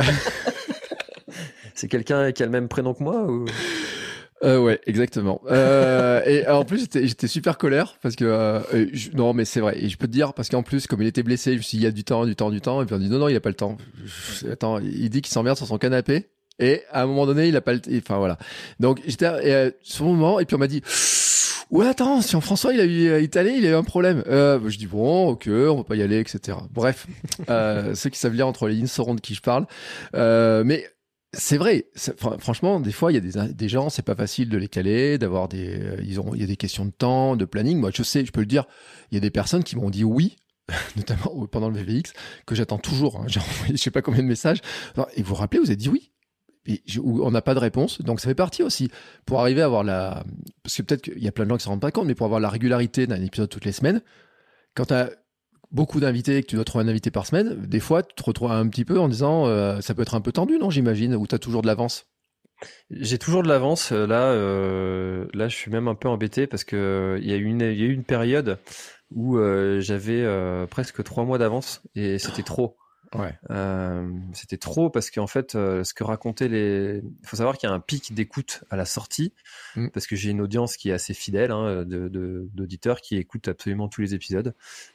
C: C'est quelqu'un qui a le même prénom que moi ou...
A: Euh, ouais, exactement. Euh, et en plus, j'étais, j'étais super colère parce que euh, je, non, mais c'est vrai. Et je peux te dire parce qu'en plus, comme il était blessé, je me suis dit il y a du temps, du temps, du temps. Et puis on dit non, non, il a pas le temps. Je, attends, il dit qu'il s'emmerde sur son canapé. Et à un moment donné, il a pas le. Enfin voilà. Donc j'étais et, euh, sur le moment. Et puis on m'a dit ouais, attends, si François il a eu, il est allé, il a eu un problème. Euh, je dis bon, ok, on va pas y aller, et cetera. Bref, euh, ceux qui savent lire entre les lignes sauront de qui je parle. Euh, mais c'est vrai, c'est, franchement, des fois, il y a des, des gens, c'est pas facile de les caler, d'avoir des, euh, ils ont, il y a des questions de temps, de planning. Moi, je sais, je peux le dire, il y a des personnes qui m'ont dit oui, notamment pendant le V V X, que j'attends toujours. Hein. J'ai envoyé, je sais pas combien de messages. Alors, et vous vous rappelez, vous avez dit oui. Et je, on n'a pas de réponse, donc ça fait partie aussi pour arriver à avoir la, parce que peut-être qu'il y a plein de gens qui se rendent pas compte, mais pour avoir la régularité d'un épisode toutes les semaines, quand t'as beaucoup d'invités, que tu dois trouver un invité par semaine, des fois, tu te retrouves un petit peu en disant, euh, ça peut être un peu tendu, non, j'imagine, ou tu as toujours de l'avance?
C: J'ai toujours de l'avance. Là, euh, là, je suis même un peu embêté parce que il y a eu une, il y a eu une période où euh, j'avais euh, presque trois mois d'avance et c'était trop.
A: Ouais.
C: Euh, c'était trop parce qu'en fait, euh, ce que racontaient les, il faut savoir qu'il y a un pic d'écoute à la sortie
A: Mm.
C: parce que j'ai une audience qui est assez fidèle, hein, de, de, d'auditeurs qui écoutent absolument tous les épisodes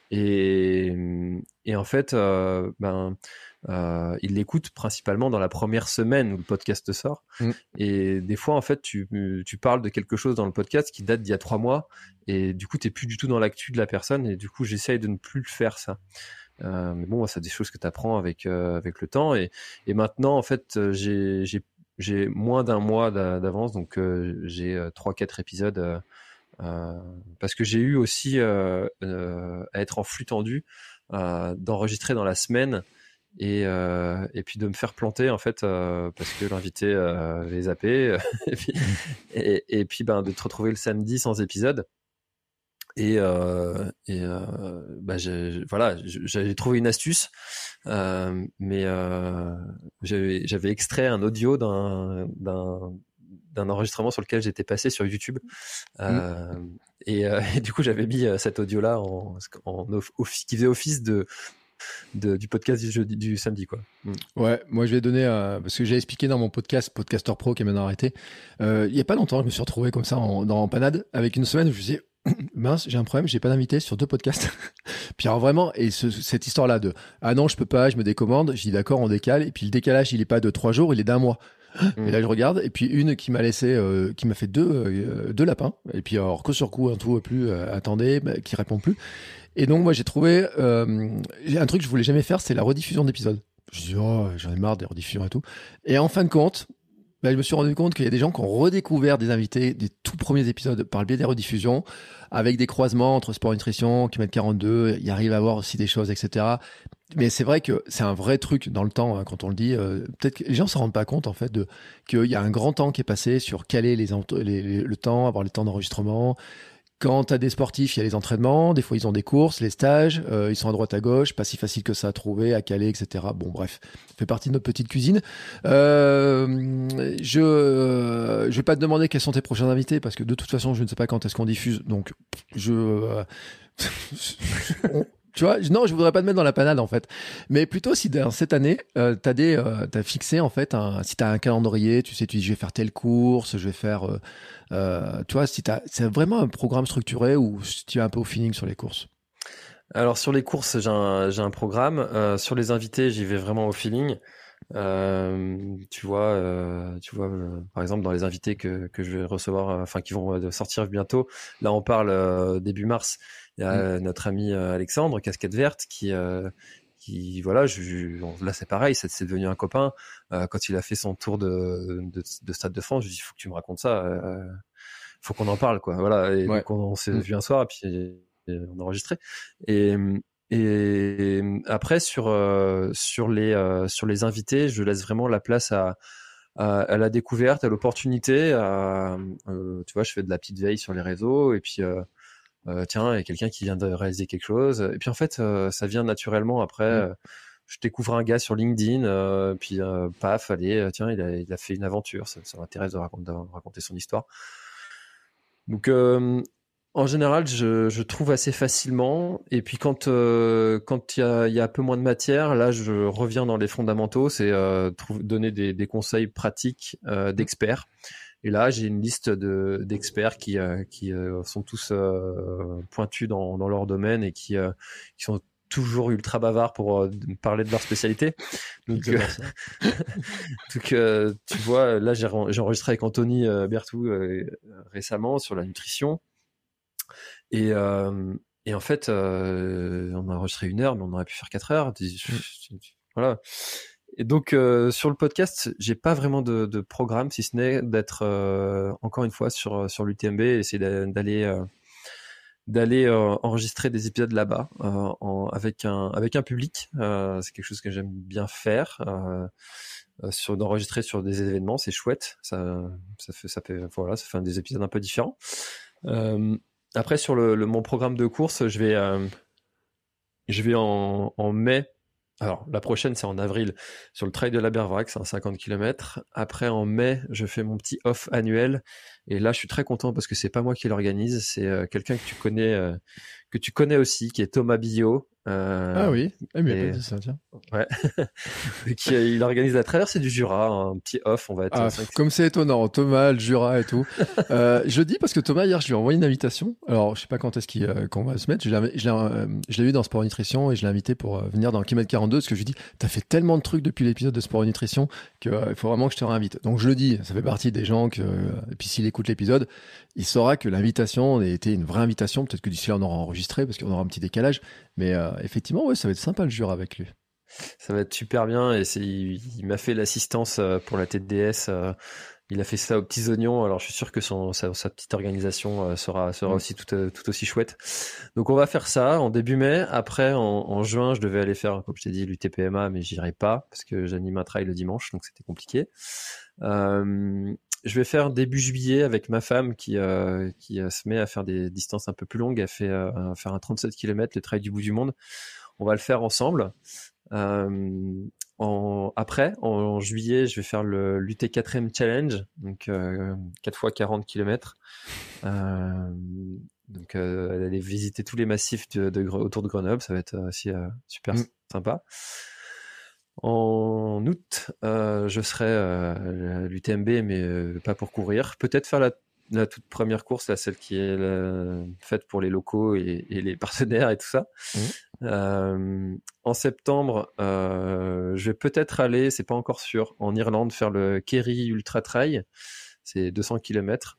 C: et, et en fait, euh, ben, euh, ils l'écoutent principalement dans la première semaine où le podcast sort.
A: Mm.
C: Et des fois, en fait, tu, tu parles de quelque chose dans le podcast qui date d'il y a trois mois et du coup, t'es plus du tout dans l'actu de la personne et du coup, j'essaye de ne plus le faire ça. Euh, mais bon, c'est des choses que tu apprends avec euh, avec le temps et et maintenant en fait j'ai j'ai j'ai moins d'un mois d'avance donc euh, j'ai trois quatre épisodes euh, euh, parce que j'ai eu aussi euh, euh, à être en flux tendu euh, d'enregistrer dans la semaine et euh, et puis de me faire planter en fait euh, parce que l'invité euh, avait zappé et puis et, et puis ben de te retrouver le samedi sans épisode. Et, euh, et euh, bah j'ai, voilà, j'avais trouvé une astuce, euh, mais euh, j'avais, j'avais extrait un audio d'un, d'un, d'un enregistrement sur lequel j'étais passé sur YouTube, euh, mm. et, euh, et du coup j'avais mis cet audio-là en, en office, qui faisait office de De, du podcast du, jeudi, du samedi quoi. Mm.
A: Ouais, moi je vais donner euh, parce que j'ai expliqué dans mon podcast Podcaster Pro qui est maintenant arrêté. Euh, il y a pas longtemps, je me suis retrouvé comme ça en, dans en panade avec une semaine où je me suis dit mince, j'ai un problème, j'ai pas d'invité sur deux podcasts. Puis alors vraiment, et ce, cette histoire-là de ah non je peux pas, je me décommande, je dis d'accord on décale et puis le décalage il est pas de trois jours, il est d'un mois. Mm. Et là je regarde et puis une qui m'a laissé, euh, qui m'a fait deux euh, deux lapins et puis alors coup sur coup un tout plus euh, attendez, bah, qui répond plus. Et donc, moi, j'ai trouvé euh, un truc que je voulais jamais faire, c'est la rediffusion d'épisodes. Je me suis dit, oh, j'en ai marre des rediffusions et tout. Et en fin de compte, bah, je me suis rendu compte qu'il y a des gens qui ont redécouvert des invités des tout premiers épisodes par le biais des rediffusions, avec des croisements entre Sport Nutrition, Kilomètre quarante-deux, il arrive à voir aussi des choses, et cetera. Mais c'est vrai que c'est un vrai truc dans le temps, hein, quand on le dit. Euh, peut-être que les gens ne s'en rendent pas compte, en fait, de, qu'il y a un grand temps qui est passé sur caler les, les, les, le temps, avoir les temps d'enregistrement. Quand t'as des sportifs, il y a les entraînements, des fois ils ont des courses, les stages, euh, ils sont à droite à gauche, pas si facile que ça à trouver, à caler, et cetera. Bon bref, ça fait partie de notre petite cuisine. Euh, je euh, je vais pas te demander quels sont tes prochains invités parce que de toute façon je ne sais pas quand est-ce qu'on diffuse, donc je euh, on, tu vois, non, je voudrais pas te mettre dans la panade en fait, mais plutôt si dans cette année euh, t'as des, euh, t'as fixé en fait, un, si t'as un calendrier, tu sais, tu dis je vais faire telle course, je vais faire, euh, euh, tu vois, si t'as, c'est vraiment un programme structuré ou tu es un peu au feeling sur les courses.
C: Alors sur les courses, j'ai un, j'ai un programme. Euh, sur les invités, j'y vais vraiment au feeling. Euh, tu vois, euh, tu vois, euh, par exemple dans les invités que que je vais recevoir, enfin euh, qui vont euh, sortir bientôt. Là, on parle euh, début mars. Il y a mmh. notre ami euh, Alexandre, casquette verte, qui euh, qui voilà, je, je, là c'est pareil, c'est, c'est devenu un copain. Euh, quand il a fait son tour de de, de Stade de France, je lui dis il faut que tu me racontes ça. Euh, faut qu'on en parle quoi. Voilà. Et ouais. donc on, on s'est mmh. vu un soir et puis et on a enregistré. Et Et après sur euh, sur les euh, sur les invités, je laisse vraiment la place à à, à la découverte, à l'opportunité. À, euh, tu vois, je fais de la petite veille sur les réseaux et puis euh, euh, tiens, il y a quelqu'un qui vient de réaliser quelque chose. Et puis en fait, euh, ça vient naturellement. Après, mmh. euh, je découvre un gars sur LinkedIn, euh, puis euh, paf, allez, tiens, il a il a fait une aventure. Ça, ça m'intéresse de raconter, de raconter son histoire. Donc euh, en général, je, je trouve assez facilement. Et puis quand euh, quand il y a, y a un peu moins de matière, là, je reviens dans les fondamentaux. C'est euh, trouve, donner des, des conseils pratiques euh, d'experts. Et là, j'ai une liste de d'experts qui euh, qui euh, sont tous euh, pointus dans dans leur domaine et qui euh, qui sont toujours ultra bavards pour euh, parler de leur spécialité. Donc, euh, donc euh, tu vois, là, j'ai, j'ai enregistré avec Anthony euh, Berthou euh, récemment sur la nutrition. Et, euh, et en fait, euh, on a enregistré une heure, mais on aurait pu faire quatre heures. Voilà. Et donc, euh, sur le podcast, j'ai pas vraiment de, de programme, si ce n'est d'être, euh, encore une fois, sur, sur l'U T M B et essayer d'aller, euh, d'aller euh, enregistrer des épisodes là-bas, euh, en, avec, un, avec un public. Euh, c'est quelque chose que j'aime bien faire. Euh, sur, d'enregistrer sur des événements, c'est chouette. Ça, ça, fait, ça, fait, voilà, ça fait des épisodes un peu différents. Euh, Après, sur le, le, mon programme de course, je vais, euh, je vais en, en mai. Alors, la prochaine, c'est en avril, sur le trail de la Berverac, c'est un cinquante kilomètres. Après, en mai, je fais mon petit off annuel. Et là, je suis très content parce que c'est pas moi qui l'organise, c'est euh, quelqu'un que tu connais, euh, que tu connais aussi, qui est Thomas Billot. Euh,
A: ah oui, il m'a
C: et...
A: pas dit ça, tiens.
C: Ouais. qui, il organise la traversée du Jura, un petit off, on va être...
A: Ah,
C: cinq...
A: comme c'est étonnant, Thomas, le Jura et tout. euh, je dis parce que Thomas, hier, je lui ai envoyé une invitation. Alors, je sais pas quand est-ce qu'il, euh, qu'on va se mettre. Je l'ai, je l'ai, euh, je l'ai eu dans Sport Nutrition et je l'ai invité pour euh, venir dans kilomètre quarante-deux parce que je lui dis, t'as fait tellement de trucs depuis l'épisode de Sport Nutrition qu'il euh, faut vraiment que je te réinvite. Donc, je le dis, ça fait partie des gens que... Euh, et puis, s'il écoute l'épisode, il saura que l'invitation a été une vraie invitation. Peut-être que d'ici là, on aura enregistré parce qu'on aura un petit décalage. Mais euh, effectivement, ouais, ça va être sympa le Jura avec lui.
C: Ça va être super bien et c'est, il, il m'a fait l'assistance pour la T D S. Euh, il a fait ça aux petits oignons. Alors je suis sûr que son, sa, sa petite organisation euh, sera, sera mmh. aussi tout, euh, tout aussi chouette. Donc on va faire ça en début mai. Après en, en juin, je devais aller faire, comme je t'ai dit, l'U T P M A, mais j'irai pas parce que j'anime un trail le dimanche, donc c'était compliqué. Euh, je vais faire début juillet avec ma femme qui, euh, qui euh, se met à faire des distances un peu plus longues. Elle fait euh, à faire un trente-sept kilomètres, le trail du bout du monde. On va le faire ensemble. Euh, en, après, en, en juillet, je vais faire le l'U T quatre M Challenge, donc euh, quatre fois quarante kilomètres. Euh, donc euh, aller visiter tous les massifs de, de, autour de Grenoble, ça va être aussi euh, super mmh. sympa. En août, euh, je serai euh, l'U T M B, mais euh, pas pour courir. Peut-être faire la, la toute première course, là, celle qui est la, faite pour les locaux et, et les partenaires et tout ça. Mmh. Euh, en septembre, euh, je vais peut-être aller, c'est pas encore sûr, en Irlande faire le Kerry Ultra Trail. C'est deux cents kilomètres.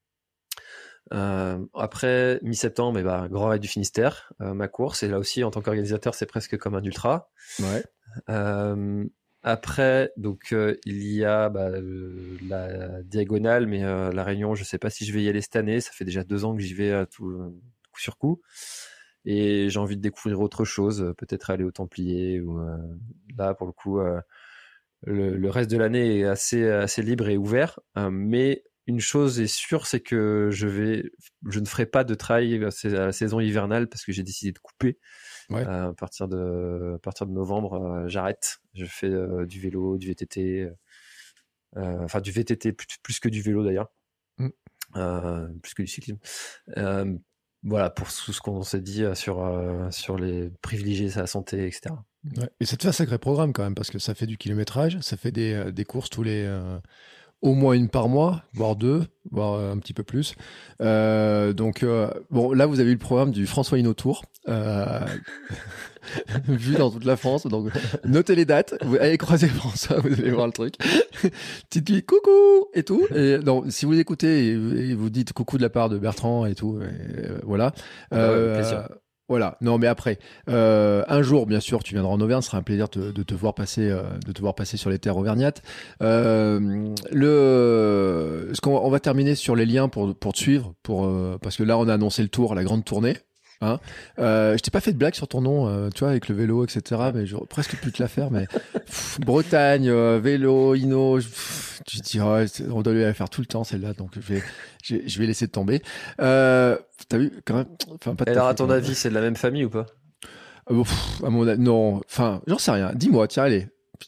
C: Euh, après, mi-septembre, eh ben, Grand Raid du Finistère, euh, ma course. Et là aussi, en tant qu'organisateur, c'est presque comme un ultra.
A: Ouais.
C: Euh, après, donc euh, il y a bah, euh, la diagonale, mais euh, la Réunion, je sais pas si je vais y aller cette année. Ça fait déjà deux ans que j'y vais à tout, euh, coup sur coup, et j'ai envie de découvrir autre chose, peut-être aller au Templier. Ou euh, là, pour le coup, euh, le, le reste de l'année est assez assez libre et ouvert. Euh, mais une chose est sûre, c'est que je vais, je ne ferai pas de trail à la saison hivernale parce que j'ai décidé de couper. Ouais. Euh, à partir de, à partir de novembre, euh, j'arrête. Je fais euh, du vélo, du V T T, euh, enfin du V T T plus, plus que du vélo d'ailleurs, mm. euh, plus que du cyclisme. Euh, voilà pour tout ce qu'on s'est dit sur euh, sur les privilégier sa santé, et cetera.
A: Ouais. Et ça te fait un sacré programme quand même parce que ça fait du kilométrage, ça fait des des courses tous les euh... au moins une par mois, voire deux, voire un petit peu plus. Euh, donc, euh, bon, là, vous avez eu le programme du François Hinault Tour, euh, vu dans toute la France. Donc, notez les dates. Vous allez croiser François, vous allez voir le truc. Petite lui, coucou et tout. Et donc, si vous écoutez et, et vous dites coucou de la part de Bertrand et tout, et, euh, voilà.
C: Euh, ouais, plaisir.
A: Voilà. Non, mais après, euh, un jour, bien sûr, tu viendras en Auvergne. Ce sera un plaisir de, de te voir passer, euh, de te voir passer sur les terres auvergnates. Euh, le, ce qu'on on va terminer sur les liens pour pour te suivre, pour euh, parce que là, on a annoncé le tour, la grande tournée. Hein euh, je t'ai pas fait de blague sur ton nom, euh, tu vois, avec le vélo, et cetera. Mais j'aurais presque pu te la faire. Mais pff, Bretagne, euh, vélo, Hinault. Tu te dis, oh, on doit la faire tout le temps celle-là, donc je vais, je, je vais laisser tomber. Euh, t'as vu quand même. Enfin, pas.
C: Alors, à ton avis, c'est de la même famille ou pas?
A: euh, pff, à mon non. Enfin, j'en sais rien. Dis-moi, tiens, allez.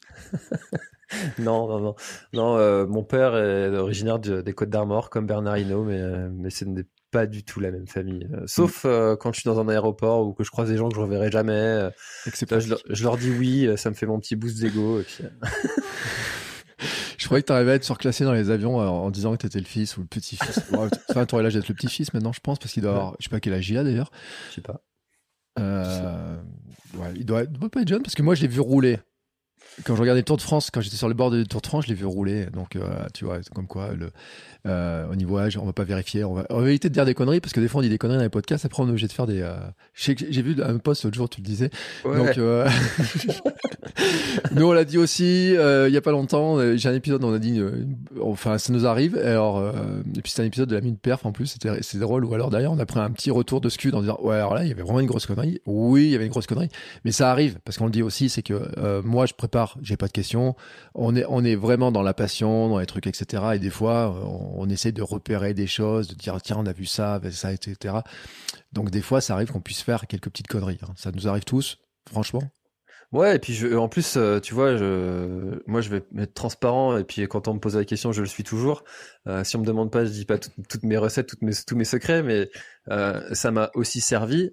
C: non, non, non, non. Euh, mon père est originaire de, des Côtes d'Armor, comme Bernard Hinault, mais mais ce n'est pas du tout la même famille. Euh, sauf mmh. euh, quand je suis dans un aéroport ou que je croise des gens que je reverrai jamais. Euh, là, je, je leur dis oui, ça me fait mon petit boost d'ego. Et puis, euh...
A: Je croyais que t'arrivais à être surclassé dans les avions en, en disant que t'étais le fils ou le petit-fils. Enfin, t'aurais l'âge d'être le petit-fils maintenant, je pense, parce qu'il doit avoir, je sais pas quel âge il a d'ailleurs.
C: Je sais pas.
A: Euh, ouais, il doit, il doit pas être jeune parce que moi je l'ai vu rouler. Quand je regardais le Tour de France, quand j'étais sur le bord du Tour de France, je l'ai vu rouler. Donc, euh, tu vois, c'est comme quoi, le, euh, au niveau âge, on va pas vérifier. On va, on va éviter de dire des conneries parce que des fois, on dit des conneries dans les podcasts. Après, on est obligé de faire des. Euh... J'ai, j'ai vu un post l'autre jour, tu le disais. Ouais. Donc, euh... nous, on l'a dit aussi euh, il y a pas longtemps. J'ai un épisode où on a dit. Euh, enfin, ça nous arrive. Alors, euh, et puis, c'est un épisode de la mine perf en plus. C'était, c'était drôle. Ou alors, d'ailleurs, on a pris un petit retour de scud en disant ouais, alors là, il y avait vraiment une grosse connerie. Oui, il y avait une grosse connerie. Mais ça arrive parce qu'on le dit aussi, c'est que euh, moi, je prépare part, j'ai pas de questions. On est, on est vraiment dans la passion, dans les trucs, et cetera. Et des fois, on, on essaie de repérer des choses, de dire tiens, on a vu ça, ça, et cetera. Donc des fois, ça arrive qu'on puisse faire quelques petites conneries. Hein. Ça nous arrive tous, franchement.
C: Ouais, et puis je, en plus, euh, tu vois, je, moi, je vais être transparent. Et puis quand on me pose la question, je le suis toujours. Euh, si on me demande pas, je dis pas tout, toutes mes recettes, toutes mes, tous mes secrets, mais euh, ça m'a aussi servi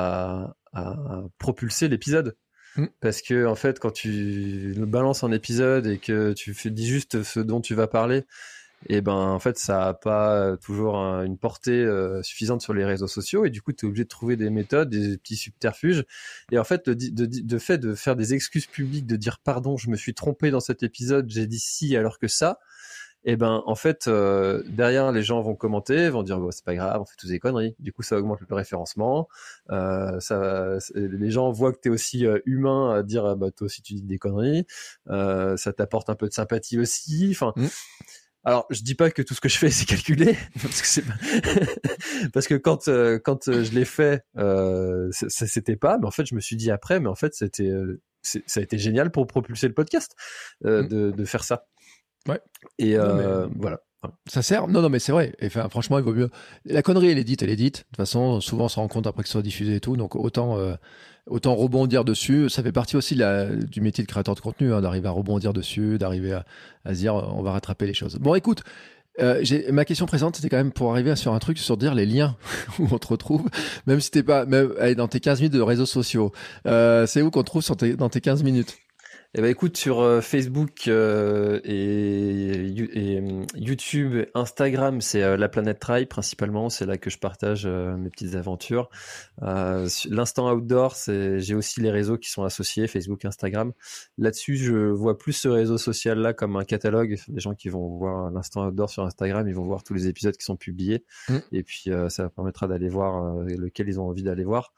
C: à, à propulser l'épisode. Mmh. Parce que en fait, quand tu balances un épisode et que tu fais, dis juste ce dont tu vas parler, et ben en fait ça a pas toujours un, une portée euh, suffisante sur les réseaux sociaux, et du coup tu es obligé de trouver des méthodes, des petits subterfuges, et en fait le de, de, de fait de faire des excuses publiques, de dire pardon, je me suis trompé dans cet épisode, j'ai dit ci alors que ça, et ben en fait euh, derrière les gens vont commenter, vont dire bon, c'est pas grave, on fait tous des conneries, du coup ça augmente le référencement, euh, ça, les gens voient que t'es aussi euh, humain à dire bah toi aussi tu dis des conneries, euh, ça t'apporte un peu de sympathie aussi, enfin mmh. Alors, je dis pas que tout ce que je fais c'est calculé, parce que c'est pas... parce que quand euh, quand je l'ai fait, euh, ça c'était pas. Mais en fait, je me suis dit après, mais en fait, c'était euh, ça a été génial pour propulser le podcast euh, mmh. de de faire ça.
A: Ouais.
C: Et
A: non,
C: euh,
A: mais...
C: voilà.
A: Ça sert. Non, non, mais c'est vrai. Et enfin, franchement, il vaut mieux. La connerie, elle est dite, elle est dite. De toute façon, souvent, on se rend compte après que ça soit diffusé et tout. Donc, autant, euh, autant rebondir dessus. Ça fait partie aussi de la, du métier de créateur de contenu, hein, d'arriver à rebondir dessus, d'arriver à, à se dire, on va rattraper les choses. Bon, écoute, euh, j'ai, ma question présente, c'était quand même pour arriver sur un truc, sur dire les liens où on te retrouve, même si t'es pas, même, allez, dans tes quinze minutes de réseaux sociaux. Euh, c'est où qu'on te trouve sur tes, dans tes quinze minutes?
C: Eh ben écoute, sur euh, Facebook euh, et, et YouTube, Instagram, c'est euh, La Planète Trail principalement. C'est là que je partage euh, mes petites aventures. Euh, L'instant outdoor, c'est, j'ai aussi les réseaux qui sont associés, Facebook, Instagram. Là-dessus, je vois plus ce réseau social-là comme un catalogue. Les gens qui vont voir l'instant outdoor sur Instagram, ils vont voir tous les épisodes qui sont publiés. Mmh. Et puis, euh, ça permettra d'aller voir euh, lequel ils ont envie d'aller voir.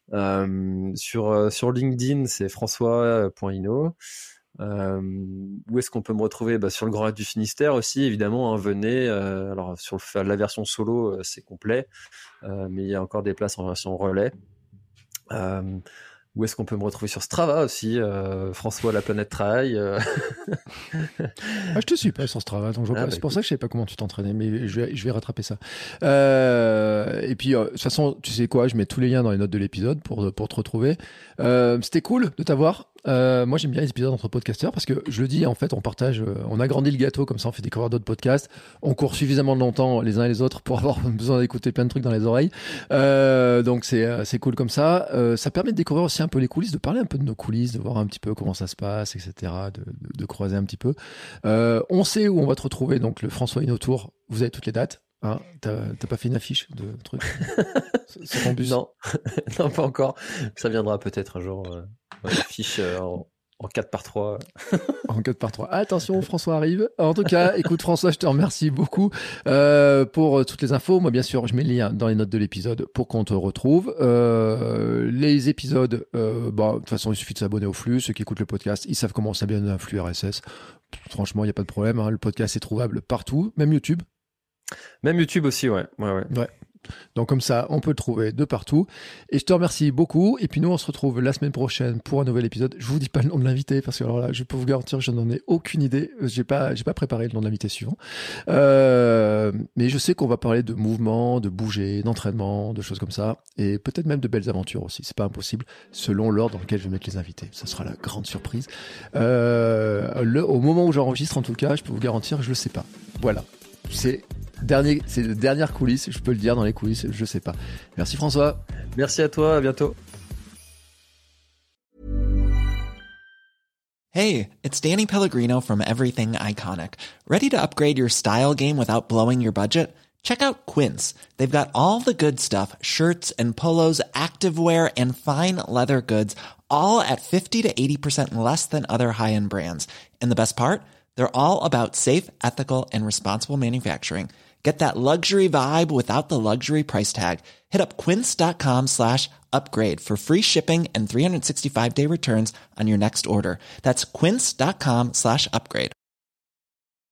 C: Euh, sur, euh, sur LinkedIn, c'est françois point ino. Euh, où est-ce qu'on peut me retrouver? Bah, sur le Grand Raid du Finistère aussi, évidemment, hein, venez. Euh, alors sur le, la version solo, euh, c'est complet, euh, mais il y a encore des places en version relais. Euh, où est-ce qu'on peut me retrouver? Sur Strava aussi, euh, François La Planète Trail. Euh...
A: ah, je te suis pas sur Strava, donc je vois ah, pas. Bah, c'est pour écoute. ça que je sais pas comment tu t'entraînais, mais je vais, je vais rattraper ça. Euh, et puis, euh, de toute façon, tu sais quoi, je mets tous les liens dans les notes de l'épisode pour, pour te retrouver. Euh, c'était cool de t'avoir. Euh, moi, j'aime bien les épisodes entre podcasteurs parce que je le dis, en fait, on partage, euh, on agrandit le gâteau, comme ça, on fait découvrir d'autres podcasts. On court suffisamment de longtemps les uns et les autres pour avoir besoin d'écouter plein de trucs dans les oreilles. Euh, donc, c'est, euh, c'est cool comme ça. Euh, ça permet de découvrir aussi un peu les coulisses, de parler un peu de nos coulisses, de voir un petit peu comment ça se passe, et cetera, de, de, de croiser un petit peu. Euh, on sait où on va te retrouver, donc le François Hinault Tour. Vous avez toutes les dates. Hein, t'as, t'as pas fait une affiche de trucs?
C: C'est ton bus? Non, non, pas encore. Ça viendra peut-être un jour. Euh, une affiche euh, en, en quatre par trois.
A: En quatre par trois. Attention, François arrive. En tout cas, écoute, François, je te remercie beaucoup euh, pour toutes les infos. Moi, bien sûr, je mets le lien dans les notes de l'épisode pour qu'on te retrouve. Euh, les épisodes, euh, bah, de toute façon, il suffit de s'abonner au flux. Ceux qui écoutent le podcast, ils savent comment s'abonner à un flux R S S. Franchement, il n'y a pas de problème. Hein. Le podcast est trouvable partout, même YouTube.
C: Même YouTube aussi, ouais. ouais, ouais.
A: ouais. Donc comme ça, on peut le trouver de partout. Et je te remercie beaucoup. Et puis nous, on se retrouve la semaine prochaine pour un nouvel épisode. Je vous dis pas le nom de l'invité parce que alors là, je peux vous garantir, je n'en ai aucune idée. J'ai pas, j'ai pas préparé le nom de l'invité suivant. Euh, mais je sais qu'on va parler de mouvement, de bouger, d'entraînement, de choses comme ça, et peut-être même de belles aventures aussi. C'est pas impossible, selon l'ordre dans lequel je vais mettre les invités. Ça sera la grande surprise. Euh, le, au moment où j'enregistre, en tout cas, je peux vous garantir, je le sais pas. Voilà. C'est Dernier, c'est la dernière coulisse, je peux le dire dans les coulisses, je sais pas. Merci François.
C: Merci à toi, à bientôt.
D: Hey, it's Danny Pellegrino from Everything Iconic. Ready to upgrade your style game without blowing your budget? Check out Quince. They've got all the good stuff, shirts and polos, activewear and fine leather goods, all at fifty to eighty percent less than other high-end brands. And the best part? They're all about safe, ethical, and responsible manufacturing. Get that luxury vibe without the luxury price tag. Hit up quince.com slash upgrade for free shipping and three sixty-five day returns on your next order. That's quince.com slash upgrade.